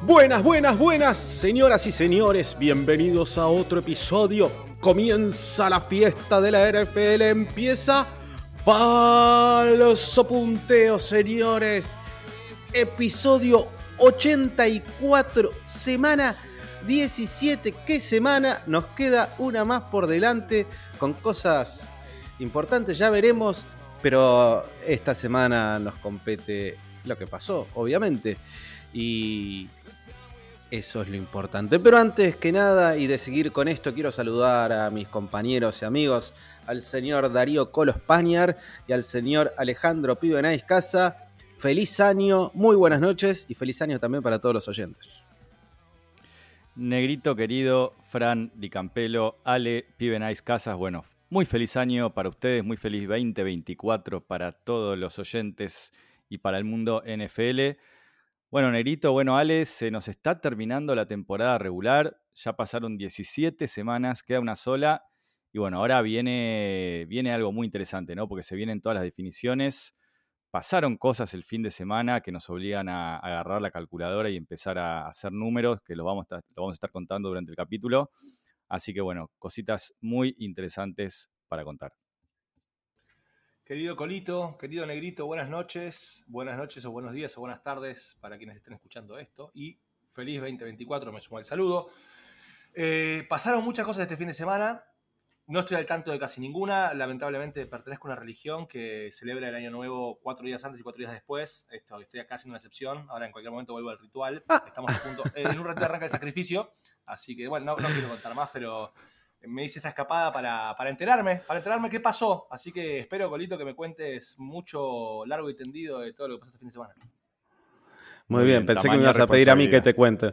Buenas, buenas, buenas, señoras y señores, bienvenidos a otro episodio. Comienza la fiesta de la NFL, empieza Falso Punteo, señores. Episodio 84, semana 17. ¿Qué semana? Nos queda una más por delante con cosas importantes, ya veremos, pero esta semana nos compete lo que pasó, obviamente, y eso es lo importante. Pero antes que nada, y de seguir con esto, quiero saludar a mis compañeros y amigos, al señor Darío Colo Spaniard y al señor Alejandro Pibenais Casa. Feliz año, muy buenas noches y feliz año también para todos los oyentes. Negrito querido, Fran Di Campello, Ale, Pibenais Casas, bueno, muy feliz año para ustedes, muy feliz 2024 para todos los oyentes y para el mundo NFL. Bueno, Negrito, bueno, Ale, se nos está terminando la temporada regular, ya pasaron 17 semanas, queda una sola, y bueno, ahora viene algo muy interesante, ¿no? Porque se vienen todas las definiciones, pasaron cosas el fin de semana que nos obligan a agarrar la calculadora y empezar a hacer números, que lo vamos a estar contando durante el capítulo, así que bueno, cositas muy interesantes para contar. Querido Colito, querido Negrito, buenas noches o buenos días o buenas tardes para quienes estén escuchando esto y feliz 2024, me sumo al saludo. Pasaron muchas cosas este fin de semana, no estoy al tanto de casi ninguna, lamentablemente pertenezco a una religión que celebra el año nuevo 4 días antes y 4 días después, estoy acá haciendo una excepción, ahora en cualquier momento vuelvo al ritual, estamos a punto, en un rato arranca el sacrificio, así que bueno, no quiero contar más, pero me hice esta escapada para enterarme qué pasó. Así que espero, Colito, que me cuentes mucho, largo y tendido de todo lo que pasó este fin de semana. Muy bien, pensé que me ibas a pedir a mí que te cuente.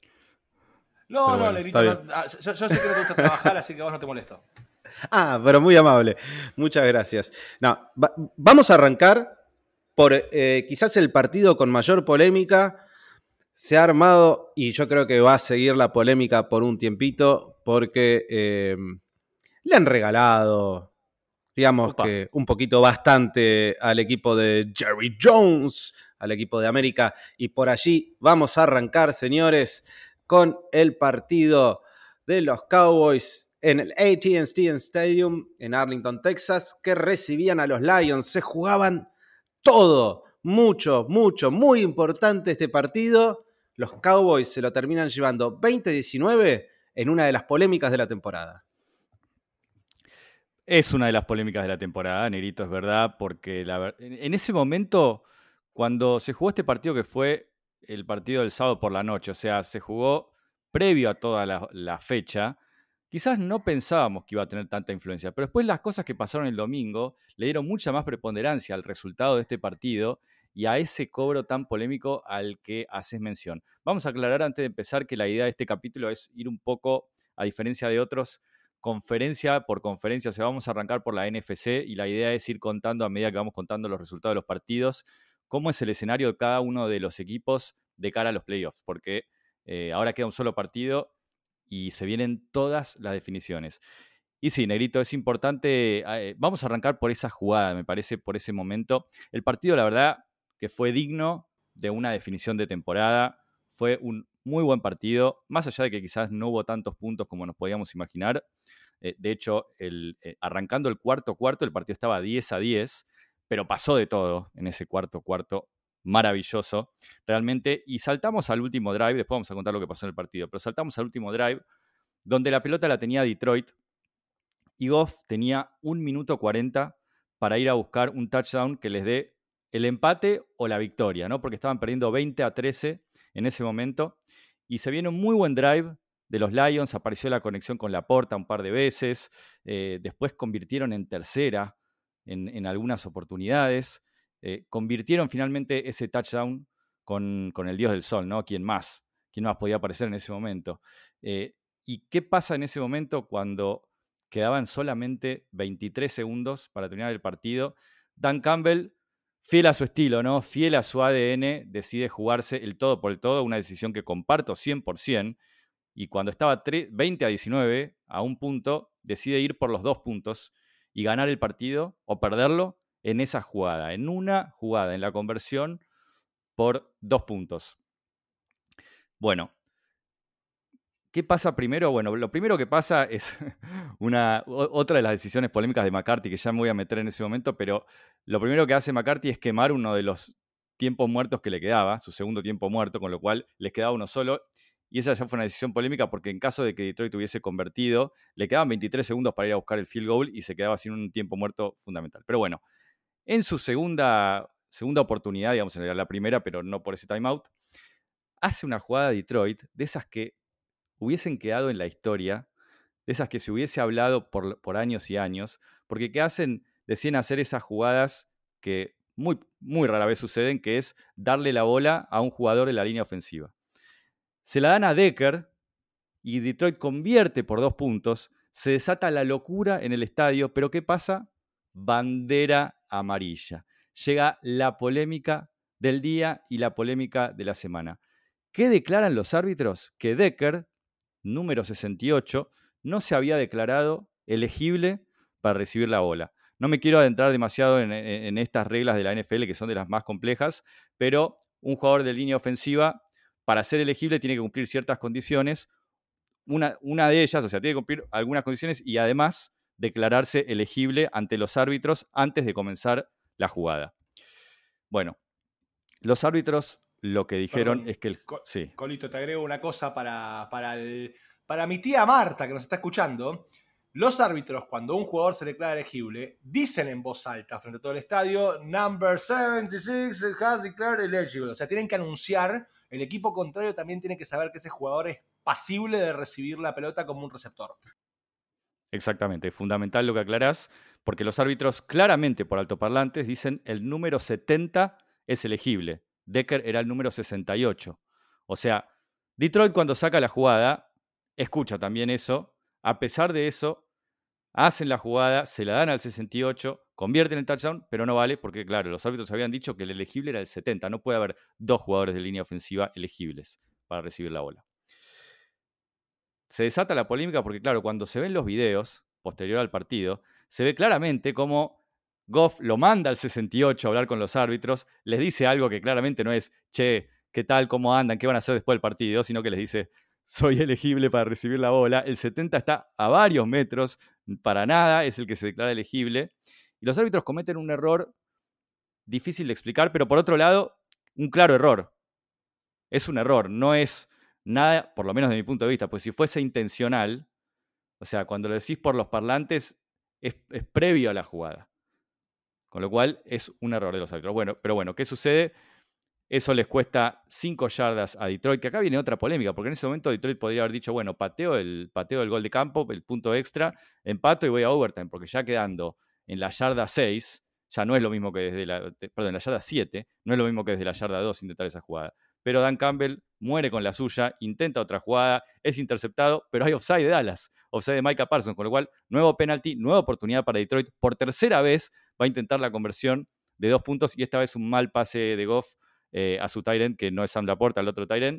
No, bueno, Negrito, yo sé que no te gusta trabajar, así que vos no te molesto. Pero muy amable. Muchas gracias. No, vamos a arrancar por quizás el partido con mayor polémica. Se ha armado, y yo creo que va a seguir la polémica por un tiempito, porque le han regalado, digamos que un poquito bastante al equipo de Jerry Jones, al equipo de América, y por allí vamos a arrancar, señores, con el partido de los Cowboys en el AT&T Stadium en Arlington, Texas, que recibían a los Lions. Se jugaban todo, mucho, muy importante este partido. Los Cowboys se lo terminan llevando 20-19 en una de las polémicas de la temporada. Es una de las polémicas de la temporada, Negrito, es verdad, porque en ese momento, cuando se jugó este partido que fue el partido del sábado por la noche, o sea, se jugó previo a toda la fecha, quizás no pensábamos que iba a tener tanta influencia, pero después las cosas que pasaron el domingo le dieron mucha más preponderancia al resultado de este partido y a ese cobro tan polémico al que haces mención. Vamos a aclarar antes de empezar que la idea de este capítulo es ir un poco, a diferencia de otros, conferencia por conferencia, o sea, vamos a arrancar por la NFC y la idea es ir contando a medida que vamos contando los resultados de los partidos, cómo es el escenario de cada uno de los equipos de cara a los playoffs, porque ahora queda un solo partido y se vienen todas las definiciones. Y sí, Negrito, es importante, vamos a arrancar por esa jugada, me parece, por ese momento. El partido, la verdad, que fue digno de una definición de temporada, fue un muy buen partido, más allá de que quizás no hubo tantos puntos como nos podíamos imaginar. De hecho, arrancando el cuarto, el partido estaba 10-10, pero pasó de todo en ese cuarto, maravilloso, realmente. Y saltamos al último drive, después vamos a contar lo que pasó en el partido, pero saltamos al último drive, donde la pelota la tenía Detroit, y Goff tenía 1 minuto 40 para ir a buscar un touchdown que les dé el empate o la victoria, ¿no? Porque estaban perdiendo 20-13 en ese momento. Y se viene un muy buen drive de los Lions, apareció la conexión con Laporta un par de veces, después convirtieron en tercera en algunas oportunidades, convirtieron finalmente ese touchdown con el Dios del Sol, ¿no? ¿Quién más podía aparecer en ese momento? ¿Y qué pasa en ese momento cuando quedaban solamente 23 segundos para terminar el partido? Dan Campbell, fiel a su estilo, ¿no? Fiel a su ADN, decide jugarse el todo por el todo, una decisión que comparto 100%, y cuando estaba 20-19, a un punto, decide ir por los 2 puntos y ganar el partido o perderlo en esa jugada, en una jugada, en la conversión por 2 puntos. Bueno, ¿qué pasa primero? Bueno, lo primero que pasa es otra de las decisiones polémicas de McCarthy, que ya me voy a meter en ese momento, pero lo primero que hace McCarthy es quemar uno de los tiempos muertos que le quedaba, su segundo tiempo muerto, con lo cual les quedaba uno solo. Y esa ya fue una decisión polémica porque en caso de que Detroit hubiese convertido, le quedaban 23 segundos para ir a buscar el field goal y se quedaba sin un tiempo muerto fundamental. Pero bueno, en su segunda oportunidad, digamos, en la primera, pero no por ese timeout, hace una jugada de Detroit de esas que hubiesen quedado en la historia, de esas que se hubiese hablado por años y años, porque ¿qué hacen? Deciden hacer esas jugadas que muy, muy rara vez suceden, que es darle la bola a un jugador de la línea ofensiva. Se la dan a Decker y Detroit convierte por 2 puntos, se desata la locura en el estadio, pero ¿qué pasa? Bandera amarilla. Llega la polémica del día y la polémica de la semana. ¿Qué declaran los árbitros? Que Decker, número 68, no se había declarado elegible para recibir la bola. No me quiero adentrar demasiado en estas reglas de la NFL, que son de las más complejas, pero un jugador de línea ofensiva, para ser elegible, tiene que cumplir ciertas condiciones. Una de ellas, o sea, tiene que cumplir algunas condiciones y además declararse elegible ante los árbitros antes de comenzar la jugada. Bueno, los árbitros lo que dijeron Perdón, es que sí. Colito, te agrego una cosa para mi tía Marta, que nos está escuchando. Los árbitros, cuando un jugador se declara elegible, dicen en voz alta frente a todo el estadio, number 76 has declared eligible. O sea, tienen que anunciar, el equipo contrario también tiene que saber que ese jugador es pasible de recibir la pelota como un receptor. Exactamente, es fundamental lo que aclarás, porque los árbitros claramente por altoparlantes dicen el número 70 es elegible. Decker era el número 68. O sea, Detroit cuando saca la jugada, escucha también eso. A pesar de eso, hacen la jugada, se la dan al 68, convierten en touchdown, pero no vale porque, claro, los árbitros habían dicho que el elegible era el 70. No puede haber 2 jugadores de línea ofensiva elegibles para recibir la bola. Se desata la polémica porque, claro, cuando se ven los videos posterior al partido, se ve claramente cómo Goff lo manda al 68 a hablar con los árbitros, les dice algo que claramente no es, che, ¿qué tal? ¿Cómo andan? ¿Qué van a hacer después del partido? Sino que les dice, soy elegible para recibir la bola. El 70 está a varios metros, para nada, es el que se declara elegible. Y los árbitros cometen un error difícil de explicar, pero por otro lado, un claro error. Es un error, no es nada, por lo menos de mi punto de vista, pues si fuese intencional, o sea, cuando lo decís por los parlantes, es previo a la jugada. Con lo cual es un error de los árbitros. Bueno, pero bueno, ¿qué sucede? Eso les cuesta 5 yardas a Detroit, que acá viene otra polémica, porque en ese momento Detroit podría haber dicho, bueno, pateo el gol de campo, el punto extra, empato y voy a overtime, porque ya quedando en la yarda 6, ya no es lo mismo que desde en la yarda 7, no es lo mismo que desde la yarda 2 intentar esa jugada. Pero Dan Campbell muere con la suya, intenta otra jugada, es interceptado, pero hay offside de Dallas, offside de Micah Parsons, con lo cual nuevo penalti, nueva oportunidad para Detroit. Por tercera vez va a intentar la conversión de 2 puntos y esta vez un mal pase de Goff a su tight end, que no es Sam Laporta, el otro tight end.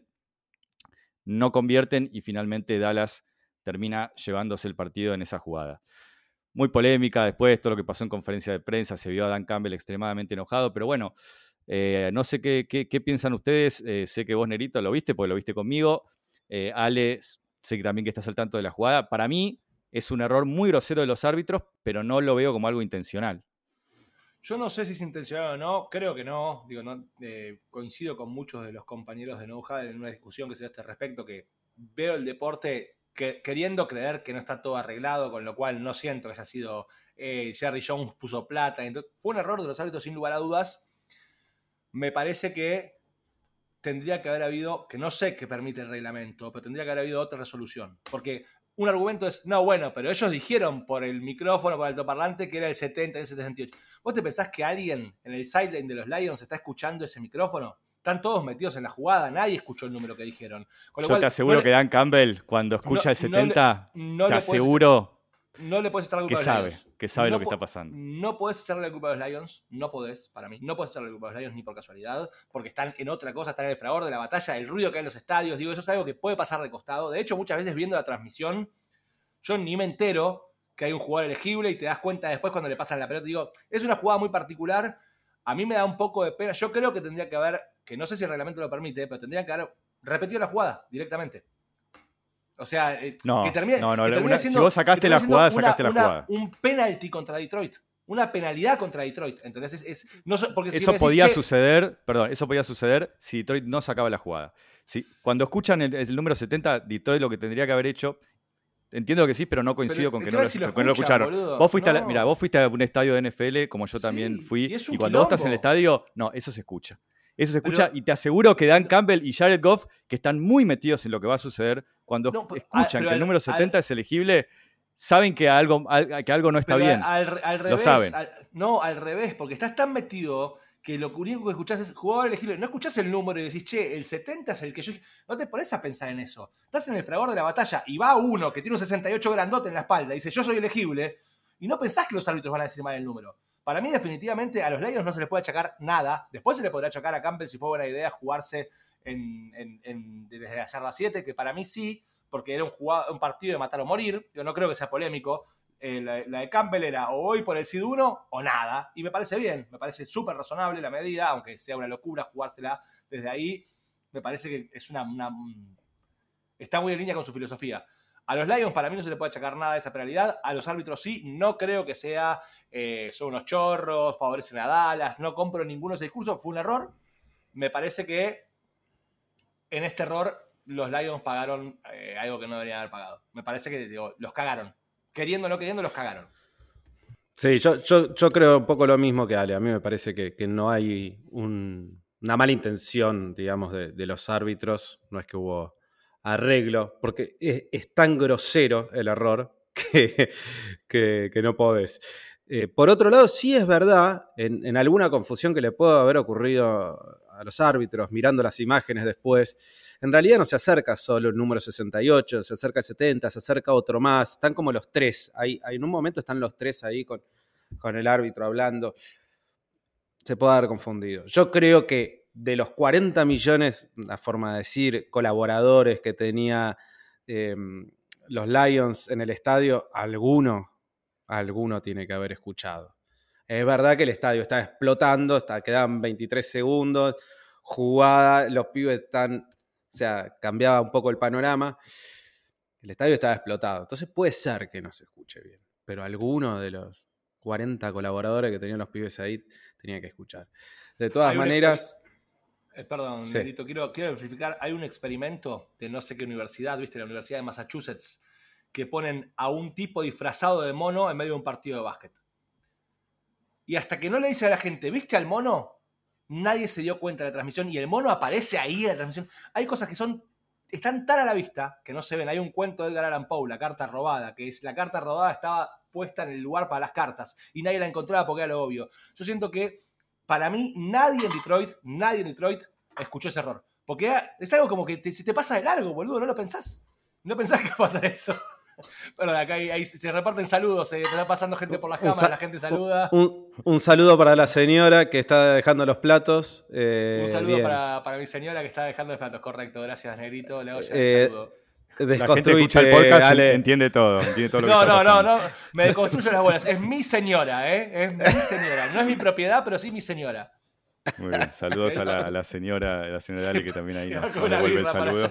No convierten y finalmente Dallas termina llevándose el partido en esa jugada. Muy polémica después, todo lo que pasó en conferencia de prensa, se vio a Dan Campbell extremadamente enojado, pero bueno, no sé qué piensan ustedes. Sé que vos, Nerito, lo viste, porque lo viste conmigo. Ale, sé que también que estás al tanto de la jugada. Para mí es un error muy grosero de los árbitros, pero no lo veo como algo intencional. Yo no sé si es intencional o no, creo que no. Digo, no coincido con muchos de los compañeros de No Huddle en una discusión que se dio a este respecto, que veo el deporte queriendo creer que no está todo arreglado, con lo cual no siento que haya sido Jerry Jones puso plata. Entonces, fue un error de los árbitros sin lugar a dudas. Me parece que tendría que haber habido, que no sé qué permite el reglamento, pero tendría que haber habido otra resolución. Porque un argumento es, no, bueno, pero ellos dijeron por el micrófono, por el altoparlante, que era el 70 y el 78. ¿Vos te pensás que alguien en el sideline de los Lions está escuchando ese micrófono? Están todos metidos en la jugada, nadie escuchó el número que dijeron. Con lo Yo cual, te aseguro que Dan Campbell, cuando escucha el 70, te aseguro no le puedes echar la culpa a los Lions. que sabe lo que está pasando. No podés echarle la culpa a los Lions, no podés, para mí. No podés echarle la culpa a los Lions ni por casualidad, porque están en otra cosa, están en el fragor de la batalla, el ruido que hay en los estadios. Digo, eso es algo que puede pasar de costado. De hecho, muchas veces viendo la transmisión, yo ni me entero que hay un jugador elegible y te das cuenta después cuando le pasan la pelota. Digo, es una jugada muy particular. A mí me da un poco de pena. Yo creo que tendría que haber, que no sé si el reglamento lo permite, pero tendría que haber repetió la jugada directamente. O sea, No, que termina si siendo, vos sacaste la jugada, sacaste la jugada. Un penalti contra Detroit. Una penalidad contra Detroit. ¿Entendés? Porque eso si podía suceder, eso podía suceder si Detroit no sacaba la jugada. Cuando escuchan el número 70, Detroit lo que tendría que haber hecho, entiendo que sí, pero no coincido con que no lo escucharon. Boludo. Vos fuiste a un estadio de NFL, como yo también fui, y cuando vos estás en el estadio, no, eso se escucha. Eso se escucha y te aseguro que Dan Campbell y Jared Goff, que están muy metidos en lo que va a suceder, cuando escuchan que el número 70 es elegible, saben que algo no está bien. Al revés, lo saben. Al revés, porque estás tan metido que lo único que escuchás es jugador elegible. No escuchás el número y decís, che, el 70 es el que yo... No te pones a pensar en eso. Estás en el fragor de la batalla y va uno que tiene un 68 grandote en la espalda y dice, yo soy elegible, y no pensás que los árbitros van a decir mal el número. Para mí, definitivamente, a los Lions no se les puede achacar nada. Después se le podrá achacar a Campbell si fue buena idea jugarse desde la yarda 7, que para mí sí, porque era un partido de matar o morir. Yo no creo que sea polémico. La de Campbell era o voy por el SID 1 o nada. Y me parece bien, me parece súper razonable la medida, aunque sea una locura jugársela desde ahí. Me parece que es está muy en línea con su filosofía. A los Lions para mí no se le puede achacar nada de esa penalidad. A los árbitros sí. No creo que sea son unos chorros, favorecen a Dallas. No compro ninguno de ese discurso. Fue un error. Me parece que en este error los Lions pagaron algo que no deberían haber pagado. Me parece que los cagaron. Queriendo o no queriendo, los cagaron. Sí, yo creo un poco lo mismo que Ale. A mí me parece que no hay una mala intención, digamos, de los árbitros. No es que hubo arreglo, porque es tan grosero el error que no podés. Por otro lado, sí es verdad, en alguna confusión que le puede haber ocurrido a los árbitros mirando las imágenes después, en realidad no se acerca solo el número 68, se acerca el 70, se acerca otro más, están como los tres, en un momento están los tres ahí con el árbitro hablando, se puede haber confundido. Yo creo que de los 40 millones, la forma de decir, colaboradores que tenía los Lions en el estadio, alguno tiene que haber escuchado. Es verdad que el estadio está explotando, quedan 23 segundos, jugada, los pibes cambiaba un poco el panorama. El estadio estaba explotado. Entonces puede ser que no se escuche bien, pero alguno de los 40 colaboradores que tenían los pibes ahí tenía que escuchar. De todas maneras... Perdón, sí. Nerito, quiero verificar. Hay un experimento de no sé qué universidad, ¿viste? La Universidad de Massachusetts, que ponen a un tipo disfrazado de mono en medio de un partido de básquet. Y hasta que no le dice a la gente, ¿viste al mono? Nadie se dio cuenta de la transmisión y el mono aparece ahí en la transmisión. Hay cosas que están tan a la vista que no se ven. Hay un cuento de Edgar Allan Poe, La carta robada, que es la carta robada estaba puesta en el lugar para las cartas y nadie la encontraba porque era lo obvio. Yo siento que para mí nadie en Detroit escuchó ese error. Porque es algo como que si te pasa de largo, boludo, no lo pensás. No pensás que va a pasar eso. Pero acá ahí se reparten saludos, te está pasando gente por las cámaras, la gente saluda. Un saludo para la señora que está dejando los platos. Un saludo para mi señora que está dejando los platos, correcto. Gracias, Negrito. Le hago ya el saludo. La gente que escucha el podcast entiende todo lo que está pasando. No, me deconstruyo las bolas. Es mi señora, es mi señora. No es mi propiedad, pero sí mi señora. Muy bien, saludos a la señora Dale, que también ahí nos devuelve el saludo.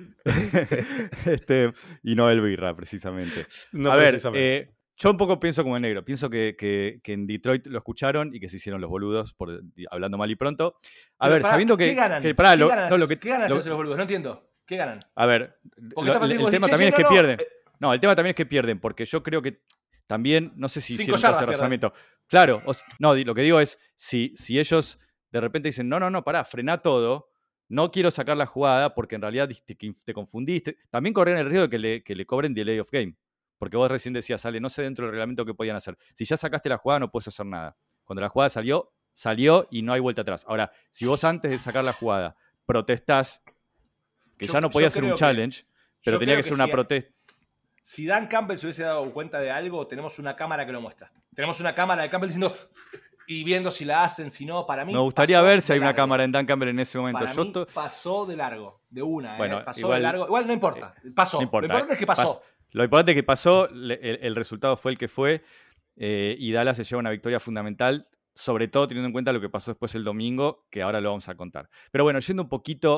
Y no el birra, precisamente. No, a ver, yo un poco pienso como el negro. Pienso que en Detroit lo escucharon y que se hicieron los boludos, hablando mal y pronto. Sabiendo que... ¿Qué ganan? ¿Qué ganan los boludos? No entiendo. ¿Qué ganan? A ver, el tema también es que pierden. No, el tema también es que pierden, porque yo creo que también, no sé si hicieron este razonamiento. Claro, no, lo que digo es, si ellos de repente dicen, no, pará, frená todo, no quiero sacar la jugada porque en realidad te confundiste, también corren el riesgo de que le cobren delay of game, porque vos recién decías, Ale, no sé dentro del reglamento qué podían hacer. Si ya sacaste la jugada no puedes hacer nada. Cuando la jugada salió y no hay vuelta atrás. Ahora, si vos antes de sacar la jugada protestás, que ya no podía ser un challenge, pero tenía que ser una protesta. Si Dan Campbell se hubiese dado cuenta de algo, tenemos una cámara que lo muestra. Tenemos una cámara de Campbell diciendo y viendo si la hacen, si no, para mí. Me gustaría ver si hay una cámara en Dan Campbell en ese momento. Para mí pasó de largo, de una. Bueno, pasó de largo. Igual no importa, pasó. No importa, lo importante es que pasó. Lo importante es que pasó, el resultado fue el que fue, y Dallas se lleva una victoria fundamental, sobre todo teniendo en cuenta lo que pasó después el domingo, que ahora lo vamos a contar. Pero bueno, yendo un poquito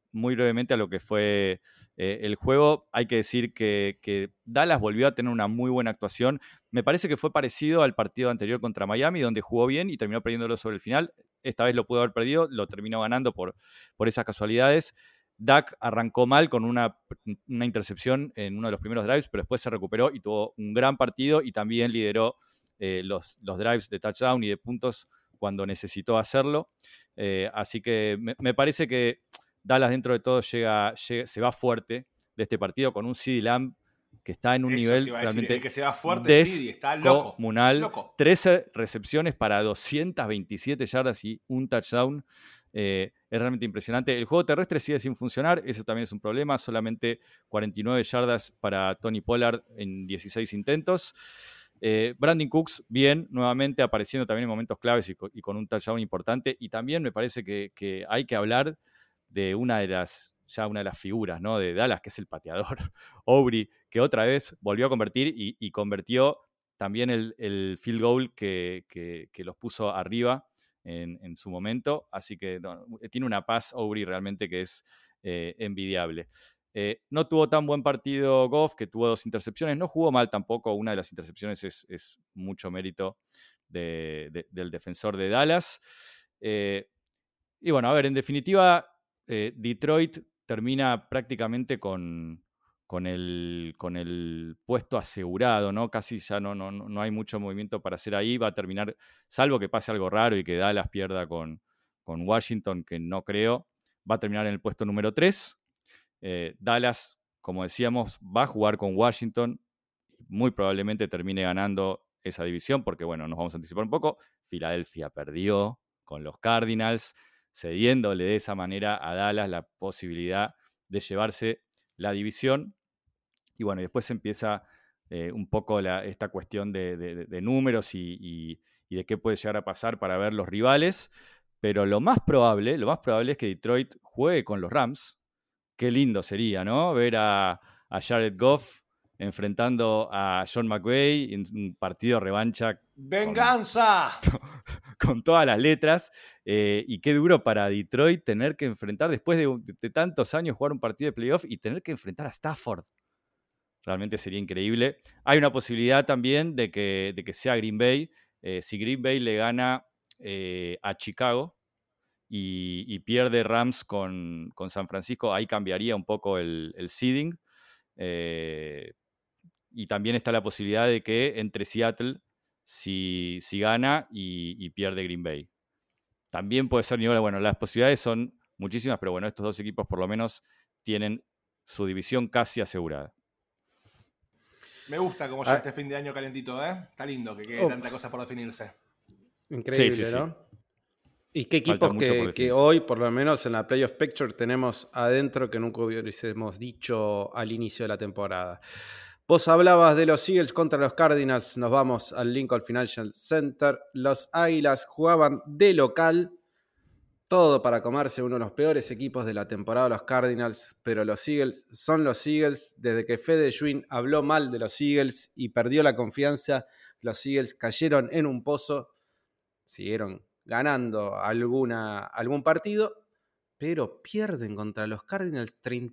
muy brevemente a lo que fue el juego. Hay que decir que Dallas volvió a tener una muy buena actuación. Me parece que fue parecido al partido anterior contra Miami, donde jugó bien y terminó perdiéndolo sobre el final. Esta vez lo pudo haber perdido, lo terminó ganando por esas casualidades. Dak arrancó mal con una intercepción en uno de los primeros drives, pero después se recuperó y tuvo un gran partido y también lideró los drives de touchdown y de puntos cuando necesitó hacerlo. Así que me parece que Dallas dentro de todo se va fuerte de este partido con un CeeDee Lamb que está en un nivel realmente el que se va fuerte, sí, está loco. Descomunal. 13 recepciones para 227 yardas y un touchdown. Es realmente impresionante. El juego terrestre sigue sin funcionar, eso también es un problema. Solamente 49 yardas para Tony Pollard en 16 intentos. Brandon Cooks, bien, nuevamente apareciendo también en momentos claves y con un touchdown importante. Y también me parece que hay que hablar de una de las figuras, ¿no?, de Dallas, que es el pateador, Aubrey, que otra vez volvió a convertir y convirtió también el field goal que los puso arriba en su momento. Así que tiene una paz Aubrey realmente que es envidiable. No tuvo tan buen partido Goff, que tuvo 2 intercepciones. No jugó mal tampoco. Una de las intercepciones es mucho mérito del defensor de Dallas. Y bueno, a ver, en definitiva, Detroit termina prácticamente con el puesto asegurado, ¿no? Casi ya no hay mucho movimiento para hacer ahí. Va a terminar, salvo que pase algo raro y que Dallas pierda con Washington, que no creo, va a terminar en el puesto número 3. Dallas, como decíamos, va a jugar con Washington. Muy probablemente termine ganando esa división porque, bueno, nos vamos a anticipar un poco. Filadelfia perdió con los Cardinals, cediéndole de esa manera a Dallas la posibilidad de llevarse la división. Y bueno, después empieza un poco esta cuestión de números y de qué puede llegar a pasar para ver los rivales. Pero lo más probable es que Detroit juegue con los Rams. Qué lindo sería, ¿no? Ver a Jared Goff enfrentando a Sean McVay en un partido revancha. ¡Venganza! Con todas las letras. Y qué duro para Detroit tener que enfrentar, después de tantos años, jugar un partido de playoff y tener que enfrentar a Stafford. Realmente sería increíble. Hay una posibilidad también de que sea Green Bay. Si Green Bay le gana a Chicago y pierde Rams con San Francisco, ahí cambiaría un poco el seeding. Y también está la posibilidad de que entre Seattle si gana y pierde Green Bay. También puede ser New Orleans. Bueno, las posibilidades son muchísimas, pero bueno, estos 2 equipos por lo menos tienen su división casi asegurada. Me gusta cómo ya este fin de año calentito, ¿eh? Está lindo que quede tanta cosa por definirse. Increíble, sí, ¿no? Sí. ¿Y qué equipos que hoy, por lo menos en la Playoff Picture, tenemos adentro que nunca hubiésemos dicho al inicio de la temporada? Vos hablabas de los Eagles contra los Cardinals, nos vamos al Lincoln Financial Center. Los Águilas jugaban de local, todo para comerse uno de los peores equipos de la temporada, los Cardinals, pero los Eagles son los Eagles. Desde que Fede Schwinn habló mal de los Eagles y perdió la confianza, los Eagles cayeron en un pozo, siguieron ganando algún partido, pero pierden contra los Cardinals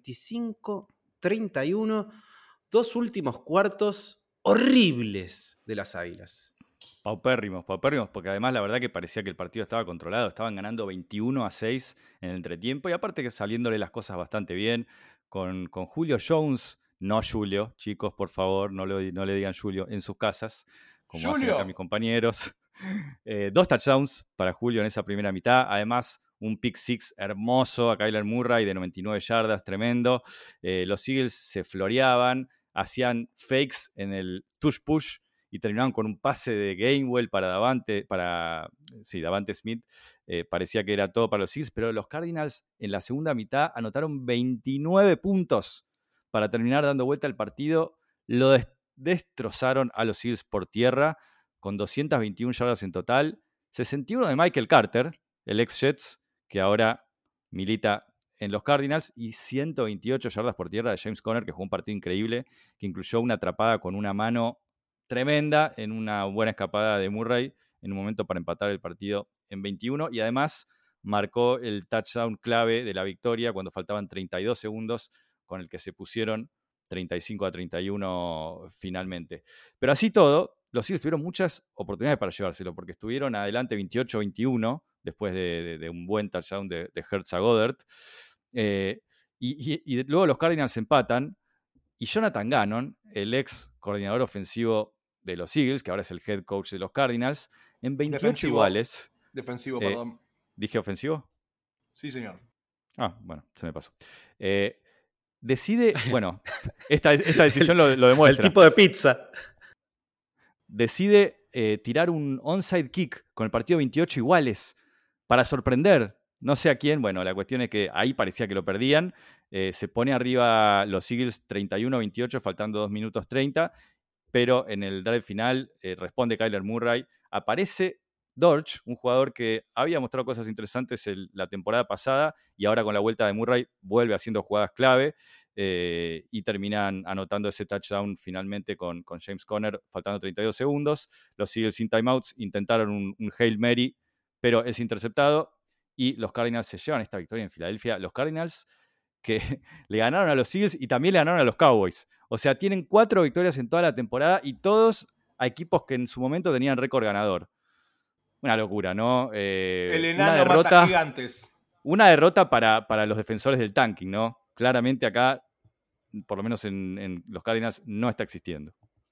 35-31, 2 últimos cuartos horribles de las Águilas. Paupérrimos, porque además la verdad que parecía que el partido estaba controlado, estaban ganando 21-6 en el entretiempo y aparte que saliéndole las cosas bastante bien con Julio Jones, no Julio, chicos, por favor, no le digan Julio en sus casas, como hacen acá mis compañeros. 2 touchdowns para Julio en esa primera mitad, además un pick six hermoso a Kyler Murray de 99 yardas, tremendo. Los Eagles se floreaban, hacían fakes en el touch push y terminaban con un pase de Gainwell para Davante Smith. Parecía que era todo para los Eagles, pero los Cardinals en la segunda mitad anotaron 29 puntos para terminar dando vuelta al partido. Lo destrozaron a los Eagles por tierra con 221 yardas en total, 61 de Michael Carter, el ex Jets, que ahora milita en los Cardinals, y 128 yardas por tierra de James Conner, que jugó un partido increíble, que incluyó una atrapada con una mano tremenda en una buena escapada de Murray en un momento para empatar el partido en 21, y además marcó el touchdown clave de la victoria cuando faltaban 32 segundos, con el que se pusieron 35-31 finalmente. Pero así todo, los Eagles tuvieron muchas oportunidades para llevárselo, porque estuvieron adelante 28-21, después de un buen touchdown de Hurts a Goddard. Y luego los Cardinals empatan, y Jonathan Gannon, el ex coordinador ofensivo de los Eagles, que ahora es el head coach de los Cardinals, en 28 iguales. Defensivo, perdón. ¿Dije ofensivo? Sí, señor. Ah, bueno, se me pasó. Decide, bueno, esta decisión lo demuestra. El tipo de pizza. Decide tirar un onside kick con el partido 28 iguales para sorprender. No sé a quién, bueno, la cuestión es que ahí parecía que lo perdían. Se pone arriba los Eagles 31-28, faltando 2 minutos 30, pero en el drive final responde Kyler Murray. Aparece Dortch, un jugador que había mostrado cosas interesantes la temporada pasada y ahora con la vuelta de Murray vuelve haciendo jugadas clave y terminan anotando ese touchdown finalmente con James Conner faltando 32 segundos. Los Eagles sin timeouts intentaron un Hail Mary, pero es interceptado y los Cardinals se llevan esta victoria en Filadelfia. Los Cardinals que le ganaron a los Eagles y también le ganaron a los Cowboys. O sea, tienen 4 victorias en toda la temporada y todos a equipos que en su momento tenían récord ganador. Una locura, ¿no? El enano mata gigantes. Una derrota para los defensores del tanking, ¿no? Claramente acá, por lo menos en los Cardinals, no está existiendo.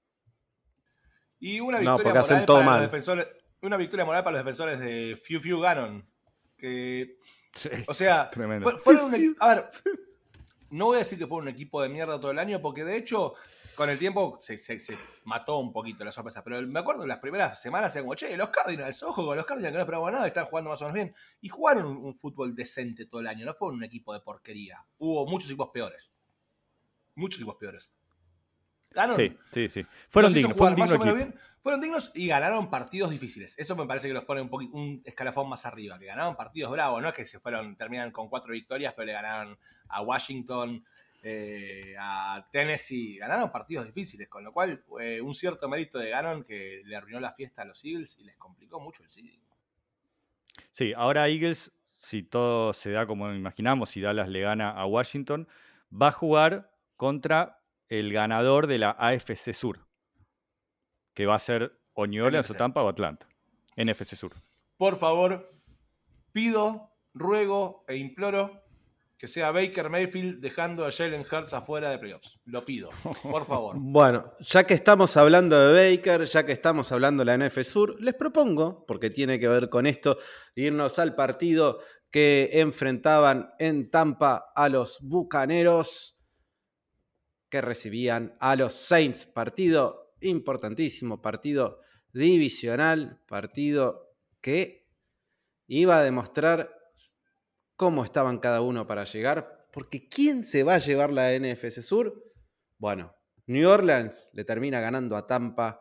Y una victoria moral para los defensores. Una victoria moral para los defensores de Fiu Gannon. Que, sí, o sea, a ver, no voy a decir que fue un equipo de mierda todo el año, porque de hecho, con el tiempo se mató un poquito la sorpresa. Pero me acuerdo en las primeras semanas, era como, che, los Cardinals, ojo con los Cardinals, que no esperamos nada, están jugando más o menos bien. Y jugaron un fútbol decente todo el año, no fue un equipo de porquería. Hubo muchos equipos peores. Muchos equipos peores. Ganaron. Sí. Fueron dignos, fue un digno equipo. Bien, fueron dignos y ganaron partidos difíciles. Eso me parece que los pone un escalafón más arriba. Que ganaron partidos bravos, no es que terminan con 4 victorias, pero le ganaron a Washington, a Tennessee. Ganaron partidos difíciles, con lo cual un cierto mérito de Gannon que le arruinó la fiesta a los Eagles y les complicó mucho el seeding. Sí, ahora Eagles, si todo se da como imaginamos, si Dallas le gana a Washington, va a jugar contra el ganador de la AFC Sur, que va a ser o New Orleans, o Tampa, o Atlanta. NFC Sur. Por favor, pido, ruego e imploro que sea Baker Mayfield dejando a Jalen Hurts afuera de playoffs. Lo pido, por favor. Bueno, ya que estamos hablando de Baker, ya que estamos hablando de la NFC Sur, les propongo, porque tiene que ver con esto, irnos al partido que enfrentaban en Tampa a los Bucaneros, que recibían a los Saints. Partido importantísimo, partido divisional, partido que iba a demostrar cómo estaban cada uno para llegar, porque ¿quién se va a llevar la NFC Sur? Bueno, New Orleans le termina ganando a Tampa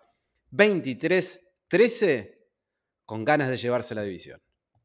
23-13 con ganas de llevarse la división.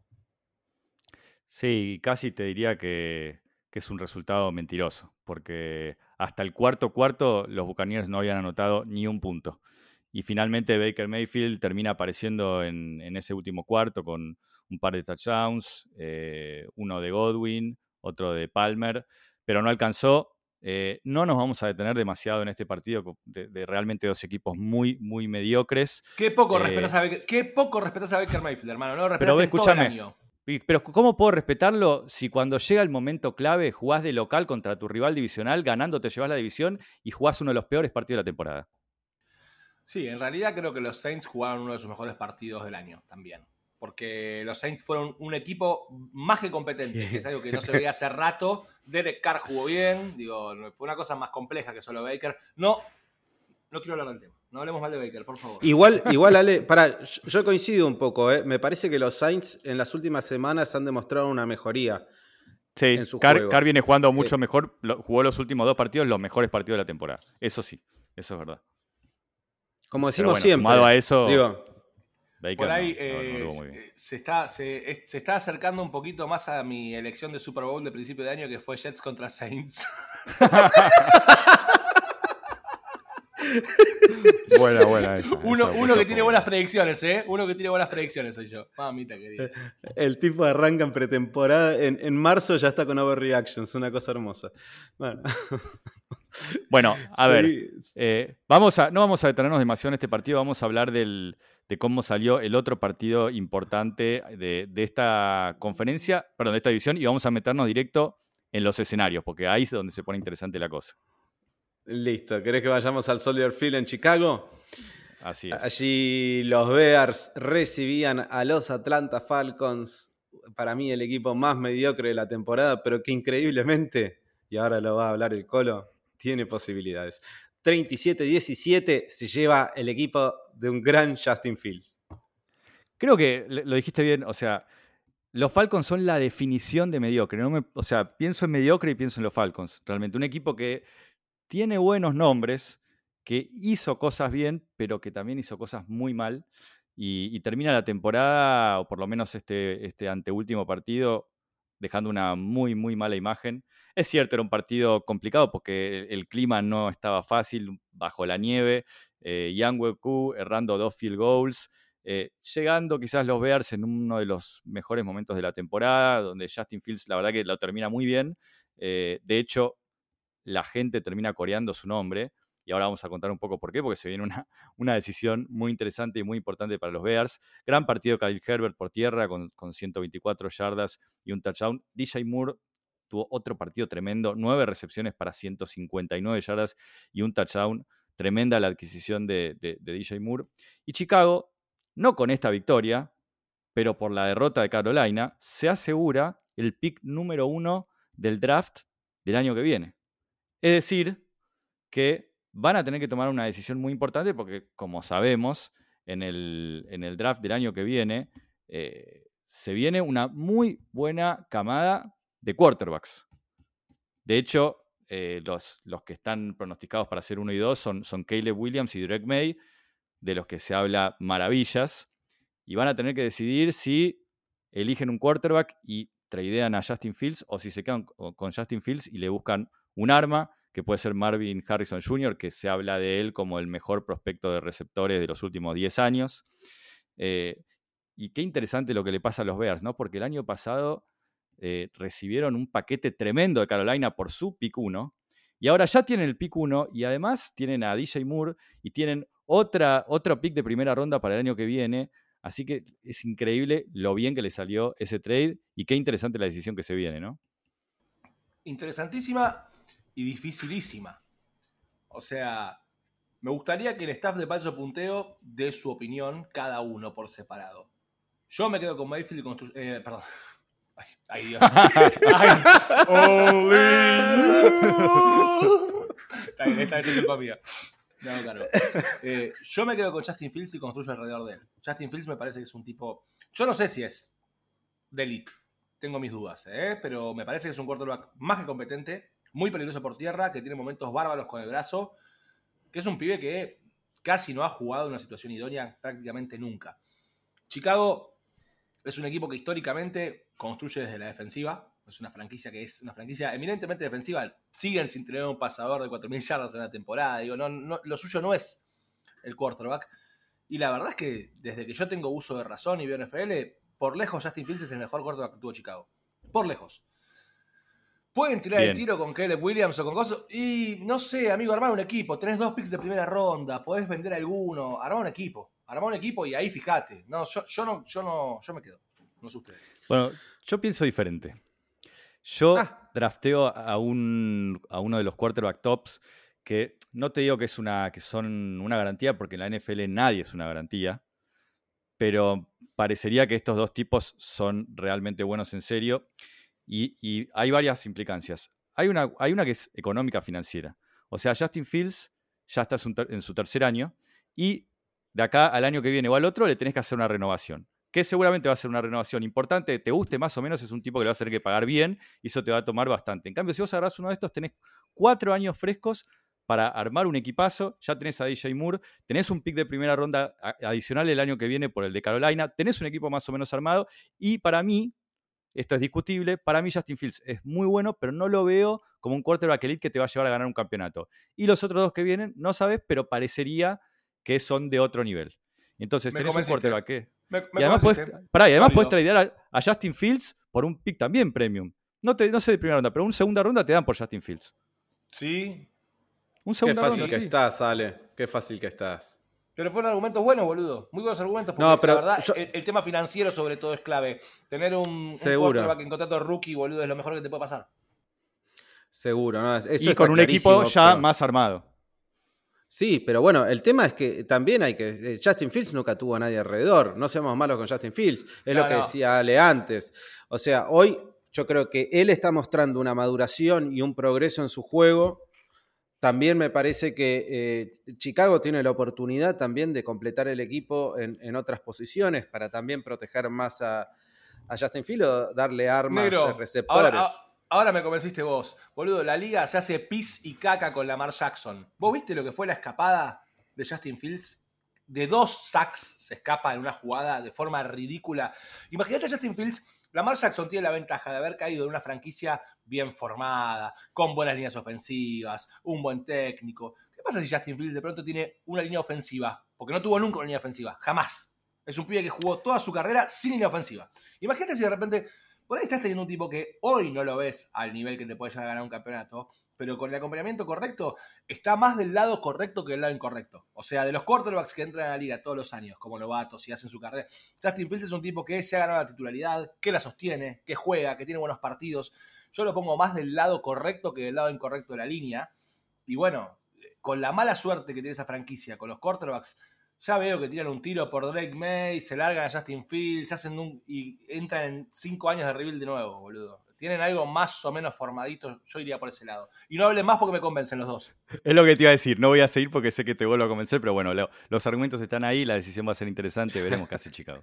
Sí, casi te diría que es un resultado mentiroso, porque hasta el cuarto los Buccaneers no habían anotado ni un punto. Y finalmente Baker Mayfield termina apareciendo en ese último cuarto con un par de touchdowns, uno de Godwin, otro de Palmer, pero no alcanzó. No nos vamos a detener demasiado en este partido de realmente 2 equipos muy, muy mediocres. Qué poco respetas a Baker Mayfield, hermano. No lo respetaste todo el año. Pero ¿cómo puedo respetarlo si cuando llega el momento clave jugás de local contra tu rival divisional, ganando te llevas la división y jugás uno de los peores partidos de la temporada? Sí, en realidad creo que los Saints jugaron uno de sus mejores partidos del año también. Porque los Saints fueron un equipo más que competente, que es algo que no se veía hace rato. Derek Carr jugó bien, fue una cosa más compleja que solo Baker. No quiero hablar del tema. No hablemos mal de Baker, por favor. Igual Ale, yo coincido un poco. Me parece que los Saints en las últimas semanas han demostrado una mejoría. Sí, en su juego. Carr viene jugando mucho mejor. Jugó los últimos 2 partidos, los mejores partidos de la temporada. Eso sí, eso es verdad. Como decimos siempre. Sumado a eso, Baker por ahí no muy bien. Se está acercando un poquito más a mi elección de Super Bowl de principio de año, que fue Jets contra Saints. Buena esa. Uno que tiene buenas predicciones, ¿eh? Uno que tiene buenas predicciones soy yo. Mamita querida. El tipo arranca en pretemporada. En marzo ya está con overreactions. Una cosa hermosa. Bueno, a ver. No vamos a detenernos demasiado en este partido. Vamos a hablar de cómo salió el otro partido importante de esta conferencia, perdón, de esta división. Y vamos a meternos directo en los escenarios, porque ahí es donde se pone interesante la cosa. Listo, ¿querés que vayamos al Soldier Field en Chicago? Así es. Allí los Bears recibían a los Atlanta Falcons, para mí el equipo más mediocre de la temporada, pero que increíblemente, y ahora lo va a hablar el Colo, tiene posibilidades. 37-17 se lleva el equipo de un gran Justin Fields. Creo que lo dijiste bien, o sea, los Falcons son la definición de mediocre. O sea, pienso en mediocre y pienso en los Falcons. Realmente un equipo que tiene buenos nombres, que hizo cosas bien, pero que también hizo cosas muy mal. Y termina la temporada, o por lo menos este anteúltimo partido, dejando una muy, muy mala imagen. Es cierto, era un partido complicado porque el clima no estaba fácil, bajo la nieve. Younghoe errando 2 field goals. Llegando quizás los Bears en uno de los mejores momentos de la temporada, donde Justin Fields la verdad que lo termina muy bien. De hecho, la gente termina coreando su nombre, y ahora vamos a contar un poco por qué, porque se viene una decisión muy interesante y muy importante para los Bears. Gran partido de Khalil Herbert por tierra, con 124 yardas y un touchdown. DJ Moore tuvo otro partido tremendo, 9 recepciones para 159 yardas y un touchdown. Tremenda la adquisición de DJ Moore. Y Chicago, no con esta victoria, pero por la derrota de Carolina, se asegura el pick número 1 del draft del año que viene. Es decir, que van a tener que tomar una decisión muy importante porque, como sabemos, en el draft del año que viene se viene una muy buena camada de quarterbacks. De hecho, los que están pronosticados para ser 1 y 2 son Caleb Williams y Drake May, de los que se habla maravillas, y van a tener que decidir si eligen un quarterback y tradean a Justin Fields, o si se quedan con Justin Fields y le buscan un arma, que puede ser Marvin Harrison Jr., que se habla de él como el mejor prospecto de receptores de los últimos 10 años. Y qué interesante lo que le pasa a los Bears, ¿no? Porque el año pasado recibieron un paquete tremendo de Carolina por su pick 1, y ahora ya tienen el pick 1, y además tienen a DJ Moore, y tienen otro pick de primera ronda para el año que viene. Así que es increíble lo bien que le salió ese trade, y qué interesante la decisión que se viene, ¿no? Interesantísima y dificilísima. O sea, me gustaría que el staff de Paso Punteo dé su opinión cada uno por separado. Yo me quedo con Mayfield y perdón. Ay, Dios. Esta vez es culpa mía. No, claro. Yo me quedo con Justin Fields y construyo alrededor de él. Justin Fields me parece que es un tipo... Yo no sé si es de elite. Tengo mis dudas, pero me parece que es un quarterback más que competente, muy peligroso por tierra, que tiene momentos bárbaros con el brazo, que es un pibe que casi no ha jugado en una situación idónea prácticamente nunca. Chicago es un equipo que históricamente construye desde la defensiva. Es una franquicia eminentemente defensiva. Siguen sin tener un pasador de 4.000 yardas en la temporada. Digo, no, lo suyo no es el quarterback. Y la verdad es que desde que yo tengo uso de razón y veo NFL, por lejos Justin Fields es el mejor quarterback que tuvo Chicago. Por lejos. Pueden tirar el tiro con Caleb Williams o con cosas. Y no sé, amigo, armar un equipo. Tenés 2 picks de primera ronda. Podés vender alguno. Armar un equipo y ahí fíjate. No, yo me quedo. No sé ustedes. Bueno, yo pienso diferente. Yo drafteo a uno de los quarterback tops, que no te digo que son una garantía, porque en la NFL nadie es una garantía, pero parecería que estos dos tipos son realmente buenos en serio, y hay varias implicancias. Hay una que es económica financiera. O sea, Justin Fields ya está en su tercer año, y de acá al año que viene o al otro le tenés que hacer una renovación, que seguramente va a ser una renovación importante, te guste más o menos, es un tipo que le vas a tener que pagar bien, y eso te va a tomar bastante. En cambio, si vos agarrás uno de estos, tenés 4 años frescos para armar un equipazo. Ya tenés a DJ Moore, tenés un pick de primera ronda adicional el año que viene por el de Carolina, tenés un equipo más o menos armado, y para mí esto es discutible. Para mí Justin Fields es muy bueno, pero no lo veo como un quarterback elite que te va a llevar a ganar un campeonato. Y los otros dos que vienen, no sabes, pero parecería que son de otro nivel. Entonces tenés un quarterback que... Y además podés tradear a Justin Fields por un pick también premium. No sé de primera ronda, pero una segunda ronda te dan por Justin Fields. Sí. Qué fácil que estás, Ale. Qué fácil que estás. Pero fueron argumentos buenos, boludo. Muy buenos argumentos. Porque no, pero la verdad, el tema financiero sobre todo es clave. Tener un quarterback en contrato rookie, boludo, es lo mejor que te puede pasar. Seguro, ¿no? Eso y con un equipo ya más armado. Sí, pero bueno, el tema es que también hay que... Justin Fields nunca tuvo a nadie alrededor. No seamos malos con Justin Fields. Es lo que decía Ale antes. O sea, hoy yo creo que él está mostrando una maduración y un progreso en su juego. También me parece que Chicago tiene la oportunidad también de completar el equipo en otras posiciones para también proteger más a Justin Fields o darle armas a receptores. Ahora me convenciste vos. Boludo, la liga se hace pis y caca con Lamar Jackson. ¿Vos viste lo que fue la escapada de Justin Fields? De 2 sacks se escapa en una jugada de forma ridícula. Imagínate a Justin Fields. Lamar Jackson tiene la ventaja de haber caído en una franquicia bien formada, con buenas líneas ofensivas, un buen técnico. ¿Qué pasa si Justin Fields de pronto tiene una línea ofensiva? Porque no tuvo nunca una línea ofensiva, jamás. Es un pibe que jugó toda su carrera sin línea ofensiva. Imagínate si de repente, por ahí estás teniendo un tipo que hoy no lo ves al nivel que te puede llegar a ganar un campeonato, pero con el acompañamiento correcto, está más del lado correcto que del lado incorrecto. O sea, de los quarterbacks que entran a la liga todos los años, como novatos y hacen su carrera, Justin Fields es un tipo que se ha ganado la titularidad, que la sostiene, que juega, que tiene buenos partidos. Yo lo pongo más del lado correcto que del lado incorrecto de la línea. Y bueno, con la mala suerte que tiene esa franquicia, con los quarterbacks, ya veo que tiran un tiro por Drake May, se largan a Justin Fields, y entran en 5 años de rebuild de nuevo, boludo. Tienen algo más o menos formadito, yo iría por ese lado. Y no hablen más porque me convencen los dos. Es lo que te iba a decir, no voy a seguir porque sé que te vuelvo a convencer, pero bueno, los argumentos están ahí, la decisión va a ser interesante, veremos qué hace Chicago.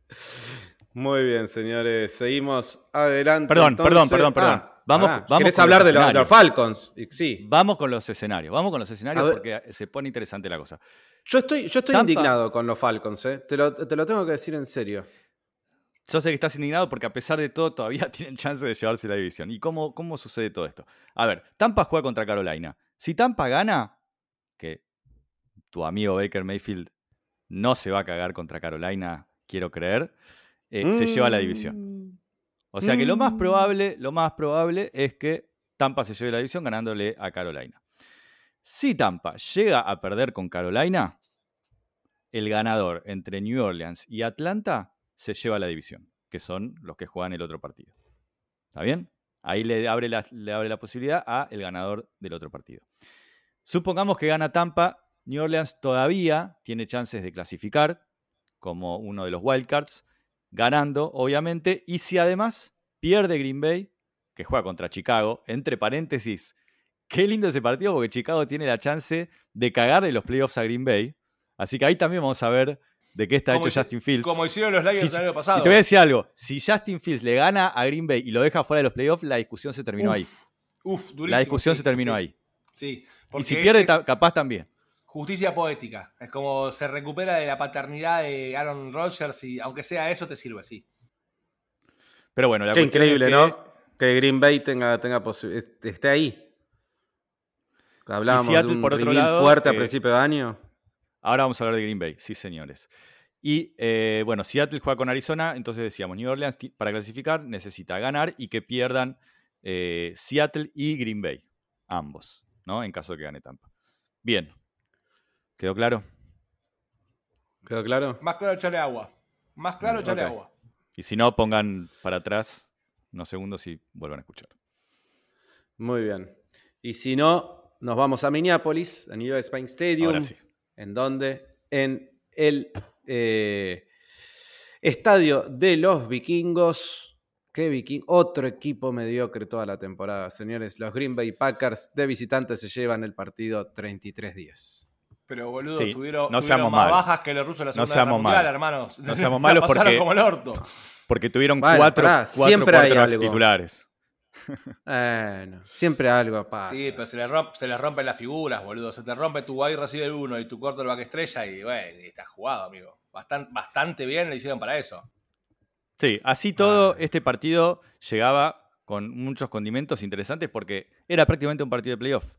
Muy bien, señores, seguimos adelante. Perdón. Vamos ¿querés hablar de los Falcons? Sí. Vamos con los escenarios porque se pone interesante la cosa. Yo estoy indignado con los Falcons, te lo tengo que decir en serio. Yo sé que estás indignado porque a pesar de todo todavía tienen chance de llevarse la división. ¿Y cómo sucede todo esto? A ver, Tampa juega contra Carolina. Si Tampa gana, que tu amigo Baker Mayfield no se va a cagar contra Carolina, quiero creer, se lleva la división. O sea que lo más probable es que Tampa se lleve la división ganándole a Carolina. Si Tampa llega a perder con Carolina, el ganador entre New Orleans y Atlanta se lleva la división, que son los que juegan el otro partido. ¿Está bien? Ahí le abre la posibilidad al ganador del otro partido. Supongamos que gana Tampa, New Orleans todavía tiene chances de clasificar como uno de los wildcards, ganando, obviamente, y si además pierde Green Bay, que juega contra Chicago, entre paréntesis, qué lindo ese partido porque Chicago tiene la chance de cagarle los playoffs a Green Bay, así que ahí también vamos a ver de qué está hecho Justin Fields. Como hicieron los Lions el año pasado. Y te voy a decir algo, si Justin Fields le gana a Green Bay y lo deja fuera de los playoffs, la discusión se terminó ahí. Durísimo. La discusión se terminó ahí. Sí. Y si pierde, capaz también. Justicia poética. Es como se recupera de la paternidad de Aaron Rodgers y aunque sea eso te sirve, sí. Pero bueno, la qué cuestión increíble, es que... ¿no? Que Green Bay esté ahí. Hablábamos de un por otro reveal lado, fuerte a principio de año. Ahora vamos a hablar de Green Bay, sí señores. Y bueno, Seattle juega con Arizona, entonces decíamos, New Orleans para clasificar necesita ganar y que pierdan Seattle y Green Bay, ambos, ¿no? En caso de que gane Tampa. Bien. ¿Quedó claro? ¿Quedó claro? Más claro, echarle agua. Más claro, echarle agua. Y si no, pongan para atrás unos segundos y vuelvan a escuchar. Muy bien. Y si no, nos vamos a Minneapolis, en US Bank Stadium. Ahora sí. ¿En dónde? En el estadio de los vikingos. ¿Qué Otro equipo mediocre toda la temporada, señores. Los Green Bay Packers de visitantes se llevan el partido 33-10. Pero boludo, sí, tuvieron no más mal. bajas que los rusos en la Segunda Guerra Mundial, hermanos. No seamos malos como el orto. Porque tuvieron cuatro quarterbacks titulares. Bueno, siempre algo pasa. Sí, pero se les rompen las figuras, boludo. Se te rompe tu wide receiver 1 y tu quarterback estrella y, bueno, estás jugado, amigo. Bastante bien le hicieron para eso. Sí, así todo, este partido llegaba con muchos condimentos interesantes porque era prácticamente un partido de playoff.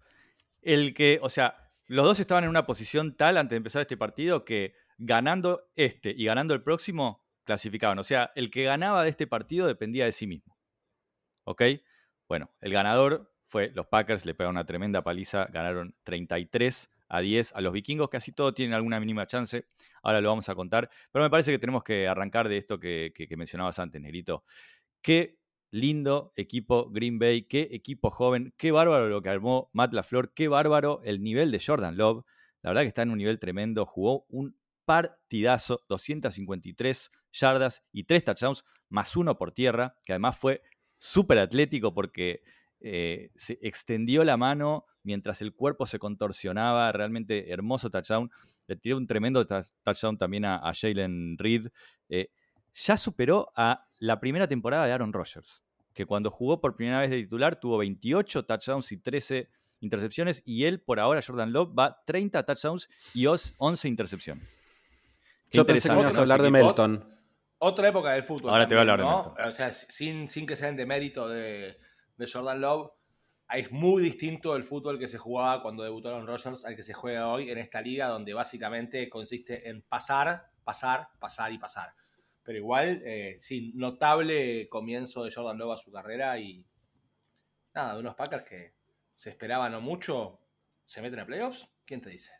Los dos estaban en una posición tal antes de empezar este partido que ganando este y ganando el próximo, clasificaban. O sea, el que ganaba de este partido dependía de sí mismo. ¿Ok? Bueno, el ganador fue los Packers, le pegaron una tremenda paliza, ganaron 33-10 a los vikingos, casi todos tienen alguna mínima chance, ahora lo vamos a contar, pero me parece que tenemos que arrancar de esto que mencionabas antes, Negrito. Qué lindo equipo Green Bay, qué equipo joven, qué bárbaro lo que armó Matt LaFleur, qué bárbaro el nivel de Jordan Love, la verdad que está en un nivel tremendo, jugó un partidazo, 253 yardas y 3 touchdowns, más 1 por tierra, que además fue súper atlético porque se extendió la mano mientras el cuerpo se contorsionaba, realmente hermoso touchdown. Le tiró un tremendo touchdown también a Jalen Reed. Ya superó a la primera temporada de Aaron Rodgers, que cuando jugó por primera vez de titular tuvo 28 touchdowns y 13 intercepciones, y él por ahora, Jordan Love, va 30 touchdowns y 11 intercepciones. Yo pensé que ibas a hablar de Melton. Otra época del fútbol. Ahora también, te voy a hablar ¿no? de Melton. O sea, sin que sean de mérito de Jordan Love, es muy distinto el fútbol que se jugaba cuando debutó Aaron Rodgers al que se juega hoy en esta liga, donde básicamente consiste en pasar, pasar, pasar y pasar. Pero igual, sí, notable comienzo de Jordan Love a su carrera y nada, de unos Packers que se esperaban no mucho, se meten a playoffs. ¿Quién te dice?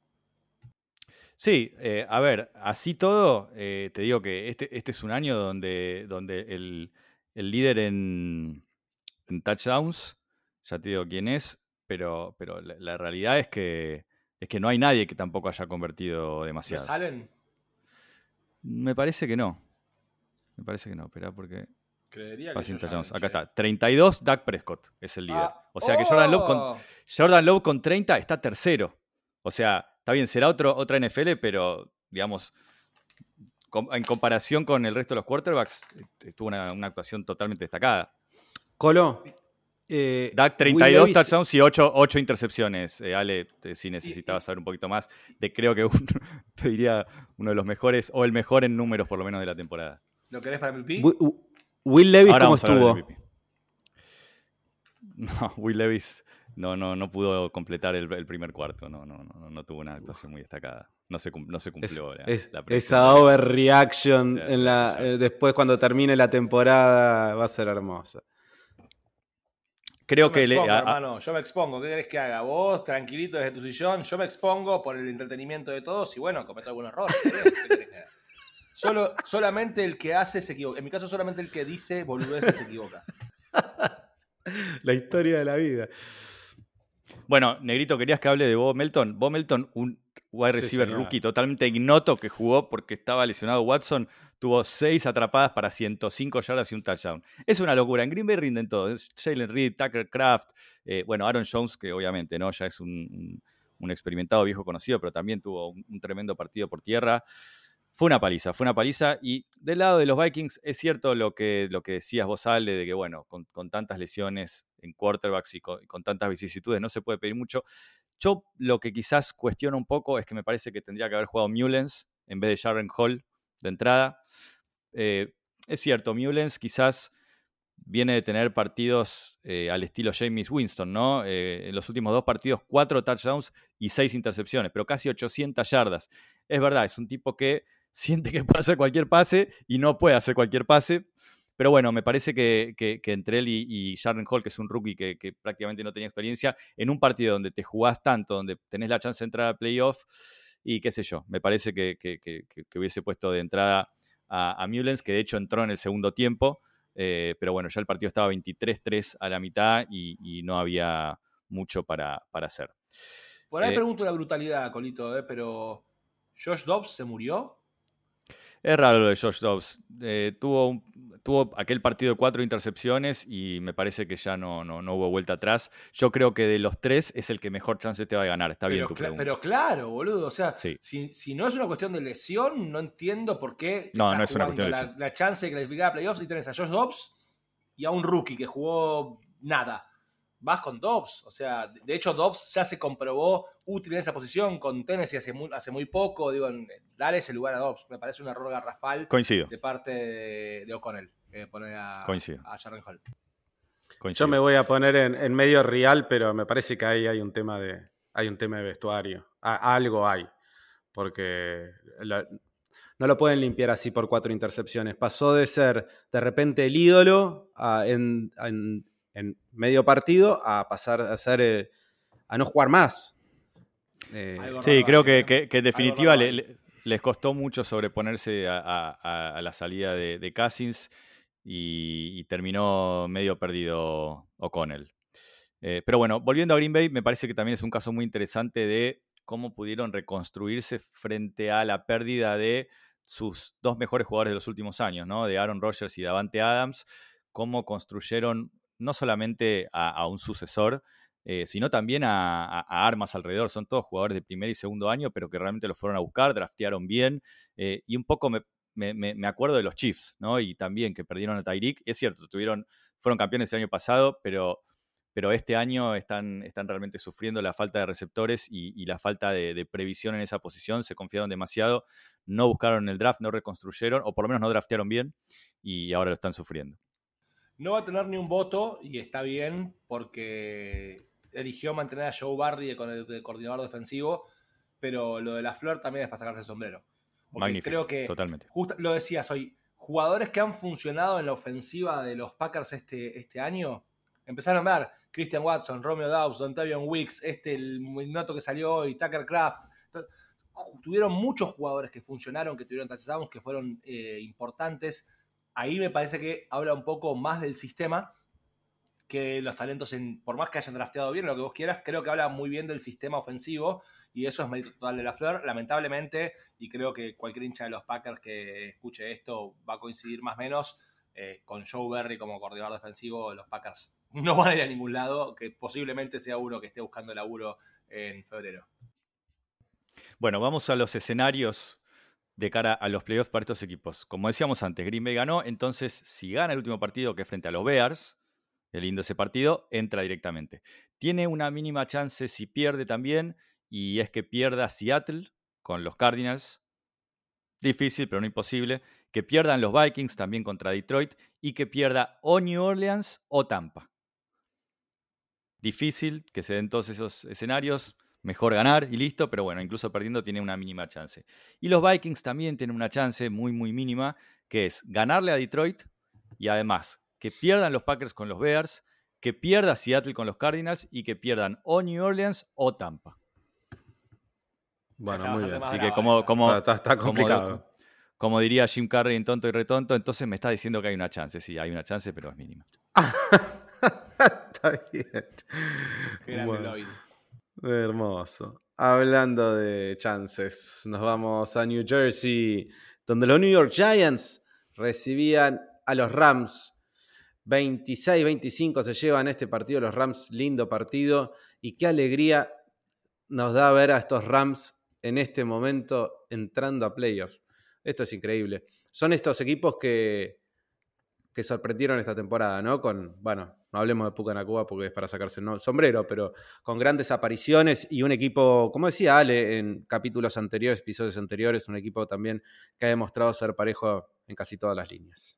Sí, a ver, así todo, te digo que este es un año donde el líder en touchdowns, ya te digo quién es, pero la realidad es que no hay nadie que tampoco haya convertido demasiado. ¿Me salen? Me parece que no. Espera, porque... Creería que touchdowns. Acá está, 32, Dak Prescott es el líder. O sea que Jordan Love con 30 está tercero. O sea, está bien, será otra NFL, pero digamos, en comparación con el resto de los quarterbacks, tuvo una actuación totalmente destacada. Colo. Dak 32 touchdowns y 8 intercepciones. Ale, si necesitabas saber un poquito más, creo que te diría uno de los mejores, o el mejor en números por lo menos de la temporada. ¿Lo querés para MVP? Will Levis, ahora ¿cómo estuvo? No, Will Levis no pudo completar el primer cuarto. No tuvo una actuación muy destacada. No se cumplió la esa overreaction después cuando termine la temporada va a ser hermosa. Creo que hermano, yo me expongo. ¿Qué querés que haga? Vos, tranquilito desde tu sillón, yo me expongo por el entretenimiento de todos y bueno, cometo algún error. ¿Qué querés que haga? Solamente el que hace se equivoca. En mi caso, solamente el que dice boludeces se equivoca. La historia de la vida. Bueno, Negrito, querías que hable de Bo Melton. Bo Melton, un wide receiver rookie totalmente ignoto que jugó porque estaba lesionado Watson, tuvo 6 atrapadas para 105 yardas y un touchdown. Es una locura. En Green Bay rinden todos. Jalen Reed, Tucker Kraft, Aaron Jones, que obviamente no ya es un experimentado viejo conocido, pero también tuvo un tremendo partido por tierra. Fue una paliza. Y del lado de los Vikings, es cierto lo que decías vos, Ale, de que, bueno, con tantas lesiones en quarterbacks y con tantas vicisitudes no se puede pedir mucho. Yo lo que quizás cuestiono un poco es que me parece que tendría que haber jugado Mullens en vez de Jaren Hall de entrada. Es cierto, Mullens quizás viene de tener partidos al estilo Jameis Winston, ¿no? En los últimos 2 partidos, 4 touchdowns y 6 intercepciones, pero casi 800 yardas. Es verdad, es un tipo que siente que puede hacer cualquier pase y no puede hacer cualquier pase. Pero bueno, me parece que entre él y Jaren Hall, que es un rookie que prácticamente no tenía experiencia, en un partido donde te jugás tanto, donde tenés la chance de entrar al playoff, y qué sé yo, me parece que hubiese puesto de entrada a Mullens, que de hecho entró en el segundo tiempo, pero bueno, ya el partido estaba 23-3 a la mitad y no había mucho para hacer. Por ahí pregunto una brutalidad, Colito, pero ¿Josh Dobbs se murió? Es raro lo de Josh Dobbs. Tuvo aquel partido de 4 intercepciones y me parece que ya no hubo vuelta atrás. Yo creo que de los 3 es el que mejor chance te va a ganar. Está bien tu pregunta. Pero claro, boludo. O sea, sí. si no es una cuestión de lesión, no entiendo por qué no es una cuestión de lesión. La chance de clasificar a playoffs y tenés a Josh Dobbs y a un rookie que jugó nada. vas con Dobbs. O sea, de hecho, Dobbs ya se comprobó útil en esa posición con Tennessee hace muy poco. Digo, dale ese lugar a Dobbs. Me parece un error garrafal Coincido. de parte de O'Connell. Poner a Jaren Hall. Yo me voy a poner en medio real, pero me parece que ahí hay un tema de vestuario. Algo hay. Porque no lo pueden limpiar así por 4 intercepciones. Pasó de ser de repente el ídolo en medio partido a pasar a ser a no jugar más. Sí, creo que en definitiva les costó mucho sobreponerse a la salida de Cousins y terminó medio perdido O'Connell. Pero bueno, volviendo a Green Bay, me parece que también es un caso muy interesante de cómo pudieron reconstruirse frente a la pérdida de sus 2 mejores jugadores de los últimos años, ¿no? De Aaron Rodgers y Davante Adams, cómo construyeron no solamente a un sucesor, sino también a armas alrededor. Son todos jugadores de primer y segundo año, pero que realmente los fueron a buscar, draftearon bien, y un poco me acuerdo de los Chiefs, ¿no? Y también que perdieron a Tyreek. Es cierto, fueron campeones el año pasado, pero este año están realmente sufriendo la falta de receptores y la falta de previsión en esa posición. Se confiaron demasiado, no buscaron el draft, no reconstruyeron, o por lo menos no draftearon bien, y ahora lo están sufriendo. No va a tener ni un voto, y está bien, porque eligió mantener a Joe Barry con el coordinador defensivo, pero lo de LaFleur también es para sacarse el sombrero. Porque magnífico, creo que, totalmente. Justo lo decías hoy, jugadores que han funcionado en la ofensiva de los Packers este año, empezaron a ver Christian Watson, Romeo Doubs, Dontavion Wicks, el noto que salió hoy, Tucker Kraft. Tuvieron muchos jugadores que funcionaron, que tuvieron touchdowns, que fueron importantes. Ahí me parece que habla un poco más del sistema que los talentos, por más que hayan drafteado bien, lo que vos quieras, creo que habla muy bien del sistema ofensivo, y eso es mérito total de LaFleur, lamentablemente, y creo que cualquier hincha de los Packers que escuche esto va a coincidir más o menos, con Joe Barry como coordinador defensivo. Los Packers no van a ir a ningún lado, que posiblemente sea uno que esté buscando laburo en febrero. Bueno, vamos a los escenarios de cara a los playoffs para estos equipos. Como decíamos antes, Green Bay ganó, entonces si gana el último partido, que es frente a los Bears, el lindo ese partido, entra directamente. Tiene una mínima chance si pierde también, y es que pierda Seattle con los Cardinals. Difícil, pero no imposible. Que pierdan los Vikings también contra Detroit, y que pierda o New Orleans o Tampa. Difícil que se den todos esos escenarios. Mejor ganar y listo, pero bueno, incluso perdiendo tiene una mínima chance. Y los Vikings también tienen una chance muy, muy mínima, que es ganarle a Detroit, y además que pierdan los Packers con los Bears, que pierda Seattle con los Cardinals, y que pierdan o New Orleans o Tampa. Bueno, muy bien. Así que está complicado. Como diría Jim Carrey en Tonto y Retonto, entonces me está diciendo que hay una chance. Sí, hay una chance, pero es mínima. Está bien. Qué grande, Lloyd. Hermoso. Hablando de chances, nos vamos a New Jersey, donde los New York Giants recibían a los Rams. 26-25 se llevan este partido los Rams, lindo partido, y qué alegría nos da ver a estos Rams en este momento entrando a playoffs. Esto es increíble. Son estos equipos que sorprendieron esta temporada, ¿no? Bueno, no hablemos de Puka Nacua porque es para sacarse el sombrero, pero con grandes apariciones y un equipo, como decía Ale en capítulos anteriores, episodios anteriores, un equipo también que ha demostrado ser parejo en casi todas las líneas.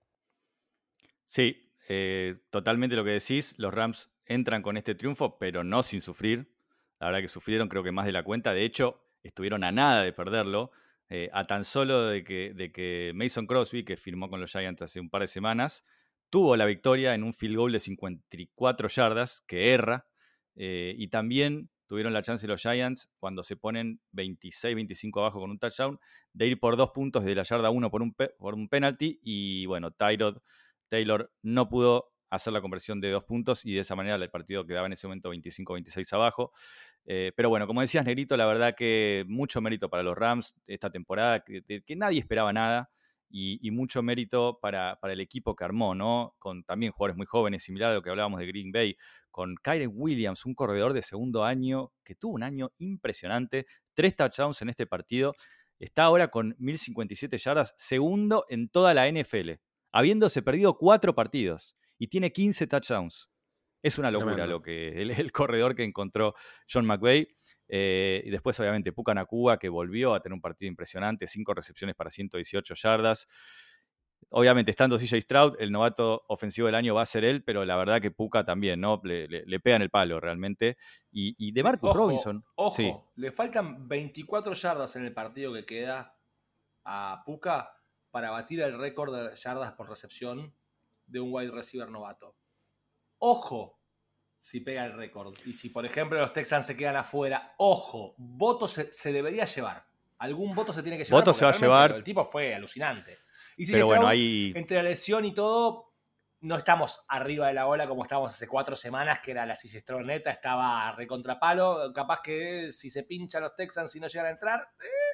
Sí, totalmente lo que decís. Los Rams entran con este triunfo, pero no sin sufrir. La verdad que sufrieron, creo que más de la cuenta. De hecho, estuvieron a nada de perderlo. A tan solo de que Mason Crosby, que firmó con los Giants hace un par de semanas, tuvo la victoria en un field goal de 54 yardas, que erra, y también tuvieron la chance los Giants, cuando se ponen 26-25 abajo con un touchdown, de ir por 2 puntos de la yarda 1 por un penalty, y bueno, Taylor no pudo hacer la conversión de 2 puntos, y de esa manera el partido quedaba en ese momento 25-26 abajo. Pero bueno, como decías, Negrito, la verdad que mucho mérito para los Rams esta temporada, que nadie esperaba nada, y mucho mérito para el equipo que armó, ¿no? Con también jugadores muy jóvenes, similar a lo que hablábamos de Green Bay, con Kyren Williams, un corredor de segundo año que tuvo un año impresionante, 3 touchdowns en este partido, está ahora con 1057 yardas, segundo en toda la NFL, habiéndose perdido 4 partidos, y tiene 15 touchdowns. Es una locura Tremendo. lo que el corredor que encontró Sean McVay. Y después, obviamente, Puka Nacua, que volvió a tener un partido impresionante, 5 recepciones para 118 yardas. Obviamente, estando CJ Stroud, el novato ofensivo del año va a ser él, pero la verdad que Puka también, ¿no? Le pega en el palo realmente. Y de Marcus Robinson. Ojo, Sí. le faltan 24 yardas en el partido que queda a Puka para batir el récord de yardas por recepción de un wide receiver novato. Ojo, si pega el récord. Y si, por ejemplo, los Texans se quedan afuera, ojo, voto se debería llevar. Algún voto se tiene que llevar. Voto se va a llevar. El tipo fue alucinante. Y si pero bueno, ahí... entre la lesión y todo, no estamos arriba de la ola como estábamos hace 4 semanas, que era la CJ Stroud neta, estaba recontrapalo. Capaz que si se pinchan los Texans y no llegan a entrar,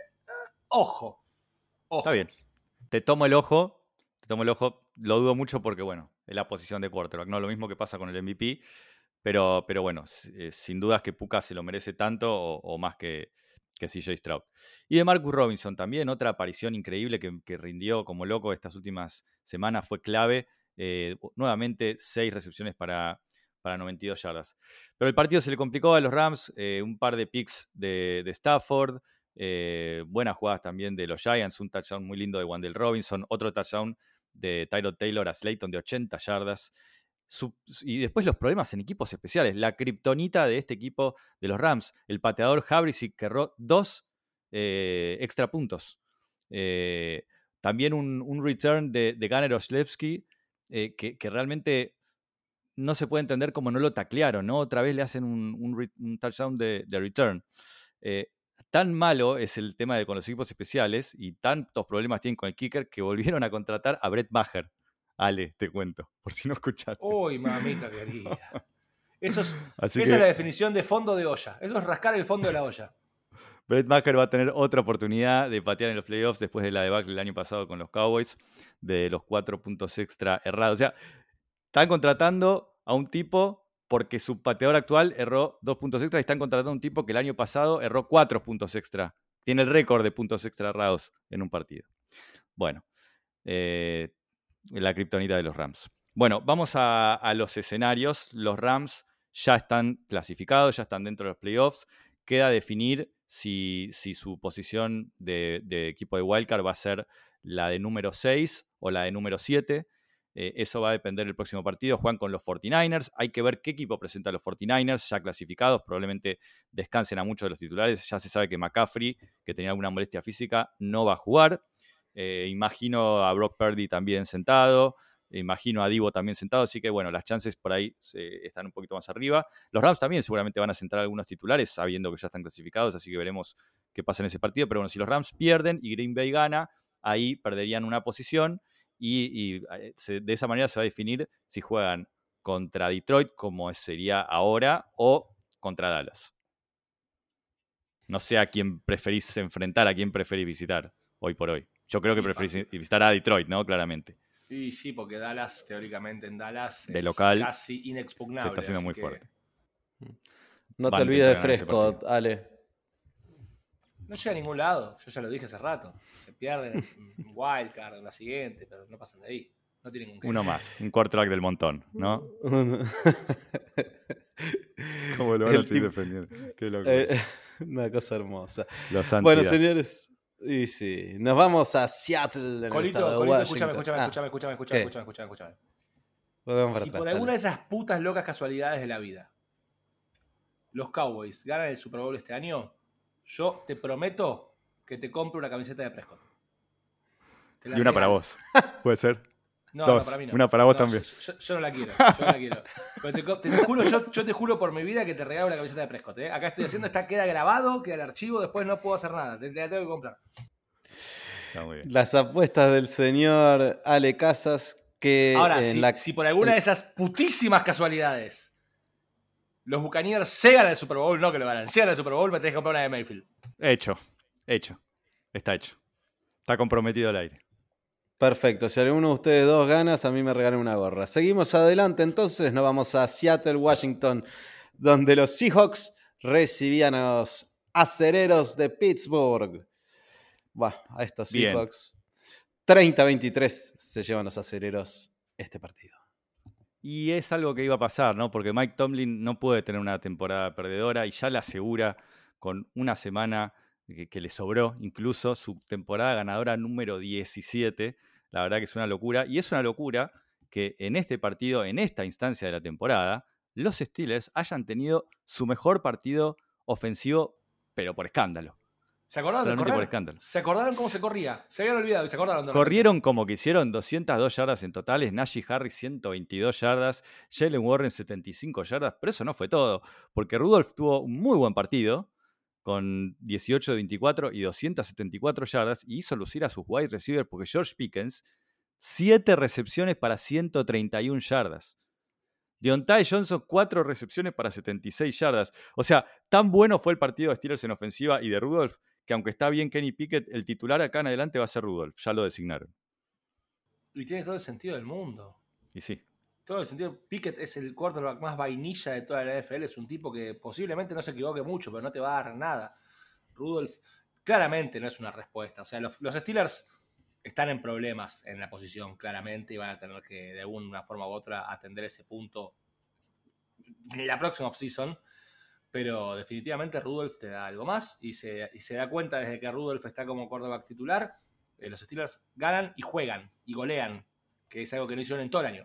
ojo. Está bien. Te tomo el ojo. Lo dudo mucho porque, bueno, es la posición de quarterback, ¿no? Lo mismo que pasa con el MVP. Pero bueno, sin dudas que Puka se lo merece tanto o más que CJ Stroud. Y de Marcus Robinson también, otra aparición increíble que rindió como loco estas últimas semanas, fue clave. Nuevamente 6 recepciones para 92 yardas. Pero el partido se le complicó a los Rams, un par de picks de Stafford, buenas jugadas también de los Giants, un touchdown muy lindo de Wan'Dale Robinson, otro touchdown de Tyrod Taylor a Slayton de 80 yardas. Y después los problemas en equipos especiales. La kriptonita de este equipo de los Rams, el pateador Havrisik, que erró 2 extra puntos. También un return de Gunnar Olszewski, que realmente no se puede entender cómo no lo taclearon, ¿no? Otra vez le hacen un touchdown de return. Tan malo es el tema con los equipos especiales y tantos problemas tienen con el kicker que volvieron a contratar a Brett Maher. Ale, te cuento, por si no escuchaste. Uy, mamita querida. Esa es la definición de fondo de olla. Eso es rascar el fondo de la olla. Brett Maher va a tener otra oportunidad de patear en los playoffs después de la debacle el año pasado con los Cowboys, de los 4 puntos extra errados. O sea, están contratando a un tipo porque su pateador actual erró 2 puntos extra y están contratando a un tipo que el año pasado erró 4 puntos extra. Tiene el récord de puntos extra errados en un partido. Bueno, la kriptonita de los Rams. Bueno, vamos a los escenarios. Los Rams ya están clasificados, ya están dentro de los playoffs. Queda definir si su posición de equipo de wildcard va a ser la de número 6 o la de número 7. Eso va a depender del próximo partido. Juegan con los 49ers. Hay que ver qué equipo presenta a los 49ers ya clasificados. Probablemente descansen a muchos de los titulares. Ya se sabe que McCaffrey, que tenía alguna molestia física, no va a jugar. Imagino a Brock Purdy también sentado. Imagino a Divo también sentado. Así que, bueno, las chances por ahí están un poquito más arriba. Los Rams también seguramente van a sentar algunos titulares, sabiendo que ya están clasificados. Así que veremos qué pasa en ese partido. Pero bueno, si los Rams pierden y Green Bay gana, ahí perderían una posición. Y de esa manera se va a definir si juegan contra Detroit, como sería ahora, o contra Dallas. No sé a quién preferís enfrentar, a quién preferís visitar hoy por hoy. Yo creo que preferís visitar a Detroit, ¿no? Claramente. Y sí, porque Dallas, teóricamente en Dallas, de es local, casi inexpugnable. Se está haciendo muy fuerte. No te olvides de Prescott, Ale. No llega a ningún lado, yo ya lo dije hace rato. Se pierden en Wildcard, en la siguiente, pero no pasan de ahí. No tienen ningún Uno más, un quarterback del montón, ¿no? ¿Cómo lo van a seguir defendiendo? Qué loco. Una cosa hermosa. Bueno, señores, y sí, nos vamos a Seattle, en el estado de Washington. Escúchame. Si por alguna de esas putas locas casualidades de la vida los Cowboys ganan el Super Bowl este año, yo te prometo que te compro una camiseta de Prescott. Y una para vos. ¿Puede ser? No, Dos. No, para mí no. Una para vos también. Yo no la quiero. Pero yo te juro por mi vida que te regalo una camiseta de Prescott. Acá estoy haciendo, queda grabado, queda el archivo, después no puedo hacer nada. Te la tengo que comprar. Está muy bien. Las apuestas del señor Ale Casas. Que ahora, si por alguna de esas putísimas casualidades los Buccaneers se ganan el Super Bowl, no que lo ganan, se ganan el Super Bowl, me tenés que comprar una de Mayfield. Hecho. Está hecho. Está comprometido al aire. Perfecto, si alguno de ustedes dos ganas, a mí me regalan una gorra. Seguimos adelante entonces, nos vamos a Seattle, Washington, donde los Seahawks recibían a los acereros de Pittsburgh. A estos Seahawks. 30-23 se llevan los acereros este partido. Y es algo que iba a pasar, ¿no? Porque Mike Tomlin no puede tener una temporada perdedora y ya la asegura con una semana que le sobró, incluso su temporada ganadora número 17. La verdad que es una locura. Y es una locura que en este partido, en esta instancia de la temporada, los Steelers hayan tenido su mejor partido ofensivo, pero por escándalo. ¿Se acordaron de Realmente por correr? escándalo. ¿Se acordaron cómo se corría? Se habían olvidado y se acordaron de Corrieron como que hicieron 202 yardas en totales, Najee Harris 122 yardas, Jalen Warren 75 yardas, pero eso no fue todo, porque Rudolph tuvo un muy buen partido con 18 de 24 y 274 yardas y hizo lucir a sus wide receivers porque George Pickens 7 recepciones para 131 yardas. Deontay Johnson 4 recepciones para 76 yardas. O sea, tan bueno fue el partido de Steelers en ofensiva y de Rudolph que aunque está bien Kenny Pickett, el titular acá en adelante va a ser Rudolph. Ya lo designaron. Y tiene todo el sentido del mundo. Y sí. Todo el sentido. Pickett es el quarterback más vainilla de toda la NFL. Es un tipo que posiblemente no se equivoque mucho, pero no te va a dar nada. Rudolph claramente no es una respuesta. O sea, los Steelers están en problemas en la posición, claramente, y van a tener que, de alguna forma u otra, atender ese punto en la próxima offseason. Pero definitivamente Rudolph te da algo más y se da cuenta desde que Rudolph está como quarterback titular, los Steelers ganan y juegan y golean, que es algo que no hicieron en todo el año.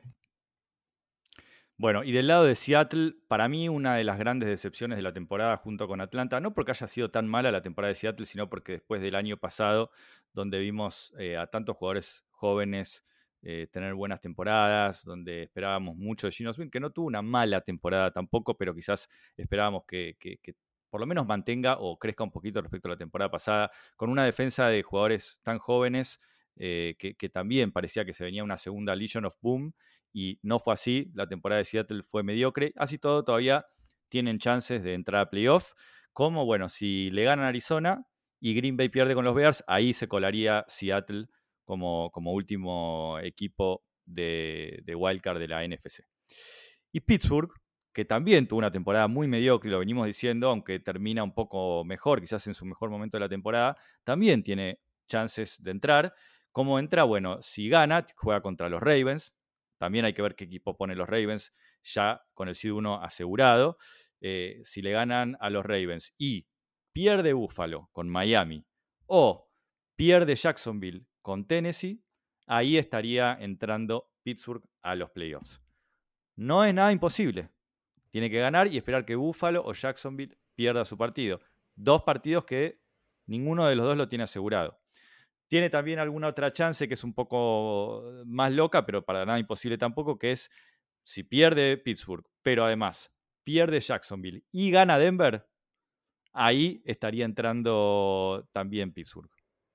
Bueno, y del lado de Seattle, para mí una de las grandes decepciones de la temporada junto con Atlanta, no porque haya sido tan mala la temporada de Seattle, sino porque después del año pasado, donde vimos a tantos jugadores jóvenes tener buenas temporadas, donde esperábamos mucho de Geno Smith, que no tuvo una mala temporada tampoco, pero quizás esperábamos que por lo menos mantenga o crezca un poquito respecto a la temporada pasada, con una defensa de jugadores tan jóvenes que también parecía que se venía una segunda Legion of Boom, y no fue así. La temporada de Seattle fue mediocre. Así todo, todavía tienen chances de entrar a playoff. Como, bueno, si le ganan a Arizona y Green Bay pierde con los Bears, ahí se colaría Seattle como último equipo de wildcard de la NFC. Y Pittsburgh, que también tuvo una temporada muy mediocre, lo venimos diciendo, aunque termina un poco mejor, quizás en su mejor momento de la temporada, también tiene chances de entrar. ¿Cómo entra? Bueno, si gana, juega contra los Ravens. También hay que ver qué equipo pone los Ravens, ya con el seed 1 asegurado. Si le ganan a los Ravens y pierde Buffalo con Miami o pierde Jacksonville con Tennessee, ahí estaría entrando Pittsburgh a los playoffs. No es nada imposible. Tiene que ganar y esperar que Buffalo o Jacksonville pierda su partido. 2 partidos que ninguno de los dos lo tiene asegurado. Tiene también alguna otra chance que es un poco más loca, pero para nada imposible tampoco, que es si pierde Pittsburgh, pero además pierde Jacksonville y gana Denver, ahí estaría entrando también Pittsburgh.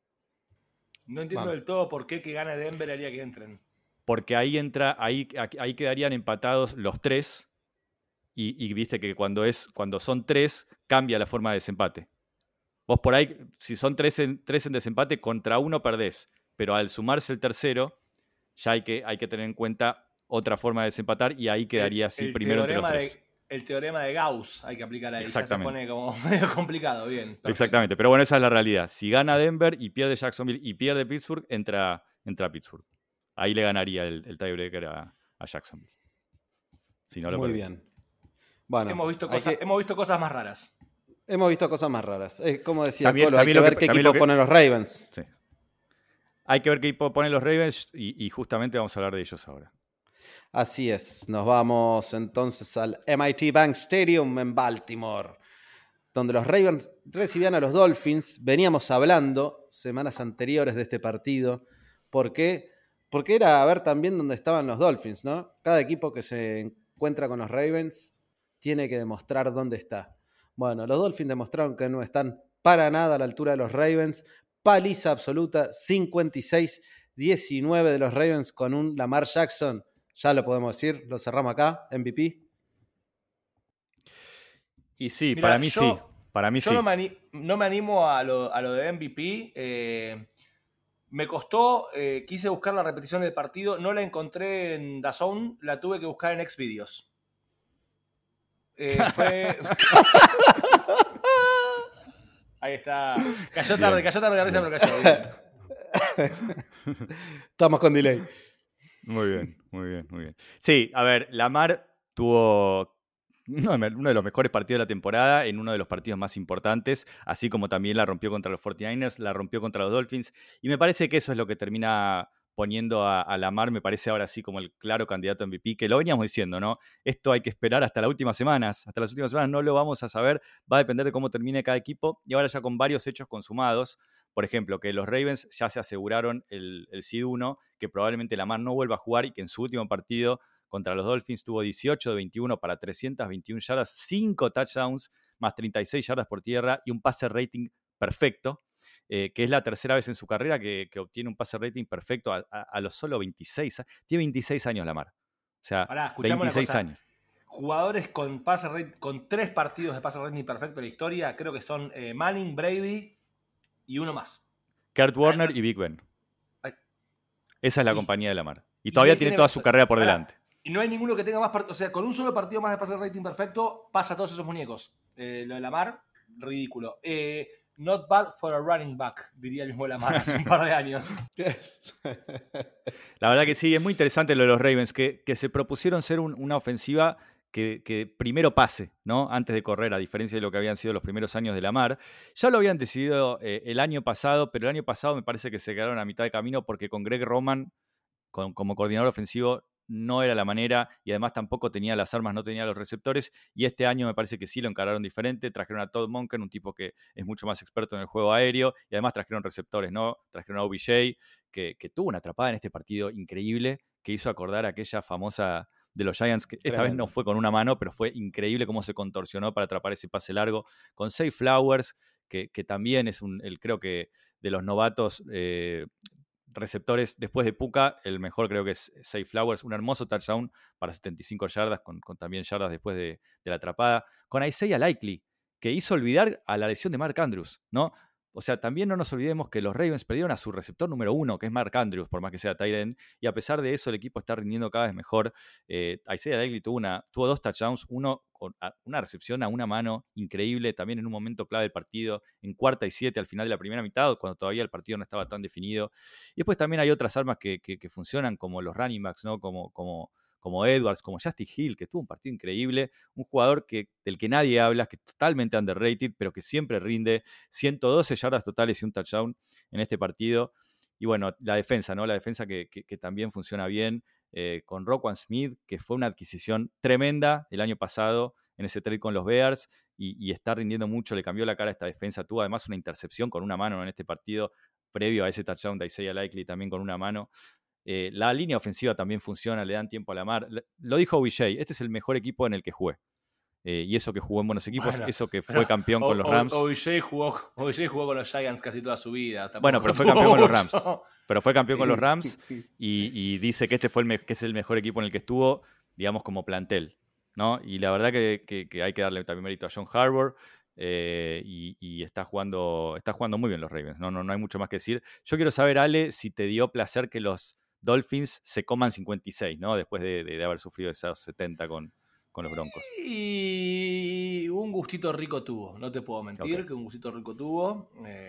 No entiendo del todo por qué que gane Denver haría que entren. Porque ahí quedarían empatados los 3 y viste que cuando son 3 cambia la forma de desempate. Vos por ahí, si son 3 en desempate, contra 1 perdés. Pero al sumarse el tercero, ya hay que tener en cuenta otra forma de desempatar y ahí quedaría así primero entre los 3. El teorema de Gauss hay que aplicar ahí. Exactamente. Ya se pone como medio complicado. Bien. Perfecto. Exactamente. Pero bueno, esa es la realidad. Si gana Denver y pierde Jacksonville y pierde Pittsburgh, entra Pittsburgh. Ahí le ganaría el tiebreaker a Jacksonville. Si no lo Muy pierde. bien. Bueno, hemos visto cosas más raras. Hemos visto cosas más raras. Como decía también, Colo, hay que ver qué equipo ponen los Ravens. Sí. Hay que ver qué equipo ponen los Ravens y justamente vamos a hablar de ellos ahora. Así es. Nos vamos entonces al MIT Bank Stadium en Baltimore, donde los Ravens recibían a los Dolphins. Veníamos hablando semanas anteriores de este partido. ¿Por qué? Porque era a ver también dónde estaban los Dolphins, ¿no? Cada equipo que se encuentra con los Ravens tiene que demostrar dónde está. Bueno, los Dolphins demostraron que no están para nada a la altura de los Ravens. Paliza absoluta, 56-19 de los Ravens con un Lamar Jackson. Ya lo podemos decir, lo cerramos acá, MVP. Y sí, mirá, para mí sí. Yo no me animo a lo de MVP. Me costó, quise buscar la repetición del partido, no la encontré en DAZN, la tuve que buscar en Xvideos. Ahí está. Cayó tarde de risa, pero cayó. Estamos con delay. Muy bien, muy bien, muy bien. Sí, a ver, Lamar tuvo uno de los mejores partidos de la temporada en uno de los partidos más importantes, así como también la rompió contra los 49ers, la rompió contra los Dolphins, y me parece que eso es lo que termina poniendo a Lamar, me parece ahora sí como el claro candidato a MVP, que lo veníamos diciendo, ¿no? Esto hay que esperar hasta las últimas semanas no lo vamos a saber, va a depender de cómo termine cada equipo, y ahora ya con varios hechos consumados, por ejemplo, que los Ravens ya se aseguraron el Seed 1, que probablemente Lamar no vuelva a jugar y que en su último partido contra los Dolphins tuvo 18 de 21 para 321 yardas, 5 touchdowns, más 36 yardas por tierra y un passer rating perfecto, que es la tercera vez en su carrera que obtiene un passer rating perfecto a los solo 26. Tiene 26 años Lamar. O sea, Pará, 26 años. Jugadores con 3 partidos de passer rating perfecto en la historia, creo que son Manning, Brady y uno más. Kurt Warner y Big Ben. Ay. Esa es la compañía de Lamar. Y todavía tiene toda su carrera por delante. Y no hay ninguno que tenga más partidos. O sea, con un solo partido más de passer rating perfecto, pasa a todos esos muñecos. Lo de Lamar, ridículo. Not bad for a running back, diría el mismo Lamar hace un par de años. La verdad que sí, es muy interesante lo de los Ravens, que se propusieron ser una ofensiva que primero pase, ¿no? Antes de correr, a diferencia de lo que habían sido los primeros años de Lamar. Ya lo habían decidido el año pasado, pero el año pasado me parece que se quedaron a mitad de camino porque con Greg Roman, como coordinador ofensivo, no era la manera y además tampoco tenía las armas, no tenía los receptores, y este año me parece que sí lo encararon diferente, trajeron a Todd Monken, un tipo que es mucho más experto en el juego aéreo, y además trajeron receptores, ¿no? Trajeron a OBJ, que tuvo una atrapada en este partido increíble, que hizo acordar a aquella famosa de los Giants, que esta vez no fue con una mano, pero fue increíble cómo se contorsionó para atrapar ese pase largo, con Zay Flowers, que también es creo que de los novatos receptores después de Puka, el mejor creo que es Zay Flowers, un hermoso touchdown para 75 yardas, con también yardas después de la atrapada, con Isaiah Likely, que hizo olvidar a la lesión de Mark Andrews, ¿no? O sea, también no nos olvidemos que los Ravens perdieron a su receptor número 1, que es Mark Andrews, por más que sea tight end, y a pesar de eso el equipo está rindiendo cada vez mejor. Isaiah Likely tuvo 2 touchdowns, uno con una recepción a una mano increíble, también en un momento clave del partido, en 4ª y 7 al final de la primera mitad, cuando todavía el partido no estaba tan definido. Y después también hay otras armas que funcionan, como los running backs, ¿no? Como Edwards, como Justin Hill, que tuvo un partido increíble, un jugador del que nadie habla, que es totalmente underrated, pero que siempre rinde, 112 yardas totales y un touchdown en este partido. Y bueno, la defensa, ¿no? La defensa que también funciona bien, con Roquan Smith, que fue una adquisición tremenda el año pasado en ese trade con los Bears, y está rindiendo mucho, le cambió la cara a esta defensa, tuvo además una intercepción con una mano en este partido, previo a ese touchdown de Isaiah Likely también con una mano. La línea ofensiva también funciona, le dan tiempo a Lamar. Lo dijo OBJ, este es el mejor equipo en el que jugué. Y eso que jugó en buenos equipos, bueno, eso que fue campeón con los Rams. OBJ jugó con los Giants casi toda su vida. Bueno, pero fue campeón con los Rams. Pero fue campeón con los Rams y dice que este que es el mejor equipo en el que estuvo, digamos, como plantel, ¿no? Y la verdad que hay que darle también mérito a John Harbaugh. Y está jugando muy bien los Ravens. No hay mucho más que decir. Yo quiero saber, Ale, si te dio placer que los Dolphins se coman 56, ¿no? Después de haber sufrido esos 70 con los Broncos. Y un gustito rico tuvo, no te puedo mentir, que un gustito rico tuvo.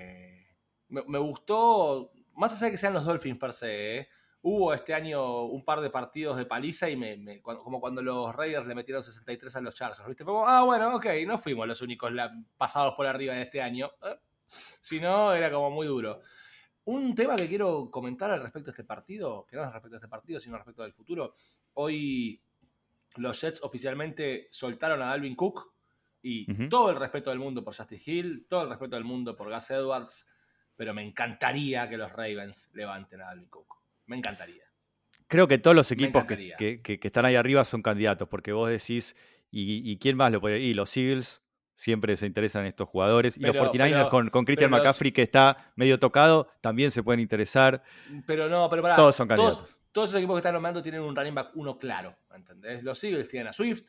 Me gustó, más allá de que sean los Dolphins per se, hubo este año un par de partidos de paliza y como cuando los Raiders le metieron 63 a los Chargers, ¿viste? Fue como, bueno, ok, no fuimos los únicos pasados por arriba en este año. Si no, era como muy duro. Un tema que quiero comentar al respecto de este partido, que no es respecto a este partido, sino respecto del futuro. Hoy los Jets oficialmente soltaron a Dalvin Cook y todo el respeto del mundo por Justin Hill, todo el respeto del mundo por Gus Edwards, pero me encantaría que los Ravens levanten a Dalvin Cook. Me encantaría. Creo que todos los equipos que están ahí arriba son candidatos, porque vos decís, ¿y quién más lo puede? Y los Eagles siempre se interesan en estos jugadores. Y los 49ers con Christian McCaffrey, que está medio tocado, también se pueden interesar. Pero pará. Todos son candidatos. Todos esos equipos que están nombrando tienen un running back uno claro, ¿entendés? Los Eagles tienen a Swift,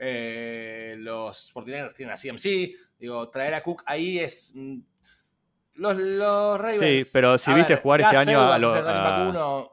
los 49ers tienen a CMC. Digo, traer a Cook ahí es... Los Ravens... Sí, pero si viste jugar este año a los... running back uno,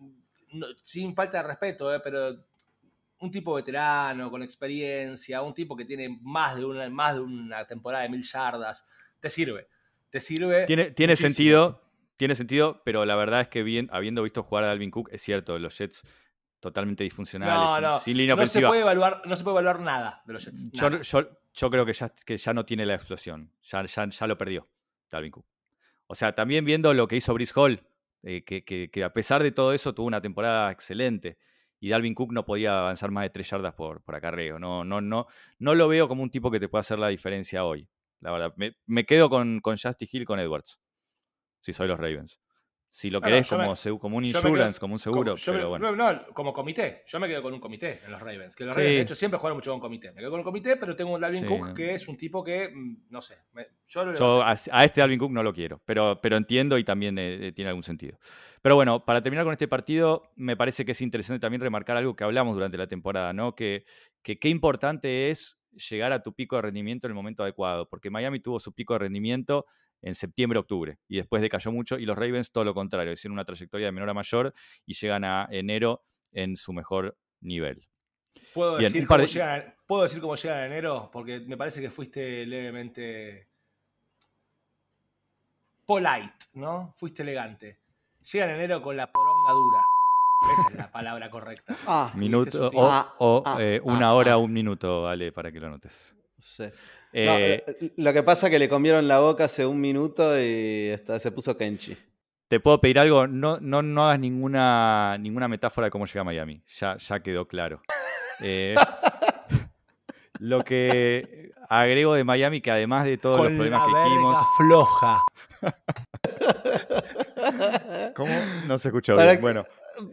sin falta de respeto, pero... un tipo veterano, con experiencia, un tipo que tiene más de una temporada de 1000 yardas, te sirve. Tiene sentido, tiene sentido, pero la verdad es que habiendo visto jugar a Dalvin Cook, es cierto, los Jets totalmente disfuncionales, sin línea ofensiva. No se puede evaluar nada de los Jets. Yo creo que ya no tiene la explosión. Ya lo perdió Dalvin Cook. O sea, también viendo lo que hizo Breece Hall, que a pesar de todo eso tuvo una temporada excelente. Y Dalvin Cook no podía avanzar más de 3 yardas por acarreo. No lo veo como un tipo que te pueda hacer la diferencia hoy. La verdad, me quedo con Justin Hill, con Edwards. Si soy los Ravens. Si lo querés como un insurance, como un seguro. Pero bueno. No, como comité. Yo me quedo con un comité en los Ravens. Que los Ravens, de hecho, siempre jugaron mucho con comité. Me quedo con un comité, pero tengo un Dalvin Cook que es un tipo que, no sé. Yo a este Dalvin Cook no lo quiero, pero entiendo y también tiene algún sentido. Pero bueno, para terminar con este partido, me parece que es interesante también remarcar algo que hablamos durante la temporada, ¿no? Que qué importante es llegar a tu pico de rendimiento en el momento adecuado, porque Miami tuvo su pico de rendimiento en septiembre-octubre y después decayó mucho, y los Ravens todo lo contrario, hicieron una trayectoria de menor a mayor y llegan a enero en su mejor nivel. ¿Puedo decir cómo llegan a enero? Porque me parece que fuiste levemente polite, ¿no? Fuiste elegante. Llegan en enero con la poronga dura. Esa es la palabra correcta. Minuto una hora, un minuto, vale, para que lo notes. Sí. Lo que pasa es que le comieron la boca hace un minuto y se puso Kenchi. ¿Te puedo pedir algo? No hagas ninguna metáfora de cómo llega a Miami. Ya quedó claro. Lo que agrego de Miami, que además de todos los problemas que dijimos... floja. ¿Cómo? No se escuchó bien. Bueno,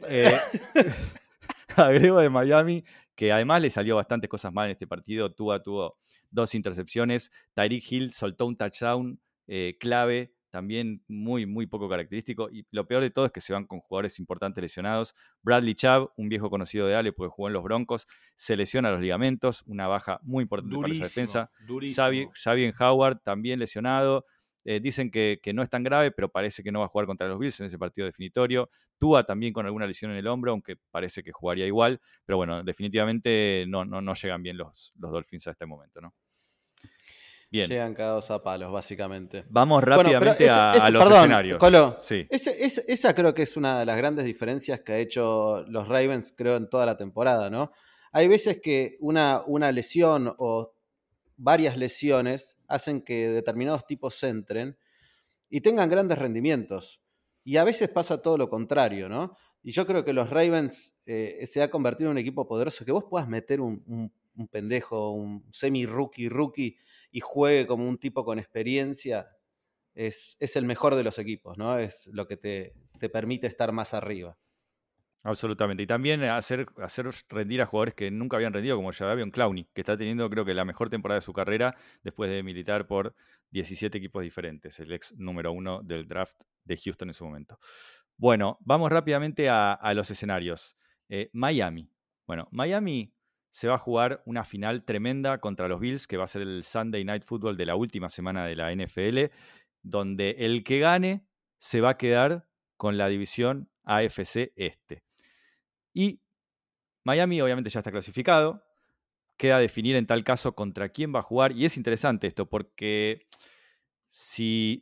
agrego de Miami, que además le salió bastantes cosas mal en este partido. Tua tuvo 2 intercepciones. Tyreek Hill soltó un touchdown clave, también muy, muy poco característico. Y lo peor de todo es que se van con jugadores importantes lesionados. Bradley Chubb, un viejo conocido de Ale porque jugó en los Broncos, se lesiona los ligamentos, una baja muy importante para esa defensa. Xavier Howard también lesionado. Dicen que no es tan grave, pero parece que no va a jugar contra los Bills en ese partido definitorio. Tua también con alguna lesión en el hombro, aunque parece que jugaría igual. Pero bueno, definitivamente no llegan bien los Dolphins a este momento, ¿no? Bien. Llegan cagados a palos, básicamente. Vamos rápidamente a los escenarios. Colo, sí. Esa creo que es una de las grandes diferencias que ha hecho los Ravens, creo, en toda la temporada, ¿no? Hay veces que una lesión o varias lesiones hacen que determinados tipos se entren y tengan grandes rendimientos. Y a veces pasa todo lo contrario, ¿no? Y yo creo que los Ravens se ha convertido en un equipo poderoso, que vos puedas meter un pendejo, un semi-rookie, y juegue como un tipo con experiencia, es el mejor de los equipos, ¿no? Es lo que te permite estar más arriba. Absolutamente. Y también hacer rendir a jugadores que nunca habían rendido, como Jadeveon Clowney, que está teniendo, creo que, la mejor temporada de su carrera después de militar por 17 equipos diferentes, el ex número 1 del draft de Houston en su momento. Bueno, vamos rápidamente a los escenarios. Miami. Bueno, Miami se va a jugar una final tremenda contra los Bills, que va a ser el Sunday Night Football de la última semana de la NFL, donde el que gane se va a quedar con la división AFC Este. Y Miami obviamente ya está clasificado. Queda definir en tal caso contra quién va a jugar. Y es interesante esto porque si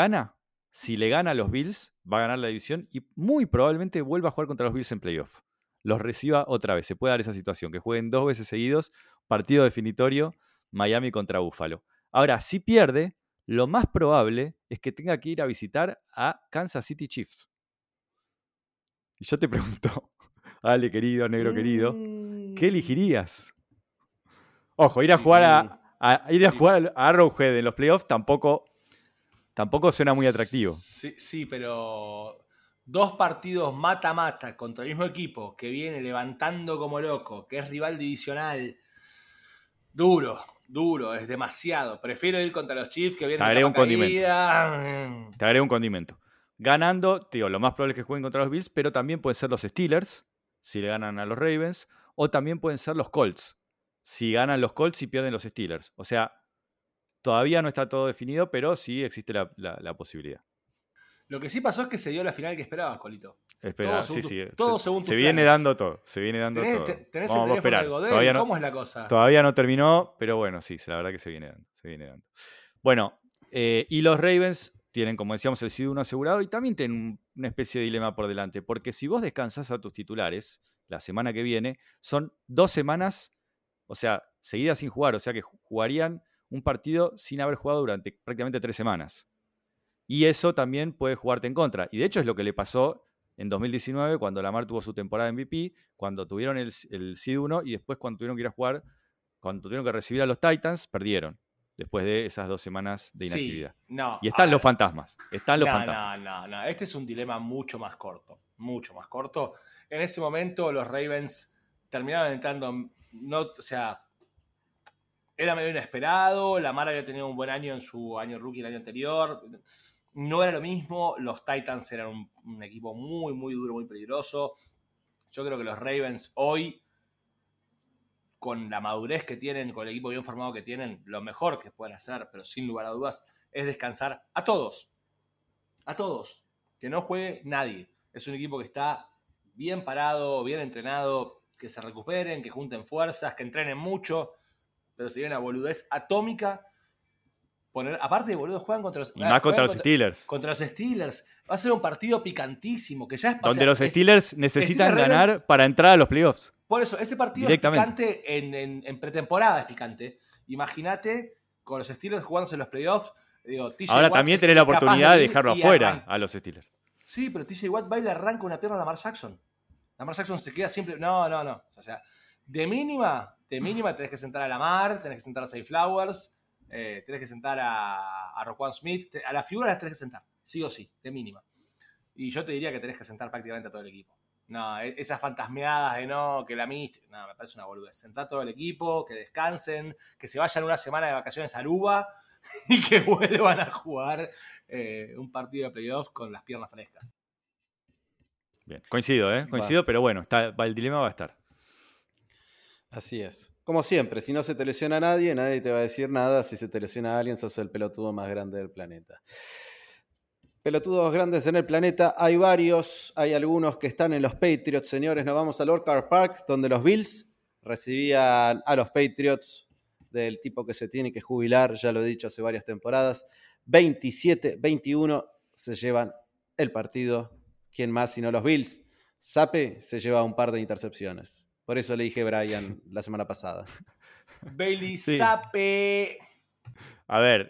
le gana a los Bills, va a ganar la división y muy probablemente vuelva a jugar contra los Bills en playoff. Los reciba otra vez. Se puede dar esa situación, que jueguen 2 veces seguidos, partido definitorio, Miami contra Buffalo. Ahora, si pierde, lo más probable es que tenga que ir a visitar a Kansas City Chiefs. Y yo te pregunto, Ale querido, negro querido, ¿qué elegirías? Ojo, ir a jugar a Arrowhead en los playoffs tampoco suena muy atractivo. Sí, pero 2 partidos mata-mata contra el mismo equipo que viene levantando como loco, que es rival divisional, duro, es demasiado. Prefiero ir contra los Chiefs que vienen. Te agrego un condimento. Ganando, lo más probable es que jueguen contra los Bills, pero también pueden ser los Steelers, si le ganan a los Ravens, o también pueden ser los Colts, si ganan los Colts y pierden los Steelers. O sea, todavía no está todo definido, pero sí existe la posibilidad. Lo que sí pasó es que se dio la final que esperabas, Colito. Todo según tus planes. Se viene dando todo. ¿Tenés el teléfono de Godel? ¿Cómo es la cosa? Todavía no terminó, pero bueno, sí, la verdad que se viene dando. Bueno, y los Ravens tienen, como decíamos, el seed 1 asegurado y también tienen una especie de dilema por delante, porque si vos descansás a tus titulares la semana que viene, son 2 semanas, o sea, seguidas sin jugar, o sea que jugarían un partido sin haber jugado durante prácticamente 3 semanas. Y eso también puede jugarte en contra. Y de hecho es lo que le pasó en 2019 cuando Lamar tuvo su temporada MVP, cuando tuvieron el seed 1 y después cuando tuvieron que ir a jugar, cuando tuvieron que recibir a los Titans, perdieron. Después de esas 2 semanas de inactividad. Sí, no, y están los fantasmas. Están los fantasmas. No. Este es un dilema mucho más corto. Mucho más corto. En ese momento los Ravens terminaron entrando, o sea, era medio inesperado. Lamar había tenido un buen año en su año rookie el año anterior. No era lo mismo. Los Titans eran un equipo muy, muy duro, muy peligroso. Yo creo que los Ravens hoy, con la madurez que tienen, con el equipo bien formado que tienen, lo mejor que pueden hacer, pero sin lugar a dudas, es descansar a todos. A todos. Que no juegue nadie. Es un equipo que está bien parado, bien entrenado, que se recuperen, que junten fuerzas, que entrenen mucho, pero sería una boludez atómica. Aparte de boludo, juegan contra los... Y más contra los Steelers. Contra los Steelers. Va a ser un partido picantísimo, que ya es... Donde los Steelers necesitan ganar para entrar a los playoffs. Por eso, ese partido es picante en pretemporada, es picante. Imagínate con los Steelers jugándose en los playoffs. Digo, ahora también tenés la oportunidad de dejarlo afuera a los Steelers. Sí, pero TJ Watt va y le arranca una pierna a Lamar Jackson. Lamar Jackson se queda siempre... No. O sea, de mínima tenés que sentar a Lamar, tenés que sentar a Zay Flowers, tenés que sentar a Roquan Smith. A la figura las tenés que sentar, sí o sí, de mínima. Y yo te diría que tenés que sentar prácticamente a todo el equipo. No, esas fantasmeadas de no, que la mist, no, me parece una boludez. Sentá todo el equipo, que descansen, que se vayan una semana de vacaciones a Aruba y que vuelvan a jugar un partido de playoffs con las piernas frescas. Bien, coincido, pero bueno, el dilema va a estar. Así es. Como siempre, si no se te lesiona a nadie te va a decir nada. Si se te lesiona a alguien, sos el pelotudo más grande del planeta. Pelotudos grandes en el planeta, hay varios, hay algunos que están en los Patriots, señores. Nos vamos al Orchard Park, donde los Bills recibían a los Patriots del tipo que se tiene que jubilar, ya lo he dicho hace varias temporadas. 27-21 se llevan el partido. ¿Quién más sino los Bills? Sape se lleva un par de intercepciones. Por eso le dije Brian la semana pasada. Bailey Sape. A ver,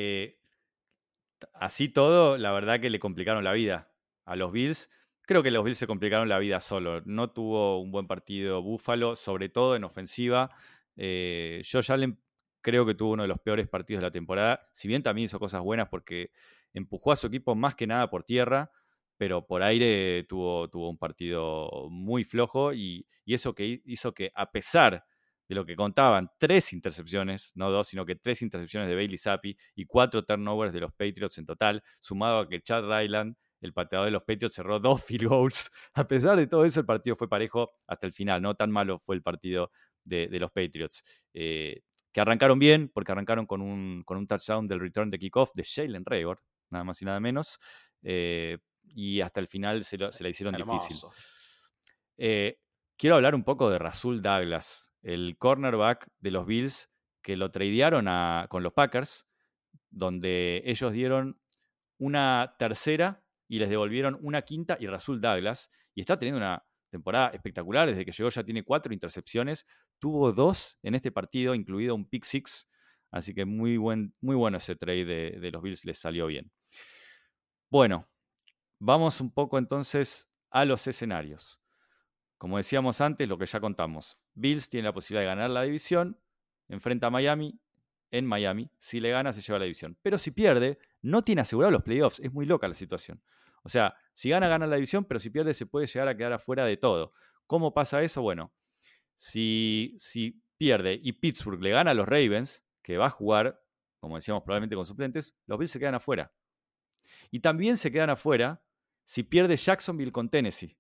así todo, la verdad que le complicaron la vida a los Bills. Creo que los Bills se complicaron la vida solo. No tuvo un buen partido Buffalo, sobre todo en ofensiva. Josh Allen creo que tuvo uno de los peores partidos de la temporada. Si bien también hizo cosas buenas porque empujó a su equipo más que nada por tierra, pero por aire tuvo un partido muy flojo y eso que hizo que, a pesar de lo que contaban, 3 intercepciones, no 2, sino que 3 intercepciones de Bailey Zappi y 4 turnovers de los Patriots en total, sumado a que Chad Ryland, el pateador de los Patriots, cerró 2 field goals. A pesar de todo eso, el partido fue parejo hasta el final. No tan malo fue el partido de los Patriots. Que arrancaron bien, porque arrancaron con un touchdown del return de kickoff de Jalen Reagor, nada más y nada menos. Y hasta el final se la hicieron difícil. Quiero hablar un poco de Rasul Douglas, el cornerback de los Bills, que lo tradearon con los Packers, donde ellos dieron una tercera y les devolvieron una quinta y Rasul Douglas, y está teniendo una temporada espectacular. Desde que llegó ya tiene 4 intercepciones, tuvo 2 en este partido, incluido un pick six, así que muy bueno ese trade de los Bills, les salió bien. Bueno, vamos un poco entonces a los escenarios. Como decíamos antes, lo que ya contamos. Bills tiene la posibilidad de ganar la división, enfrenta a Miami en Miami. Si le gana, se lleva la división. Pero si pierde, no tiene asegurado los playoffs. Es muy loca la situación. O sea, si gana la división, pero si pierde, se puede llegar a quedar afuera de todo. ¿Cómo pasa eso? Bueno, si pierde y Pittsburgh le gana a los Ravens, que va a jugar, como decíamos, probablemente con suplentes, los Bills se quedan afuera. Y también se quedan afuera si pierde Jacksonville con Tennessee.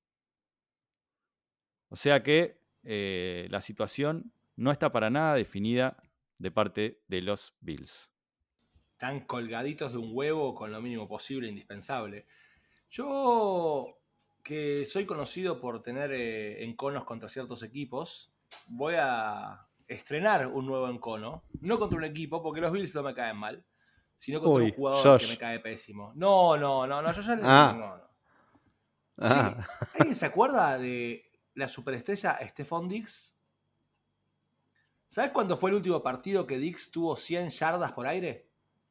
O sea que la situación no está para nada definida de parte de los Bills. Están colgaditos de un huevo con lo mínimo posible, indispensable. Yo, que soy conocido por tener enconos contra ciertos equipos, voy a estrenar un nuevo encono. No contra un equipo, porque los Bills no me caen mal, sino contra un jugador Josh. que me cae pésimo. No, Josh Allen no. Sí, ¿alguien se acuerda de la superestrella Stephon Diggs? ¿Sabes cuándo fue el último partido que Diggs tuvo 100 yardas por aire?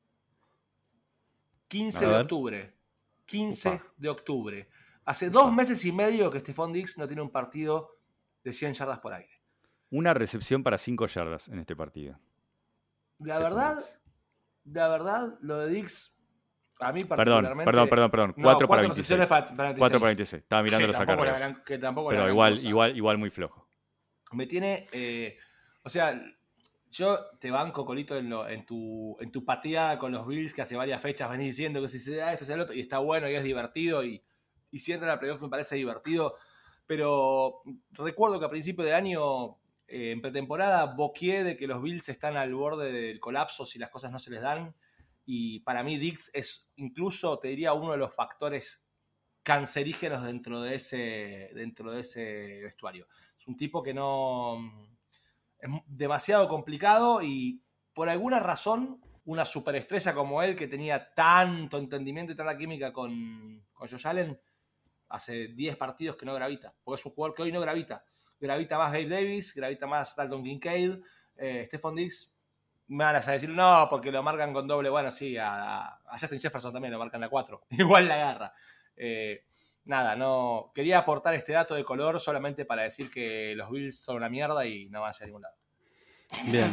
15 de octubre. 15 de octubre. Hace 2 meses y medio que Stephon Diggs no tiene un partido de 100 yardas por aire. Una recepción para 5 yardas en este partido. La verdad, lo de Diggs, a mí particularmente... Perdón. 4 para 26. 4 para 26. Estaba mirando los acarreos. Pero igual muy flojo. Me tiene... o sea, yo te banco, Colito, en tu pateada con los Bills, que hace varias fechas venís diciendo que si se da esto, se da lo otro, y está bueno y es divertido, y si entra en la playoff me parece divertido, pero recuerdo que a principio de año, en pretemporada, boqueé de que los Bills están al borde del colapso si las cosas no se les dan, y para mí Diggs es incluso, te diría, uno de los factores cancerígenos dentro de ese vestuario. Es un tipo que no... Es demasiado complicado y por alguna razón una superestrella como él, que tenía tanto entendimiento y tanta química con Josh Allen, hace 10 partidos que no gravita, porque es un jugador que hoy no gravita. Gravita más Gabe Davis, gravita más Dalton Kincaid, Stephon Diggs. Me van a decir, no, porque lo marcan con doble. Bueno, sí, a Justin Jefferson también lo marcan la 4. Igual la agarra. Nada, no. Quería aportar este dato de color solamente para decir que los Bills son una mierda y no van a llegar a ningún lado. Bien.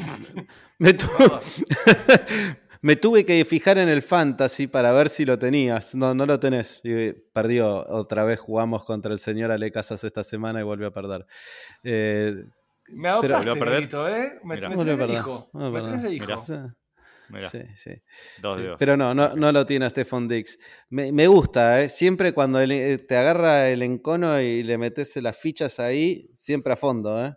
Me tuve que fijar en el Fantasy para ver si lo tenías. No lo tenés. Y perdió. Otra vez jugamos contra el señor Ale Casas esta semana y volvió a perder. Me adoptaste, Negrito, Me tenés de hijo. Me tenés de hijo. Mirá. Sí. Dos de dos. Pero no lo tiene Stephon Diggs. Me gusta, siempre cuando te agarra el encono y le metes las fichas ahí, siempre a fondo.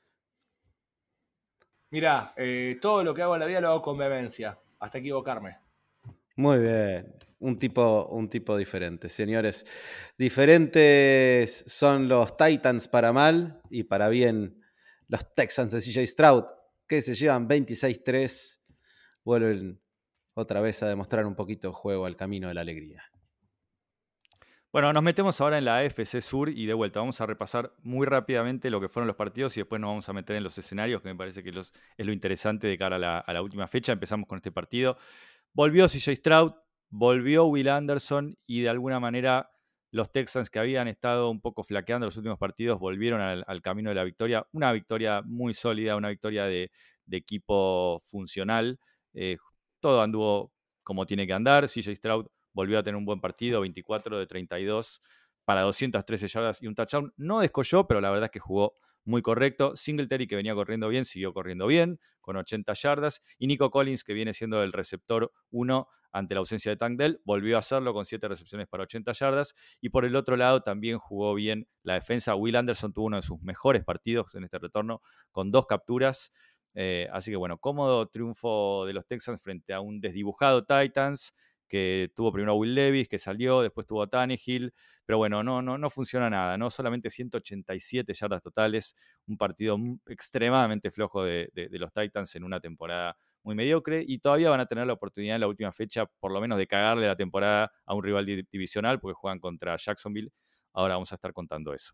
Mirá, todo lo que hago en la vida lo hago con vehemencia, hasta equivocarme. Muy bien. Un tipo diferente, señores. Diferentes son los Titans para mal y para bien los Texans de CJ Stroud, que se llevan 26-3. Vuelven otra vez a demostrar un poquito de juego al camino de la alegría. Bueno, nos metemos ahora en la AFC Sur y de vuelta vamos a repasar muy rápidamente lo que fueron los partidos y después nos vamos a meter en los escenarios, que me parece que es lo interesante de cara a la última fecha. Empezamos con este partido. Volvió CJ Stroud, volvió Will Anderson y de alguna manera los Texans, que habían estado un poco flaqueando los últimos partidos, volvieron al camino de la victoria. Una victoria muy sólida, una victoria de equipo funcional. Todo anduvo como tiene que andar. CJ Stroud volvió a tener un buen partido, 24 de 32 para 213 yardas y un touchdown. No descolló, pero la verdad es que jugó muy correcto. Singletary, que venía corriendo bien, siguió corriendo bien, con 80 yardas. Y Nico Collins, que viene siendo el receptor 1 ante la ausencia de Tank Dell, volvió a hacerlo con 7 recepciones para 80 yardas. Y por el otro lado también jugó bien la defensa. Will Anderson tuvo uno de sus mejores partidos en este retorno, con 2 capturas. Así que bueno, cómodo triunfo de los Texans frente a un desdibujado Titans, que tuvo primero a Will Levis, que salió, después tuvo a Tannehill, pero bueno, no funciona nada, ¿no? Solamente 187 yardas totales, un partido extremadamente flojo de los Titans en una temporada muy mediocre, y todavía van a tener la oportunidad en la última fecha, por lo menos, de cagarle la temporada a un rival divisional, porque juegan contra Jacksonville. Ahora vamos a estar contando eso.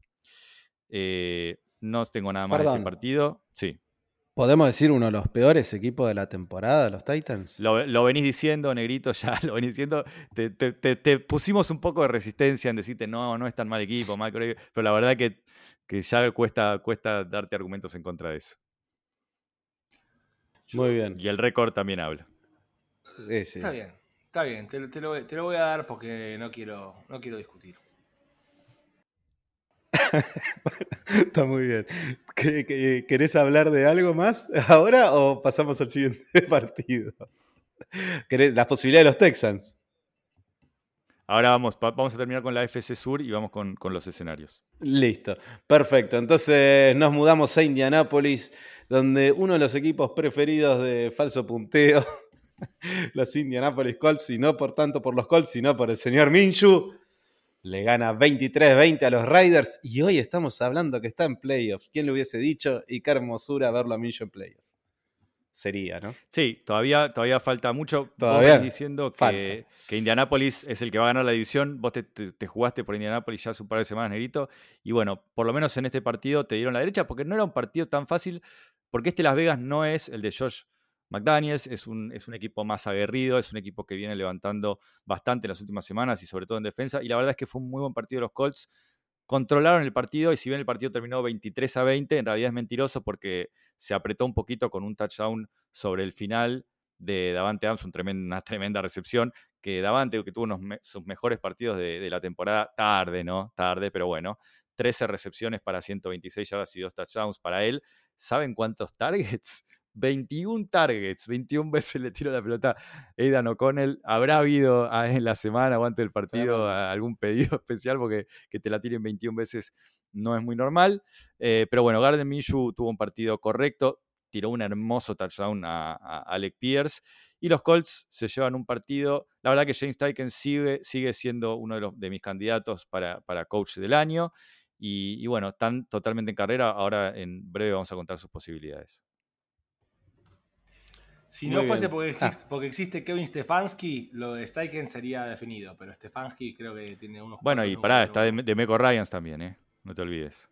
No tengo nada más de este partido. Sí. ¿Podemos decir uno de los peores equipos de la temporada, los Titans? Lo venís diciendo, Negrito, ya lo venís diciendo. Te pusimos un poco de resistencia en decirte no es tan mal equipo, pero la verdad que ya cuesta darte argumentos en contra de eso. Muy bien. Y el récord también habla. Sí. Está bien. Te lo voy a dar porque no quiero discutir. Está muy bien. ¿Querés hablar de algo más ahora o pasamos al siguiente partido? Las posibilidades de los Texans. Ahora vamos a terminar con la AFC Sur y vamos con los escenarios. Listo, perfecto. Entonces nos mudamos a Indianápolis, donde uno de los equipos preferidos de falso punteo, los Indianapolis Colts, y no por tanto por los Colts, sino por el señor Minshew, le gana 23-20 a los Raiders, y hoy estamos hablando que está en playoffs. ¿Quién le hubiese dicho? Y qué hermosura verlo a Minshew en playoffs. sería, ¿no? Sí, todavía falta mucho. Todavía Vos venís diciendo que Indianapolis es el que va a ganar la división. Vos te jugaste por Indianapolis ya hace un par de semanas, Negrito. Y bueno, por lo menos en este partido te dieron la derecha, porque no era un partido tan fácil, porque Las Vegas no es el de Josh McDaniels, es un equipo más aguerrido, es un equipo que viene levantando bastante en las últimas semanas y sobre todo en defensa. Y la verdad es que fue un muy buen partido de los Colts. Controlaron el partido y si bien el partido terminó 23-20, en realidad es mentiroso porque se apretó un poquito con un touchdown sobre el final de Davante Adams, una tremenda recepción, que Davante, que tuvo sus mejores partidos de la temporada, tarde, pero bueno, 13 recepciones para 126 yardas y 2 touchdowns para él. ¿Saben cuántos targets? 21 targets, 21 veces le tiró la pelota Aidan O'Connell. ¿Habrá habido en la semana o antes del partido algún pedido especial? Porque que te la tiren 21 veces no es muy normal. Pero bueno, Gardner Minshew tuvo un partido correcto, tiró un hermoso touchdown a Alec Pierce. Y los Colts se llevan un partido. La verdad que James Steichen sigue siendo uno de mis candidatos para coach del año. Y bueno, están totalmente en carrera. Ahora en breve vamos a contar sus posibilidades. Si no fuese porque existe Kevin Stefanski, lo de Steichen sería definido, pero Stefanski creo que tiene unos... Bueno, y pará, está de Meco Ryans también, no te olvides.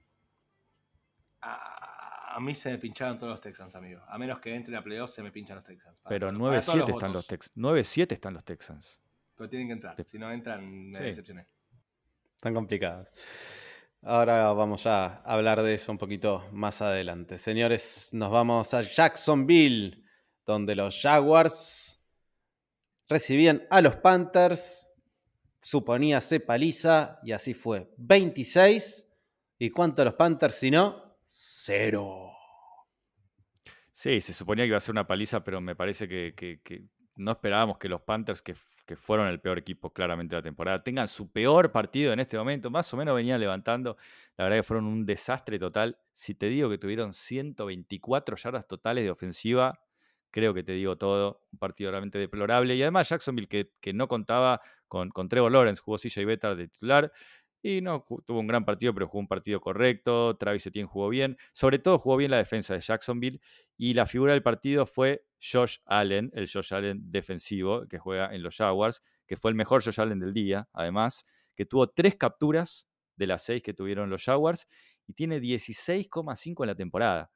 A mí se me pincharon todos los Texans, amigo. A menos que entre a playoffs, se me pinchan los Texans. Pero 9-7 están los Texans. 9-7 están los Texans. Pero tienen que entrar. Si no entran, me decepcioné. Están complicados. Ahora vamos ya a hablar de eso un poquito más adelante. Señores, nos vamos a Jacksonville, donde los Jaguars recibían a los Panthers. Suponíase paliza y así fue. 26. ¿Y cuánto a los Panthers si no? 0. Sí, se suponía que iba a ser una paliza, pero me parece que no esperábamos que los Panthers, que fueron el peor equipo claramente de la temporada, tengan su peor partido en este momento. Más o menos venían levantando. La verdad que fueron un desastre total. Si te digo que tuvieron 124 yardas totales de ofensiva, creo que te digo todo. Un partido realmente deplorable. Y además Jacksonville, que no contaba con Trevor Lawrence, jugó CJ Beathard de titular. Y no tuvo un gran partido, pero jugó un partido correcto. Travis Etienne jugó bien. Sobre todo jugó bien la defensa de Jacksonville. Y la figura del partido fue Josh Allen, el Josh Allen defensivo que juega en los Jaguars, que fue el mejor Josh Allen del día, además, que tuvo 3 capturas de las 6 que tuvieron los Jaguars y tiene 16,5 en la temporada.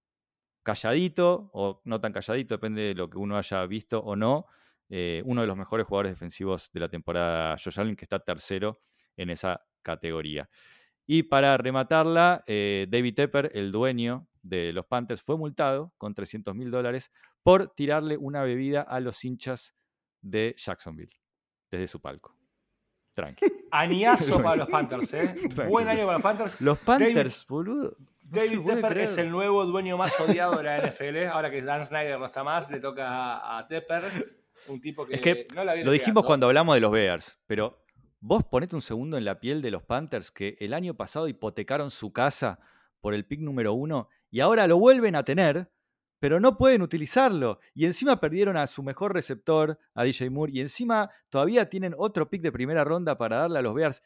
Calladito o no tan calladito, depende de lo que uno haya visto o no. Uno de los mejores jugadores defensivos de la temporada, Josh Allen, que está tercero en esa categoría. Y para rematarla, David Tepper, el dueño de los Panthers, fue multado con $300,000 por tirarle una bebida a los hinchas de Jacksonville desde su palco. Tranqui. Añazo para los Panthers, Buen año para los Panthers. Los Panthers, boludo. David Tepper es el nuevo dueño más odiado de la NFL. Ahora que Dan Snyder no está más, le toca a Tepper, un tipo que, es que no la viene lo dijimos pegando. cuando hablamos de los Bears, pero vos ponete un segundo en la piel de los Panthers que el año pasado hipotecaron su casa por el pick número 1 y ahora lo vuelven a tener, pero no pueden utilizarlo. Y encima perdieron a su mejor receptor, a DJ Moore, y encima todavía tienen otro pick de primera ronda para darle a los Bears.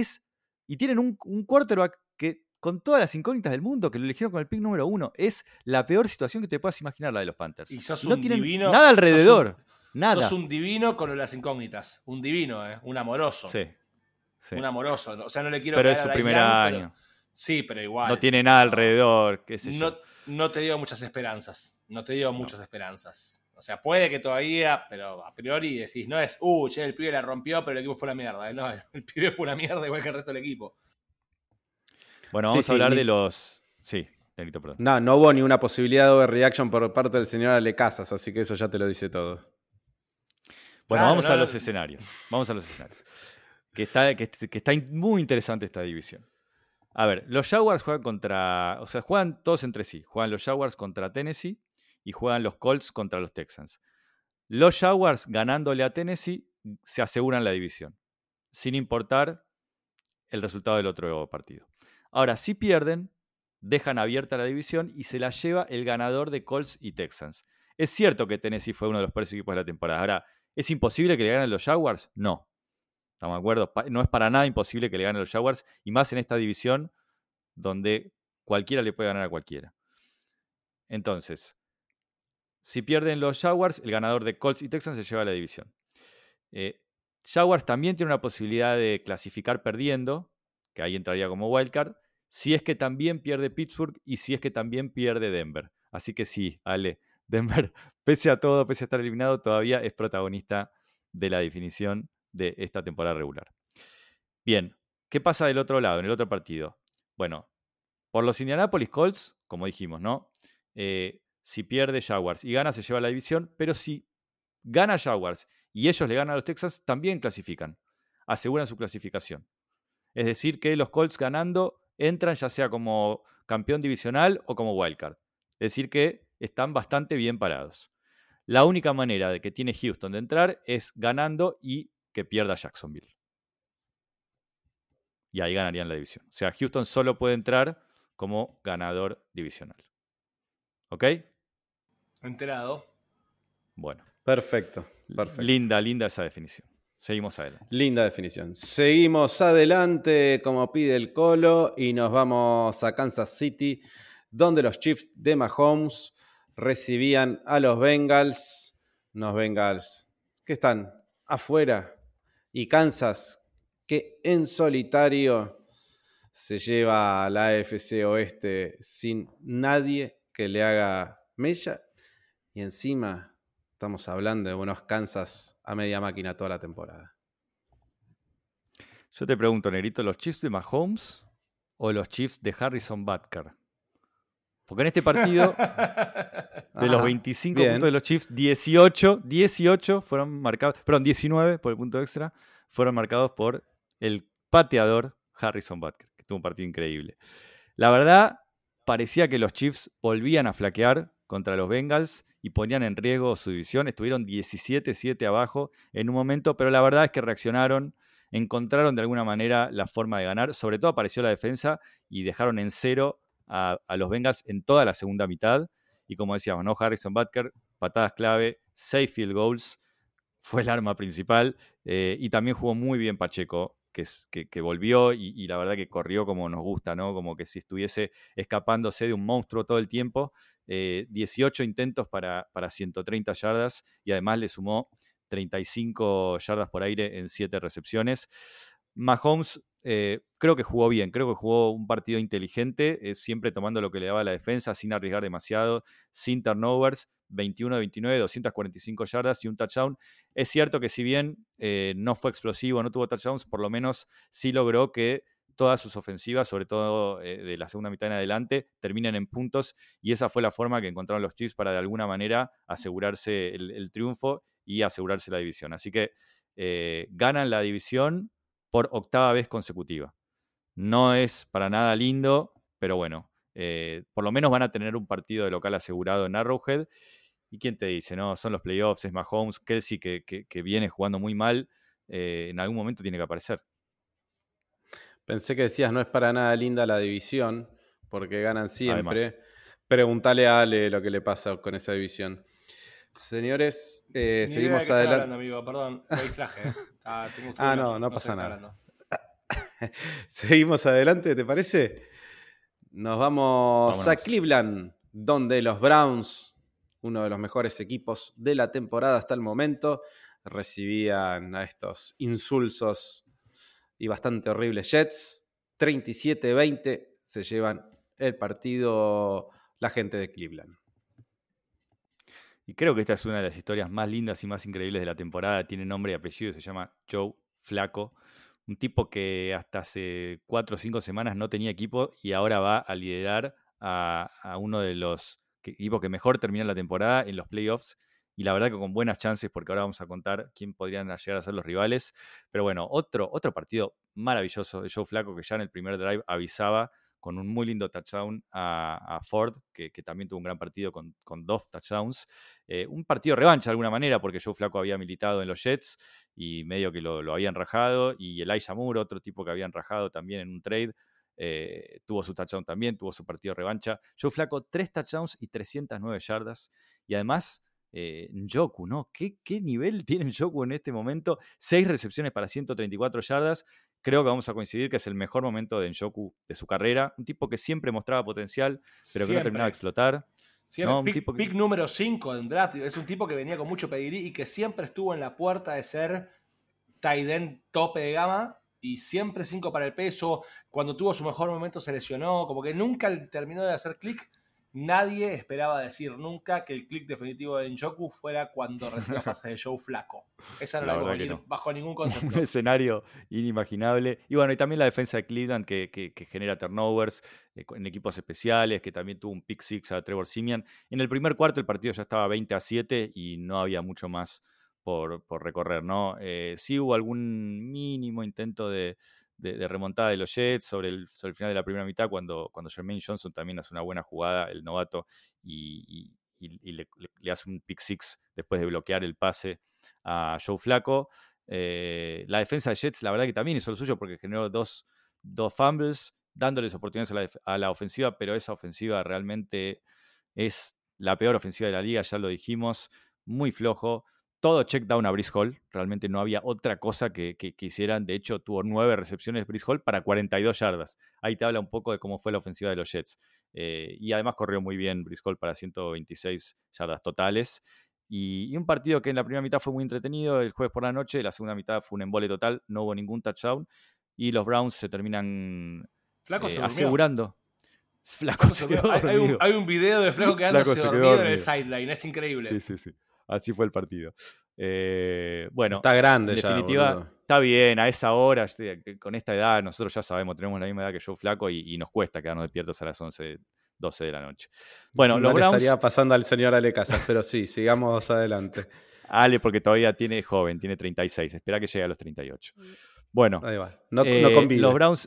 Y tienen un quarterback que, con todas las incógnitas del mundo, que lo eligieron con el pick número 1, es la peor situación que te puedas imaginar, la de los Panthers. Y sos no un tienen divino, nada alrededor. Nada. Sos un divino con las incógnitas. Un divino, un amoroso. Sí. Un amoroso. O sea, no le quiero pero caer es su a primer Islam, año. Sí, pero igual. No tiene nada alrededor, qué sé yo. No te digo muchas esperanzas. Muchas esperanzas. O sea, puede que todavía, pero a priori decís, no es, el pibe la rompió, pero el equipo fue una mierda. No, el pibe fue una mierda igual que el resto del equipo. Bueno, vamos a hablar de los... Sí, Negrito, perdón. No hubo ni una posibilidad de overreaction por parte del señor Ale Casas, así que eso ya te lo dice todo. Bueno, vamos a los escenarios. Vamos a los escenarios. Que está muy interesante esta división. A ver, los Jaguars juegan todos entre sí. Juegan los Jaguars contra Tennessee y juegan los Colts contra los Texans. Los Jaguars, ganándole a Tennessee, se aseguran la división, sin importar el resultado del otro partido. Ahora, si pierden, dejan abierta la división y se la lleva el ganador de Colts y Texans. Es cierto que Tennessee fue uno de los peores equipos de la temporada. Ahora, ¿es imposible que le ganen los Jaguars? No. ¿Estamos de acuerdo? No es para nada imposible que le ganen los Jaguars, y más en esta división donde cualquiera le puede ganar a cualquiera. Entonces, Si pierden los Jaguars, el ganador de Colts y Texans se lleva la división. Jaguars también tiene una posibilidad de clasificar perdiendo, que ahí entraría como wildcard, si es que también pierde Pittsburgh y si es que también pierde Denver. Así que sí, Ale, Denver, pese a todo, pese a estar eliminado, todavía es protagonista de la definición de esta temporada regular. Bien, ¿qué pasa del otro lado, en el otro partido? Bueno, por los Indianapolis Colts, como dijimos, ¿no? Si pierde Jaguars y gana, se lleva la división, pero si gana Jaguars y ellos le ganan a los Texans, también clasifican, aseguran su clasificación. Es decir, que los Colts ganando entran ya sea como campeón divisional o como wildcard. Es decir, que están bastante bien parados. La única manera de que tiene Houston de entrar es ganando y que pierda Jacksonville. Y ahí ganarían la división. O sea, Houston solo puede entrar como ganador divisional. ¿Ok? Enterado. Bueno. Perfecto. Linda esa definición. Seguimos adelante. Linda definición. Seguimos adelante como pide el Colo y nos vamos a Kansas City, donde los Chiefs de Mahomes recibían a los Bengals. Unos Bengals que están afuera y Kansas que en solitario se lleva a la AFC Oeste sin nadie que le haga mella. Y encima estamos hablando de unos Kansas a media máquina toda la temporada. Yo te pregunto, Negrito, ¿los Chiefs de Mahomes o los Chiefs de Harrison Butker? Porque en este partido, de los 25 bien. puntos de los Chiefs, 18 fueron marcados, perdón, 19 por el punto extra, fueron marcados por el pateador Harrison Butker, que tuvo un partido increíble. La verdad, parecía que los Chiefs volvían a flaquear contra los Bengals y ponían en riesgo su división. Estuvieron 17-7 abajo en un momento, pero la verdad es que reaccionaron, encontraron de alguna manera la forma de ganar. Sobre todo apareció la defensa y dejaron en cero a los Bengals en toda la segunda mitad. Y como decíamos, ¿no? Harrison Butker, patadas clave, 6 field goals, fue el arma principal. Y también jugó muy bien Pacheco, que volvió y la verdad que corrió como nos gusta, ¿no? Como que si estuviese escapándose de un monstruo todo el tiempo. 18 intentos para 130 yardas y además le sumó 35 yardas por aire en 7 recepciones. Mahomes creo que jugó bien, creo que jugó un partido inteligente, siempre tomando lo que le daba la defensa, sin arriesgar demasiado, sin turnovers, 21 de 29, 245 yardas y un touchdown. Es cierto que si bien no fue explosivo, no tuvo touchdowns, por lo menos sí logró que todas sus ofensivas, sobre todo de la segunda mitad en adelante, terminen en puntos y esa fue la forma que encontraron los Chiefs para de alguna manera asegurarse el triunfo y asegurarse la división. Así que ganan la división por 8ª vez consecutiva. No es para nada lindo, pero bueno, por lo menos van a tener un partido de local asegurado en Arrowhead. ¿Y quién te dice? No, son los playoffs, es Mahomes, Kelsey que viene jugando muy mal, en algún momento tiene que aparecer. Pensé que decías no es para nada linda la división, porque ganan siempre. Además. Pregúntale a Ale lo que le pasa con esa división. Señores, seguimos adelante. Hablando, amigo, perdón, me distraje. No pasa nada. Seguimos adelante, ¿te parece? Nos Vámonos a Cleveland, donde los Browns, uno de los mejores equipos de la temporada hasta el momento, recibían a estos insulsos y bastante horribles Jets. 37-20 se llevan el partido la gente de Cleveland. Y creo que esta es una de las historias más lindas y más increíbles de la temporada. Tiene nombre y apellido, se llama Joe Flacco. Un tipo que hasta hace 4 o 5 semanas no tenía equipo y ahora va a liderar a uno de los equipos que mejor termina la temporada en los playoffs. Y la verdad que con buenas chances, porque ahora vamos a contar quién podrían llegar a ser los rivales. Pero bueno, otro partido maravilloso de Joe Flacco, que ya en el primer drive avisaba con un muy lindo touchdown a Ford, que también tuvo un gran partido con 2 touchdowns. Un partido revancha de alguna manera, porque Joe Flacco había militado en los Jets y medio que lo habían rajado. Y Elijah Moore, otro tipo que habían rajado también en un trade, tuvo su touchdown también, tuvo su partido de revancha. Joe Flacco, 3 touchdowns y 309 yardas. Y además, Njoku, ¿no? ¿Qué nivel tiene Njoku en este momento? 6 recepciones para 134 yardas. Creo que vamos a coincidir que es el mejor momento de Njoku de su carrera. Un tipo que siempre mostraba potencial, pero que no terminaba de explotar. Siempre, pick número 5 en draft. Es un tipo que venía con mucho pedigrí y que siempre estuvo en la puerta de ser tight end tope de gama y siempre 5 para el peso. Cuando tuvo su mejor momento se lesionó, como que nunca terminó de hacer clic. Nadie esperaba decir nunca que el clic definitivo de Njoku fuera cuando recibió pases de Joe Flacco. Esa no la iba a venir bajo ningún concepto. Un escenario inimaginable. Y bueno, y también la defensa de Cleveland que genera turnovers en equipos especiales, que también tuvo un pick six a Trevor Siemian. En el primer cuarto el partido ya estaba 20-7 y no había mucho más por recorrer, ¿no? Sí hubo algún mínimo intento de remontada de los Jets sobre el final de la primera mitad cuando Jermaine Johnson también hace una buena jugada, el novato, y le hace un pick six después de bloquear el pase a Joe Flacco. La defensa de Jets, la verdad que también hizo lo suyo porque generó dos fumbles, dándoles oportunidades a la ofensiva, pero esa ofensiva realmente es la peor ofensiva de la liga, ya lo dijimos, muy flojo. Todo check down a Breece Hall. Realmente no había otra cosa que hicieran. De hecho, tuvo 9 recepciones Breece Hall para 42 yardas. Ahí te habla un poco de cómo fue la ofensiva de los Jets. Y además corrió muy bien Breece Hall para 126 yardas totales. Y un partido que en la primera mitad fue muy entretenido el jueves por la noche. La segunda mitad fue un embole total. No hubo ningún touchdown. Y los Browns se terminan asegurando. Flaco se quedó dormido. Hay un video de Flaco quedándose dormido en el sideline. Es increíble. Sí. Así fue el partido. Bueno, está grande en ya, definitiva, boludo. Está bien, a esa hora, con esta edad, nosotros ya sabemos, tenemos la misma edad que Joe Flacco y nos cuesta quedarnos despiertos a las 11, 12 de la noche. Bueno, los Browns... estaría pasando al señor Ale Casas, pero sí, sigamos adelante. Ale, porque todavía tiene 36, espera que llegue a los 38. Bueno, ahí va. No convive. Los Browns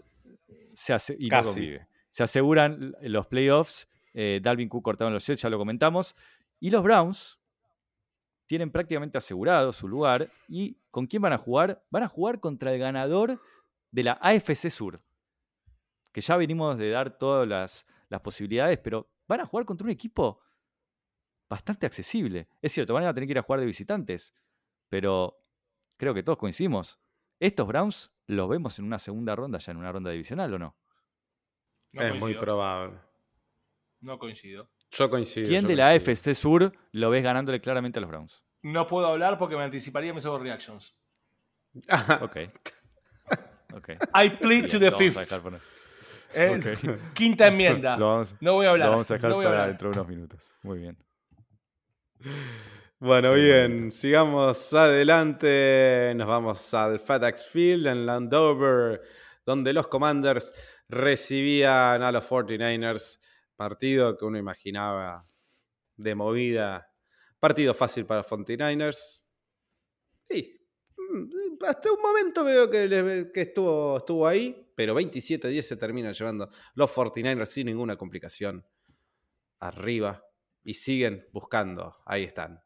no convive. Se aseguran los playoffs, Dalvin Cook cortado en los Jets, ya lo comentamos, y los Browns tienen prácticamente asegurado su lugar. ¿Y con quién van a jugar? Van a jugar contra el ganador de la AFC Sur. Que ya venimos de dar todas las posibilidades, pero van a jugar contra un equipo bastante accesible. Es cierto, van a tener que ir a jugar de visitantes, pero creo que todos coincidimos. Estos Browns los vemos en una segunda ronda, ya en una ronda divisional, ¿o no? Es muy probable. No coincido. Yo coincido. ¿Quién de la AFC Sur lo ves ganándole claramente a los Browns? No puedo hablar porque me anticiparía mis overreactions. Ok. I plead to the fifth. Quinta enmienda. No voy a hablar. Lo vamos a dejar para dentro de unos minutos. Muy bien. Bueno, bien. Sigamos adelante. Nos vamos al FedEx Field en Landover, donde los Commanders recibían a los 49ers. Partido que uno imaginaba de movida. Partido fácil para los 49ers. Sí. Hasta un momento veo que estuvo ahí, pero 27-10 se termina llevando los 49ers sin ninguna complicación. Arriba. Y siguen buscando. Ahí están.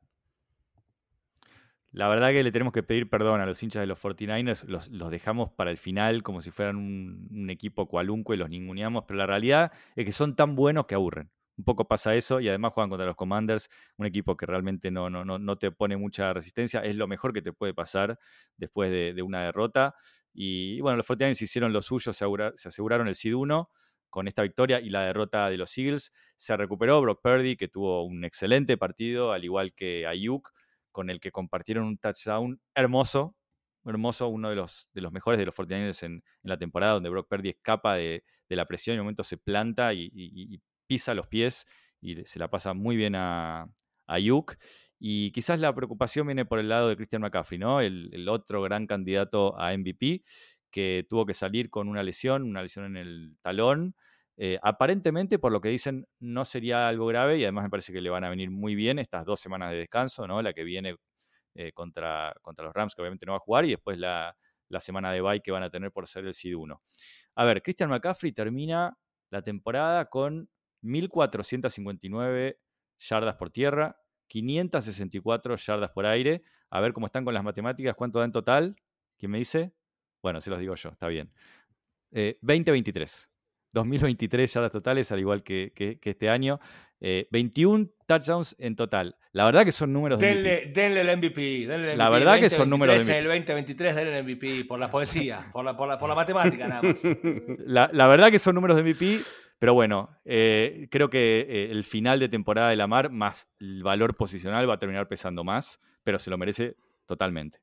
La verdad que le tenemos que pedir perdón a los hinchas de los 49ers. Los dejamos para el final como si fueran un equipo cualunco y los ninguneamos. Pero la realidad es que son tan buenos que aburren. Un poco pasa eso y además juegan contra los Commanders, un equipo que realmente no te pone mucha resistencia. Es lo mejor que te puede pasar después de una derrota. Y bueno, los 49ers hicieron lo suyo, se aseguraron el seed 1 con esta victoria y la derrota de los Eagles. Se recuperó Brock Purdy, que tuvo un excelente partido, al igual que Ayuk, con el que compartieron un touchdown hermoso, uno de los mejores de los 49ers en la temporada, donde Brock Purdy escapa de la presión y en un momento se planta y pisa los pies y se la pasa muy bien a Ayuk. Y quizás la preocupación viene por el lado de Christian McCaffrey, ¿no? El otro gran candidato a MVP, que tuvo que salir con una lesión en el talón. Aparentemente, por lo que dicen, no sería algo grave y además me parece que le van a venir muy bien estas 2 semanas de descanso, ¿no? La que viene contra los Rams, que obviamente no va a jugar, y después la semana de bye que van a tener por ser el seed 1. A ver, Christian McCaffrey termina la temporada con 1.459 yardas por tierra, 564 yardas por aire. A ver cómo están con las matemáticas, ¿cuánto da en total? ¿Quién me dice? Bueno, se los digo yo, está bien. 20-23. 2023 yardas totales, al igual que este año. 21 touchdowns en total. La verdad que son números de MVP. Denle el MVP. La verdad que son números de MVP. El 2023 denle el MVP por la poesía, por la matemática nada más. La verdad que son números de MVP, Pero bueno, creo que el final de temporada de Lamar más el valor posicional va a terminar pesando más, pero se lo merece totalmente.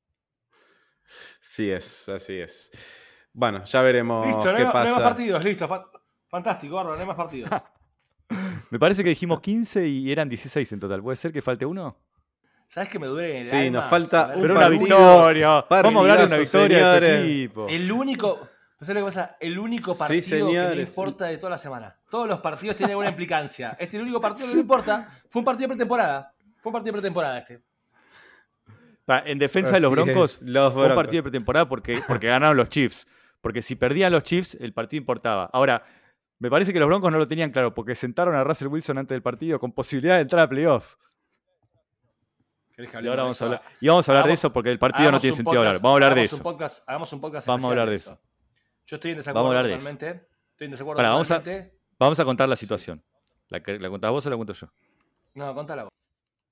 Sí es, así es. Bueno, ya veremos Listo, qué no hay pasa. más partidos, listo. Fantástico, bárbaro, no hay más partidos. Me parece que dijimos 15 y eran 16 en total. ¿Puede ser que falte uno? ¿Sabes que me duele en el Sí, alma? nos falta saber- un Pero una partido. victoria. Vamos a hablar de una Partidazo, victoria de tu señores. equipo. El único... ¿Sabes lo que pasa? El único partido que no señores. importa de toda la semana. Todos los partidos tienen alguna implicancia. Este es el único partido que no importa. Fue un partido de pretemporada. este. En defensa de los Así Broncos, es, los fue un Broncos. partido de pretemporada porque ganaron los Chiefs. Porque si perdían los Chiefs, el partido importaba. Ahora, me parece que los Broncos no lo tenían claro porque sentaron a Russell Wilson antes del partido con posibilidad de entrar a playoff. ¿Querés que Y hablemos ahora de vamos eso? a hablar. Y vamos a hablar de Hagamos- eso porque el partido no tiene sentido hablar. Vamos a hablar de eso. Hagamos un podcast Vamos a especial hablar de eso. Yo estoy en desacuerdo Vamos a hablar de eso. totalmente. Estoy en desacuerdo Pará, totalmente. Vamos a contar la situación. ¿La contás vos o la cuento yo? No, contala vos.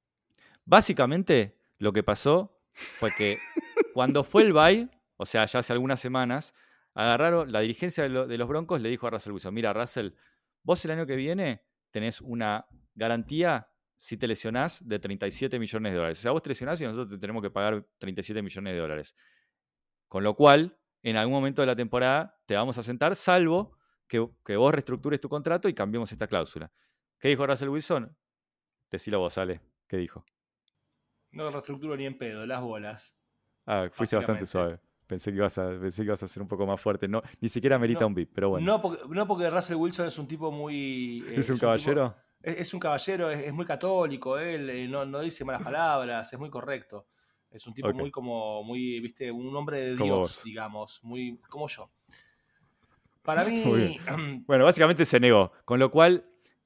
Básicamente, lo que pasó fue que cuando fue el bye, o sea, ya hace algunas semanas, agarraron, la dirigencia de los Broncos le dijo a Russell Wilson, mira, Russell, vos el año que viene tenés una garantía, si te lesionás, de $37 millones. O sea, vos te lesionás y nosotros te tenemos que pagar $37 millones. Con lo cual, en algún momento de la temporada te vamos a sentar, salvo que vos reestructures tu contrato y cambiemos esta cláusula. ¿Qué dijo Russell Wilson? Decilo vos, Ale. ¿Qué dijo? No reestructuro ni en pedo, las bolas. Ah, fuiste bastante suave. Pensé que ibas a ser un poco más fuerte. No, ni siquiera merita un beat, pero bueno. No porque Russell Wilson es un tipo muy... ¿Es un caballero? Es un caballero, es muy católico, él no dice malas palabras, es muy correcto. Es un tipo muy, viste, un hombre de Como Dios, vos. digamos, muy como yo. Para mí... Muy bien. Bueno, básicamente se negó. Con lo cual,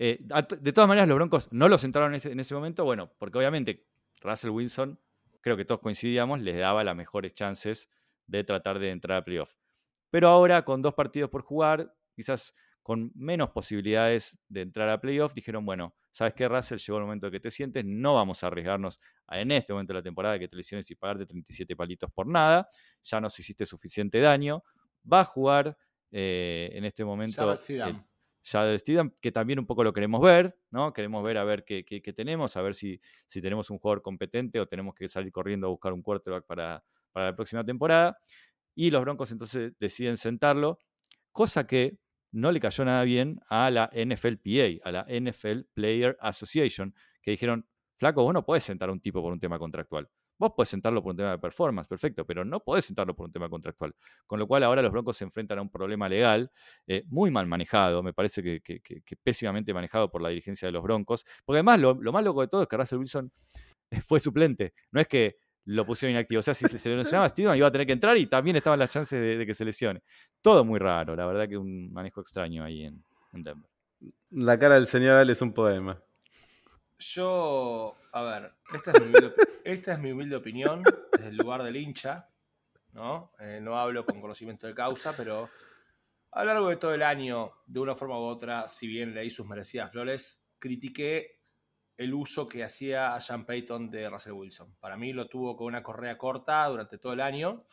de todas maneras, los Broncos no lo sentaron en ese momento. Bueno, porque obviamente Russell Wilson, creo que todos coincidíamos, les daba las mejores chances de tratar de entrar a playoff. Pero ahora, con 2 partidos por jugar, quizás con menos posibilidades de entrar a playoff, dijeron, bueno, ¿sabes qué, Russell? Llegó el momento de que te sientes, no vamos a arriesgarnos en este momento de la temporada que te lesiones y pagarte 37 palitos por nada, ya nos hiciste suficiente daño, va a jugar en este momento Jarrett Stidham, que también un poco lo queremos ver, ¿no? Queremos ver a ver qué tenemos, a ver si tenemos un jugador competente o tenemos que salir corriendo a buscar un quarterback para la próxima temporada. Y los Broncos entonces deciden sentarlo, cosa que no le cayó nada bien a la NFLPA, a la NFL Player Association, que dijeron, flaco, vos no podés sentar a un tipo por un tema contractual. Vos podés sentarlo por un tema de performance, perfecto, pero no podés sentarlo por un tema contractual. Con lo cual ahora los Broncos se enfrentan a un problema legal muy mal manejado, me parece que pésimamente manejado por la dirigencia de los Broncos, porque además lo más loco de todo es que Russell Wilson fue suplente, no es que lo pusieron inactivo, o sea, si se lesionaba Stidham iba a tener que entrar y también estaban las chances de que se lesione. Todo muy raro, la verdad que un manejo extraño ahí en Denver. La cara del señor Ale es un poema. Yo, a ver, esta es mi humilde opinión desde el lugar del hincha, ¿no? No hablo con conocimiento de causa, pero a lo largo de todo el año, de una forma u otra, si bien leí sus merecidas flores, critiqué el uso que hacía Sean Payton de Russell Wilson. Para mí lo tuvo con una correa corta durante todo el año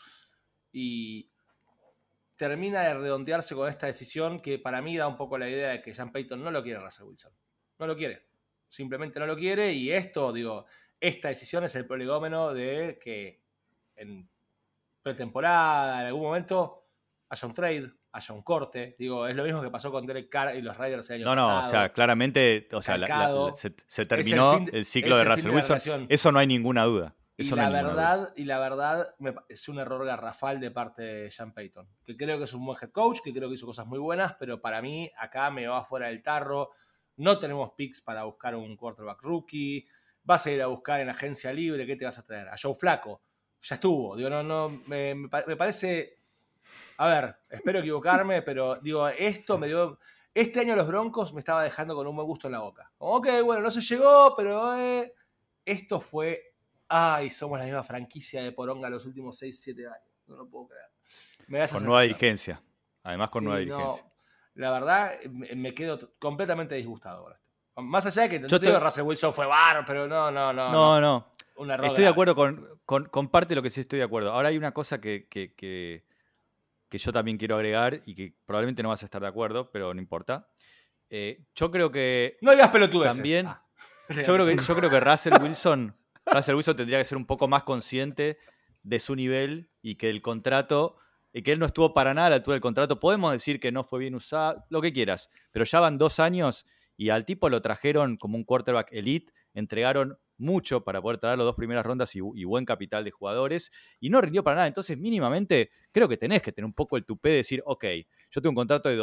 y termina de redondearse con esta decisión que para mí da un poco la idea de que Sean Payton no lo quiere Russell Wilson. No lo quiere. Simplemente no lo quiere y esta decisión es el prolegómeno de que en pretemporada, en algún momento, haya un trade, haya un corte. Es lo mismo que pasó con Derek Carr y los Raiders el año pasado. O sea, claramente, se terminó el ciclo de Russell Wilson. Eso no hay ninguna duda. Y la verdad es un error garrafal de parte de Sean Payton, que creo que es un buen head coach, que creo que hizo cosas muy buenas, pero para mí acá me va fuera del tarro. No tenemos picks para buscar un quarterback rookie. Vas a ir a buscar en agencia libre. ¿Qué te vas a traer? A Joe Flacco. Ya estuvo. Me parece... A ver, espero equivocarme, pero esto me dio... Este año los Broncos me estaba dejando con un buen gusto en la boca. Ok, bueno, no se llegó, pero esto fue... Ay, somos la misma franquicia de poronga los últimos 6-7 años. No lo puedo creer. Con nueva dirigencia. Además con nueva dirigencia. La verdad, me quedo completamente disgustado con esto. Más allá de que te digo, Russell Wilson fue bárbaro, pero no. Un error estoy de acuerdo con parte de lo que sí estoy de acuerdo. Ahora hay una cosa que que yo también quiero agregar y que probablemente no vas a estar de acuerdo, pero no importa. Yo creo que No digas pelotudeces. también, Ah. yo creo que Russell Wilson tendría que ser un poco más consciente de su nivel y que el contrato, y que él no estuvo para nada a la altura del contrato. Podemos decir que no fue bien usado, lo que quieras, pero ya van 2 años y al tipo lo trajeron como un quarterback elite, entregaron mucho para poder traer las 2 primeras rondas y buen capital de jugadores, y no rindió para nada. Entonces, mínimamente, creo que tenés que tener un poco el tupé de decir, ok, yo tengo un contrato de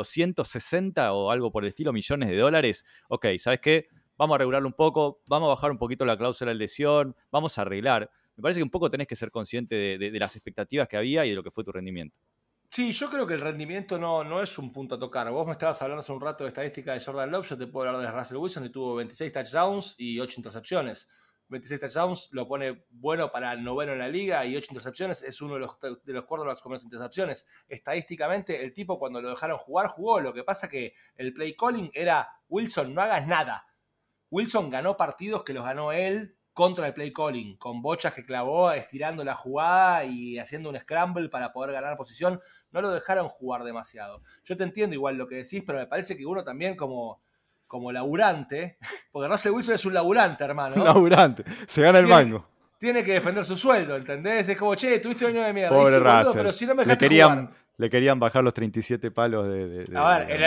260 o algo por el estilo, millones de dólares, ok, ¿sabes qué? Vamos a regularlo un poco, vamos a bajar un poquito la cláusula de lesión, vamos a arreglar. Me parece que un poco tenés que ser consciente de las expectativas que había y de lo que fue tu rendimiento. Sí, yo creo que el rendimiento no es un punto a tocar. Vos me estabas hablando hace un rato de estadística de Jordan Love, yo te puedo hablar de Russell Wilson, que tuvo 26 touchdowns y 8 intercepciones. 26 touchdowns lo pone bueno para el 9º en la liga y 8 intercepciones es uno de los quarterbacks con menos intercepciones. Estadísticamente, el tipo cuando lo dejaron jugar, jugó. Lo que pasa que el play calling era, Wilson, no hagas nada. Wilson ganó partidos que los ganó él contra el play calling, con bochas que clavó estirando la jugada y haciendo un scramble para poder ganar posición. No lo dejaron jugar demasiado. Yo te entiendo igual lo que decís, pero me parece que uno también como laburante, porque Russell Wilson es un laburante, hermano. Un laburante, se gana el mango. Tiene que defender su sueldo, ¿entendés? Es como, che, tuviste un año de mierda. Pobre sí, boludo, Russell. pero si no me dejaste jugar. Le querían bajar los 37 palos de A ver,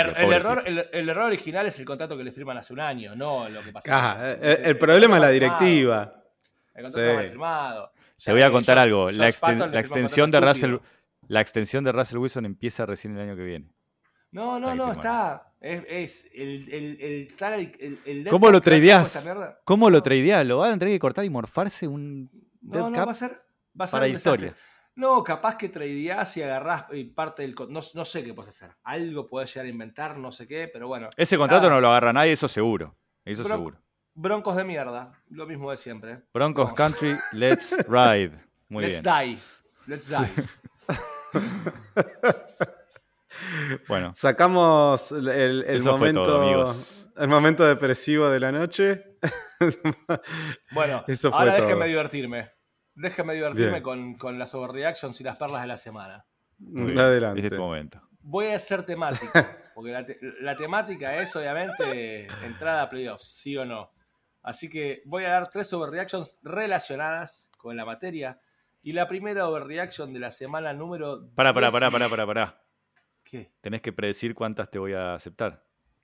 el error original es el contrato que le firman hace un año, no lo que pasó. El problema es la directiva. El contrato mal firmado. Te voy a contar algo. Josh La Patton le extensión firmó un de contrato la extensión de Russell Wilson empieza recién el año que viene. No, está. Es el salary. El ¿Cómo lo tradeás? ¿Cómo lo tradeás? Lo van a tener que cortar y morfarse un dead cap va a ser para un historia. Desastre. No, capaz que tradeás y agarrás parte del. No sé qué puedes hacer. Algo podés llegar a inventar, no sé qué, pero bueno. Ese contrato no lo agarra nadie, eso seguro. Eso seguro. Broncos de mierda, lo mismo de siempre. Broncos Country, let's ride. Muy bien. Let's die. Bueno, sacamos el momento, todo, amigos. El momento depresivo de la noche. Bueno, eso fue ahora todo. déjenme divertirme con las overreactions y las perlas de la semana. Adelante. Es este momento. Voy a ser temático, porque la temática es obviamente entrada a playoffs, sí o no. Así que voy a dar 3 overreactions relacionadas con la materia. Y la primera overreaction de la semana número... Pará. ¿Qué? Tenés que predecir cuántas te voy a aceptar.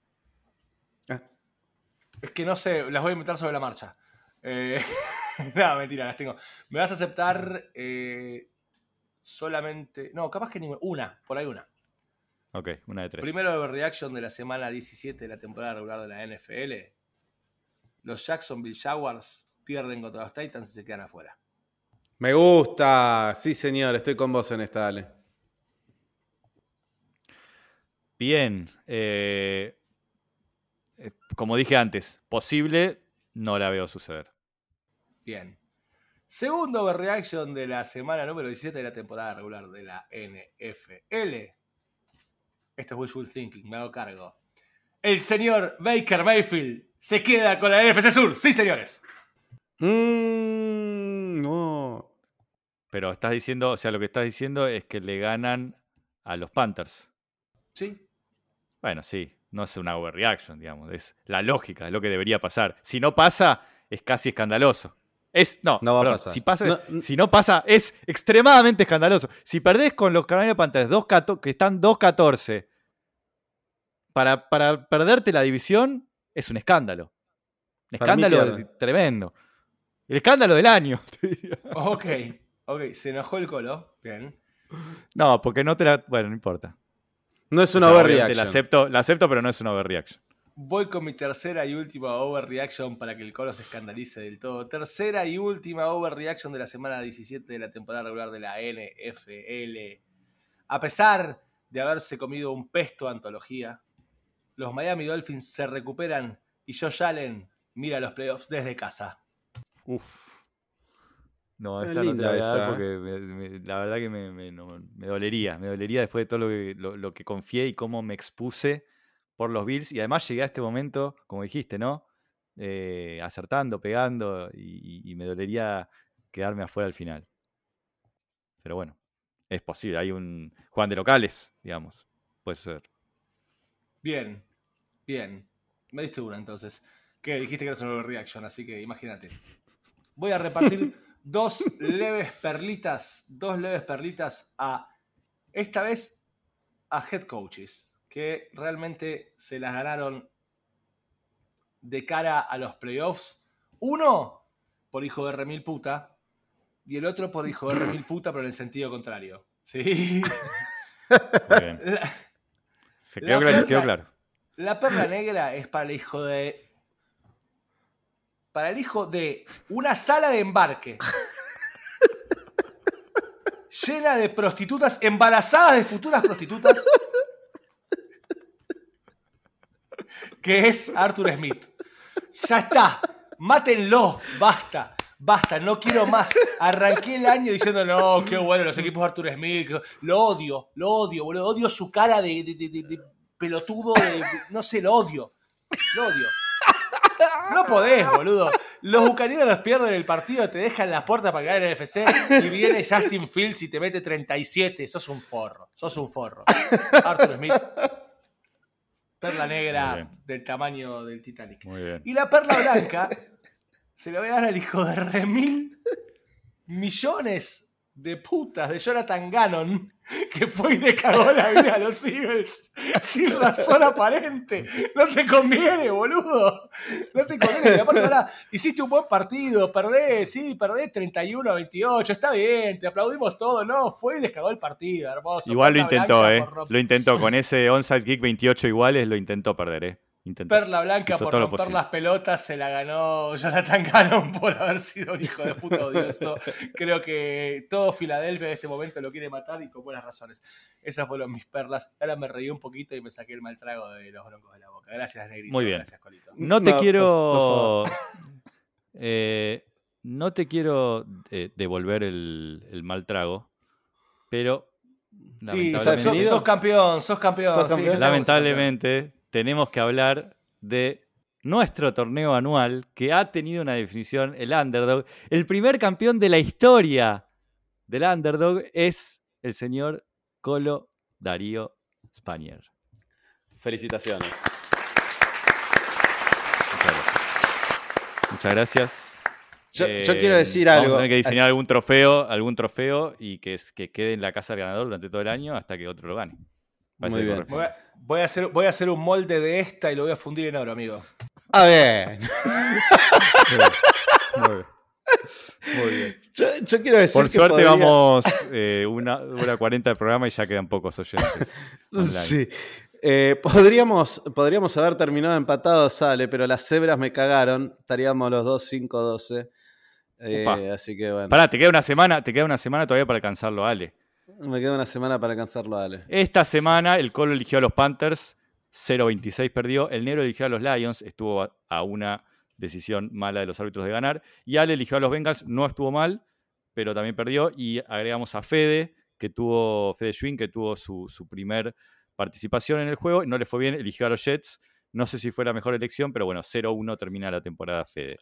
Es que no sé, las voy a inventar sobre la marcha. No, mentira, las tengo. Me vas a aceptar solamente... No, capaz que ninguna. Por ahí una. Ok, una de 3. Primero overreaction de la semana 17 de la temporada regular de la NFL. Los Jacksonville Jaguars pierden contra los Titans y se quedan afuera. Me gusta. Sí, señor. Estoy con vos en esta, dale. Bien. Como dije antes, posible, no la veo suceder. Bien. Segundo overreaction de la semana número 17 de la temporada regular de la NFL. Esto es wishful thinking, me hago cargo. El señor Baker Mayfield se queda con la NFC Sur. Sí, señores. No. Pero estás diciendo, o sea, lo que estás diciendo es que le ganan a los Panthers. Sí. Bueno, sí, no es una overreaction, digamos, es la lógica, es lo que debería pasar. Si no pasa, es casi escandaloso. No va a pasar. Si no pasa, es extremadamente escandaloso. Si perdés con los Carolina Panthers que están 2-14, para perderte la división, es un escándalo. Un escándalo tremendo. El escándalo del año. Ok, se enojó el Colo. Bien. No, porque no te la... Bueno, no importa. No es una overreaction. La acepto, pero no es una overreaction. Voy con mi tercera y última overreaction para que el Colo se escandalice del todo. Tercera y última overreaction de la semana 17 de la temporada regular de la NFL. A pesar de haberse comido un pesto de antología, los Miami Dolphins se recuperan y Josh Allen mira los playoffs desde casa. Uf. No, esta no te la voy a dar porque la verdad que me dolería. Me dolería después de todo lo que confié y cómo me expuse por los Bills. Y además llegué a este momento, como dijiste, ¿no? Acertando, pegando y me dolería quedarme afuera al final. Pero bueno, es posible. Juegan de locales, digamos. Puede ser. Bien. Me diste una entonces. Que dijiste que era solo reaction, así que imagínate. Voy a repartir dos leves perlitas esta vez a head coaches, que realmente se las ganaron de cara a los playoffs. Uno por hijo de remil puta y el otro por hijo de remil puta, pero en el sentido contrario. ¿Sí? Muy bien. Quedó claro. La perla negra es para el hijo de una sala de embarque llena de prostitutas embarazadas de futuras prostitutas, que es Arthur Smith. Ya está, mátenlo, basta, no quiero más. Arranqué el año diciendo, no, qué bueno, los equipos de Arthur Smith, lo odio, boludo, odio su cara de pelotudo, no sé, lo odio. No podés, boludo. Los bucaneros pierden el partido, te dejan la puerta para caer en el FC y viene Justin Fields y te mete 37. Sos un forro. Arthur Smith, perla negra del tamaño del Titanic. Muy bien. Y la perla blanca se la voy a dar al hijo de remil millones de putas de Jonathan Gannon, que fue y le cagó la vida a los Eagles sin razón aparente. No te conviene, boludo. No te conviene. Y aparte ahora hiciste un buen partido, perdés 31-28, está bien, te aplaudimos todo. No, fue y les cagó el partido, hermoso. Igual lo intentó, Lo intentó con ese onside kick 28 iguales, lo intentó perder, Perla blanca por romper las pelotas se la ganó Jonathan Gannon por haber sido un hijo de puta odioso. Creo que todo Filadelfia en este momento lo quiere matar y con buenas razones. Esas fueron mis perlas. Ahora me reí un poquito y me saqué el mal trago de los Broncos de la boca. Gracias, Negrito. Muy bien. Gracias, Colito. No te quiero devolver el mal trago, pero lamentablemente, sos campeón. Sí, lamentablemente tenemos que hablar de nuestro torneo anual que ha tenido una definición, el Underdog. El primer campeón de la historia del Underdog es el señor Colo Darío Spanier. Felicitaciones. Muchas gracias. Yo quiero decir algo. Vamos a tener que diseñar algún trofeo y que quede en la casa del ganador durante todo el año hasta que otro lo gane. Muy bien. Voy a hacer un molde de esta y lo voy a fundir en oro, amigo. A ver. Muy bien. Yo quiero decir por suerte vamos una hora 40 de programa y ya quedan pocos oyentes. Sí. Podríamos haber terminado empatados, Sale, pero las cebras me cagaron. Estaríamos los dos 5-12. Así que bueno. Pará, te queda una semana todavía para alcanzarlo, Ale. Me queda una semana para alcanzarlo, Ale. Esta semana el Colo eligió a los Panthers, 0-26 perdió. El Negro eligió a los Lions, estuvo a una decisión mala de los árbitros de ganar. Y Ale eligió a los Bengals, no estuvo mal, pero también perdió. Y agregamos a Fede Schwinn, que tuvo su primer participación en el juego. No le fue bien, eligió a los Jets. No sé si fue la mejor elección, pero bueno, 0-1 termina la temporada Fede.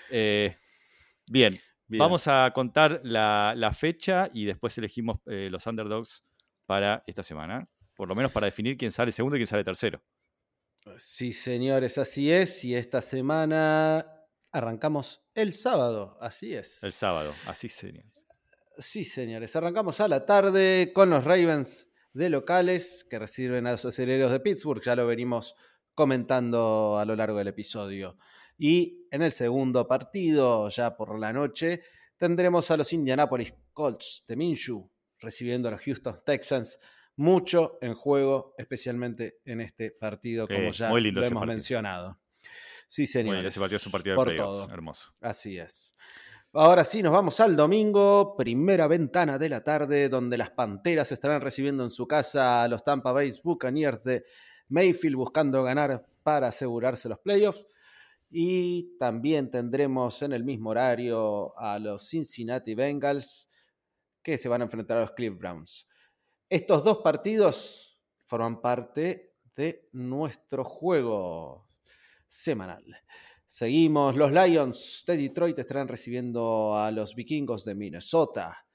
Bien. Vamos a contar la fecha y después elegimos los underdogs para esta semana. Por lo menos para definir quién sale segundo y quién sale tercero. Sí, señores, así es. Y esta semana arrancamos el sábado, así es. El sábado, así sería. Sí, señores, arrancamos a la tarde con los Ravens de locales que reciben a los Aceleros de Pittsburgh. Ya lo venimos comentando a lo largo del episodio. Y en el segundo partido, ya por la noche, tendremos a los Indianapolis Colts de Minshew recibiendo a los Houston Texans. Mucho en juego, especialmente en este partido, como ya lo hemos mencionado. Sí, señores. Ese partido es un partido de playoffs, hermoso. Así es. Ahora sí, nos vamos al domingo, primera ventana de la tarde, donde las Panteras estarán recibiendo en su casa a los Tampa Bay Buccaneers de Mayfield, buscando ganar para asegurarse los playoffs. Y también tendremos en el mismo horario a los Cincinnati Bengals, que se van a enfrentar a los Cleveland Browns. Estos dos partidos forman parte de nuestro juego semanal. Seguimos, los Lions de Detroit estarán recibiendo a los Vikingos de Minnesota.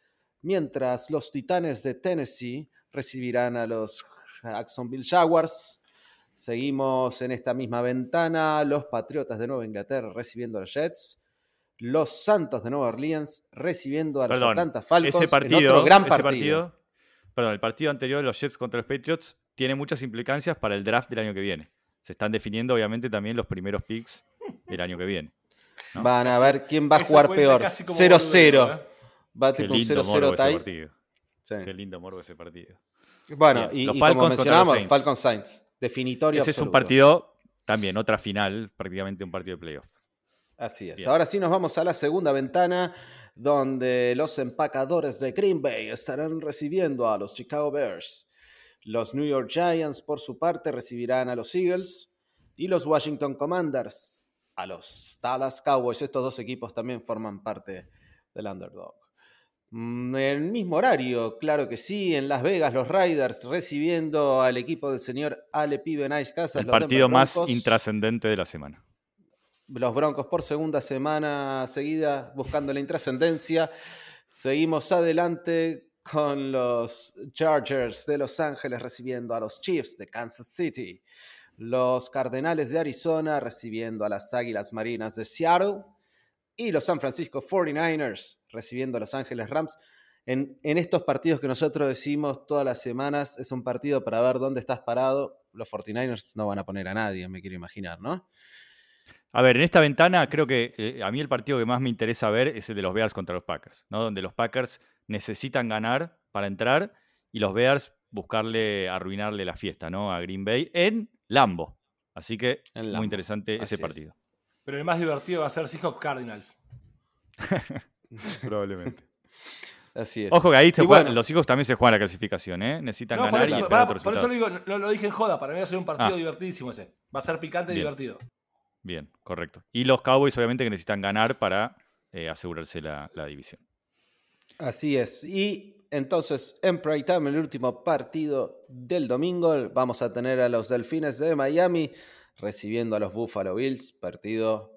mientras los Titanes de Tennessee recibirán a los Jacksonville Jaguars. Seguimos en esta misma ventana, los Patriotas de Nueva Inglaterra recibiendo a los Jets, los Santos de Nueva Orleans recibiendo a los Atlanta Falcons. Ese partido, en otro gran partido. El partido anterior de los Jets contra los Patriots tiene muchas implicancias para el draft del año que viene. Se están definiendo, obviamente, también los primeros picks del año que viene, ¿no? Van a ver quién va a jugar peor. 0-0. Va tipo un 0-0 tie. Sí. Qué lindo morbo ese partido. Bueno, bien. y como mencionamos, Falcons Saints. Definitorio ese absoluto. Es un partido, también otra final, prácticamente un partido de playoff. Así es. Bien. Ahora sí nos vamos a la segunda ventana, donde los empacadores de Green Bay estarán recibiendo a los Chicago Bears. Los New York Giants, por su parte, recibirán a los Eagles. Y los Washington Commanders a los Dallas Cowboys. Estos dos equipos también forman parte del underdog. En el mismo horario, claro que sí, en Las Vegas, los Raiders recibiendo al equipo del señor Ale Pibe Nice Casas. El partido más intrascendente de la semana. Los Broncos por segunda semana seguida buscando la intrascendencia. Seguimos adelante con los Chargers de Los Ángeles recibiendo a los Chiefs de Kansas City. Los Cardenales de Arizona recibiendo a las Águilas Marinas de Seattle. Y los San Francisco 49ers recibiendo a Los Ángeles Rams. En estos partidos que nosotros decimos todas las semanas, es un partido para ver dónde estás parado. Los 49ers no van a poner a nadie, me quiero imaginar, ¿no? A ver, en esta ventana creo que a mí el partido que más me interesa ver es el de los Bears contra los Packers, ¿no? Donde los Packers necesitan ganar para entrar y los Bears arruinarle la fiesta, ¿no? A Green Bay en Lambeau. Así que muy interesante ese partido. Pero el más divertido va a ser Seahawks Cardinals. Probablemente. Así es. Ojo que ahí los Seahawks también se juegan la clasificación, ¿eh? Necesitan ganar y esperar otro resultado. Por eso lo digo, lo dije en joda. Para mí va a ser un partido divertidísimo ese. Va a ser picante y divertido. Bien, correcto. Y los Cowboys obviamente que necesitan ganar para asegurarse la división. Así es. Y entonces en Prime Time, el último partido del domingo, vamos a tener a los Delfines de Miami recibiendo a los Buffalo Bills. Partido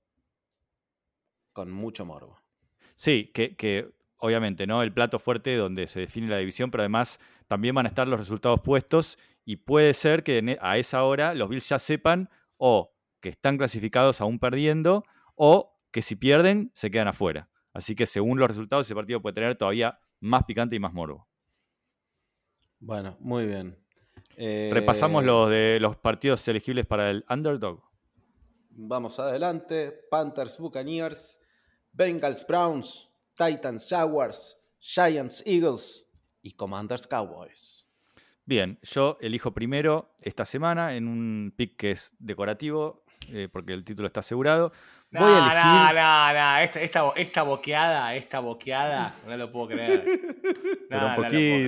con mucho morbo. Sí, que obviamente, ¿no? El plato fuerte donde se define la división, pero además también van a estar los resultados puestos y puede ser que a esa hora los Bills ya sepan o que están clasificados aún perdiendo o que si pierden se quedan afuera. Así que según los resultados ese partido puede tener todavía más picante y más morbo. Bueno, muy bien. Repasamos los partidos elegibles para el underdog. Vamos adelante. Panthers Buccaneers, Bengals Browns, Titans Jaguars, Giants Eagles y Commanders Cowboys. Bien, yo elijo primero esta semana en un pick que es decorativo, porque el título está asegurado. Voy a elegir... Esta boqueada, no lo puedo creer. Pero un poquito,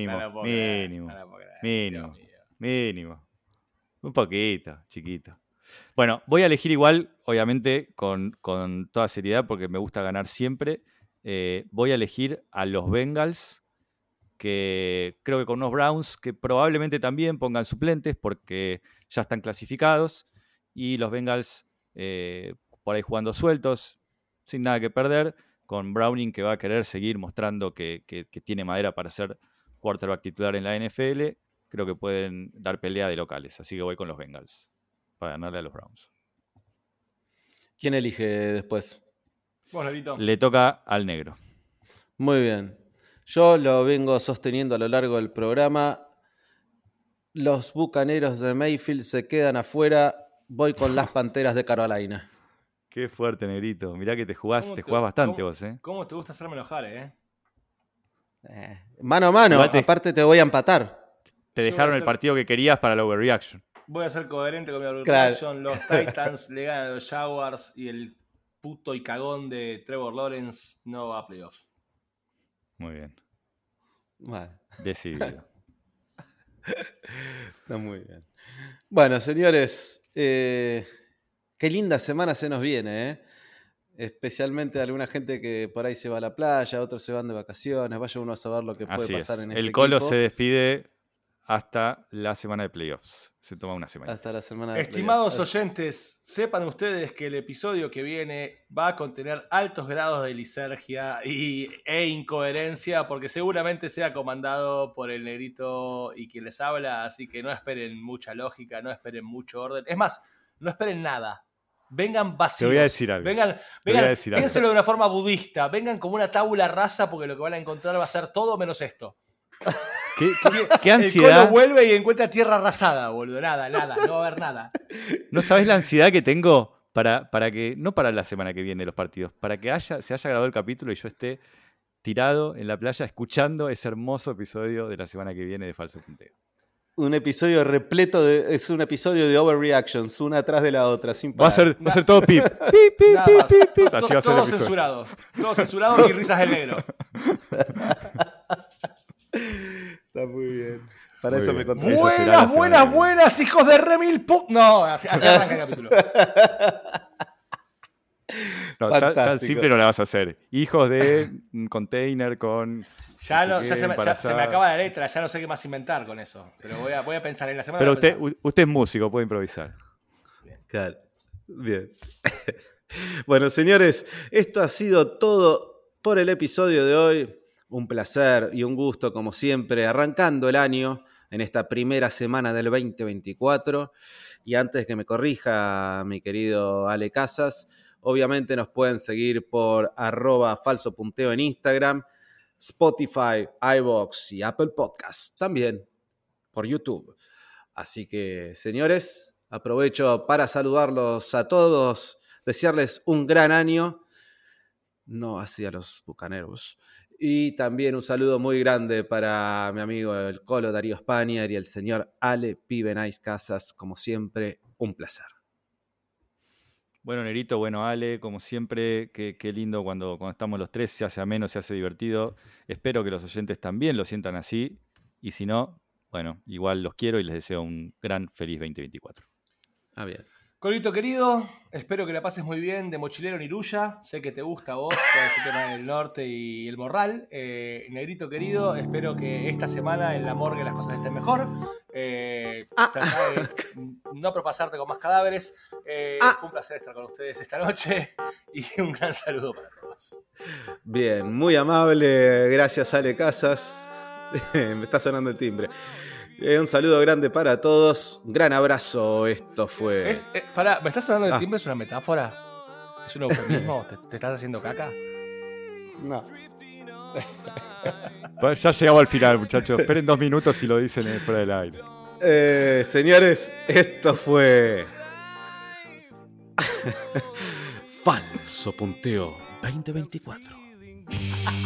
mínimo. Un poquito, chiquito. Bueno, voy a elegir igual, obviamente, con toda seriedad, porque me gusta ganar siempre. Voy a elegir a los Bengals, que creo que con unos Browns que probablemente también pongan suplentes porque ya están clasificados, y los Bengals por ahí jugando sueltos, sin nada que perder, con Browning que va a querer seguir mostrando que tiene madera para ser quarterback titular en la NFL. Creo que pueden dar pelea de locales, así que voy con los Bengals para ganarle a los Browns. ¿Quién elige después? Vos, Nerito. Le toca al negro. Muy bien. Yo lo vengo sosteniendo a lo largo del programa. Los Bucaneros de Mayfield se quedan afuera. Voy con las Panteras de Carolina. Qué fuerte, negrito. Mirá que te jugás bastante vos, ¿eh? ¿Cómo te gusta hacerme enojar, eh? Mano a mano, aparte te voy a empatar. Te dejaron el partido que querías para la overreaction. Voy a ser coherente con mi overreaction. Los Titans le ganan a los Jaguars y el puto y cagón de Trevor Lawrence no va a playoffs. Muy bien. Vale. Decidido. Está muy bien. Bueno, señores, qué linda semana se nos viene, ¿eh? Especialmente alguna gente que por ahí se va a la playa, otros se van de vacaciones. Vaya uno a saber lo que puede pasar en este equipo. El Colo se despide hasta la semana de playoffs. Se toma una semana. Hasta la semana de Estimados playoffs. oyentes, sepan ustedes que el episodio que viene va a contener altos grados de lisergia e incoherencia, porque seguramente sea comandado por el negrito y quien les habla, así que no esperen mucha lógica, no esperen mucho orden. Es más, no esperen nada. Vengan vacíos. Te voy a decir algo. Vengan, piénselo de una forma budista. Vengan como una tabula rasa, porque lo que van a encontrar va a ser todo menos esto. ¿Qué El ansiedad? Colo vuelve y encuentra tierra arrasada, boludo. Nada, no va a haber nada. ¿No sabés la ansiedad que tengo para que, no para la semana que viene los partidos, para que se haya grabado el capítulo y yo esté tirado en la playa escuchando ese hermoso episodio de la semana que viene de Falso Punteo? Un episodio repleto es un episodio de overreactions, una atrás de la otra, sin Va a parar. ser todo pip. Pip, pip, Nada pip, más. pip, pip. Así va a ser el Todo episodio. censurado. Todo censurado y risas del negro. Está muy bien. Para Muy eso bien. me conté. Eso será la semana que viene. Buenas, hijos de Remil. No, así arranca el capítulo. No, tan Fantástico. simple no la vas a hacer. Hijos de un container con... Ya, no sé ya qué, se me embarazada. acaba la letra, ya no sé qué más inventar con eso. Pero voy a pensar en la semana. Pero voy a pensar. usted es músico, puede improvisar. Claro. Bien. Bueno, señores, esto ha sido todo por el episodio de hoy. Un placer y un gusto, como siempre, arrancando el año en esta primera semana del 2024. Y antes que me corrija mi querido Ale Casas, obviamente nos pueden seguir por @falsopunteo en Instagram, Spotify, iVoox y Apple Podcasts, también por YouTube. Así que, señores, aprovecho para saludarlos a todos, desearles un gran año, no hacia los bucaneros, y también un saludo muy grande para mi amigo el Colo Darío Spanier y el señor Ale Pibenais Casas, como siempre, un placer. Bueno, Nerito, bueno, Ale, como siempre, qué lindo cuando estamos los tres, se hace ameno, se hace divertido. Espero que los oyentes también lo sientan así, y si no, bueno, igual los quiero y les deseo un gran feliz 2024. Ah, bien. Colito querido, espero que la pases muy bien de mochilero en Iruya. Sé que te gusta a vos todo este tema del norte y el morral. Negrito querido, espero que esta semana en la morgue las cosas estén mejor. Tratá de no propasarte con más cadáveres. Fue un placer estar con ustedes esta noche y un gran saludo para todos. Bien, muy amable, gracias Ale Casas. Me está sonando el timbre. Un saludo grande para todos. Un gran abrazo. Esto fue. Pará, ¿me estás sonando el timbre? ¿Es una metáfora? ¿Es un eufemismo? ¿Te estás haciendo caca? No. Ya llegamos al final, muchachos. Esperen 2 minutos y lo dicen fuera del aire. Señores, esto fue. Falso Punteo 2024.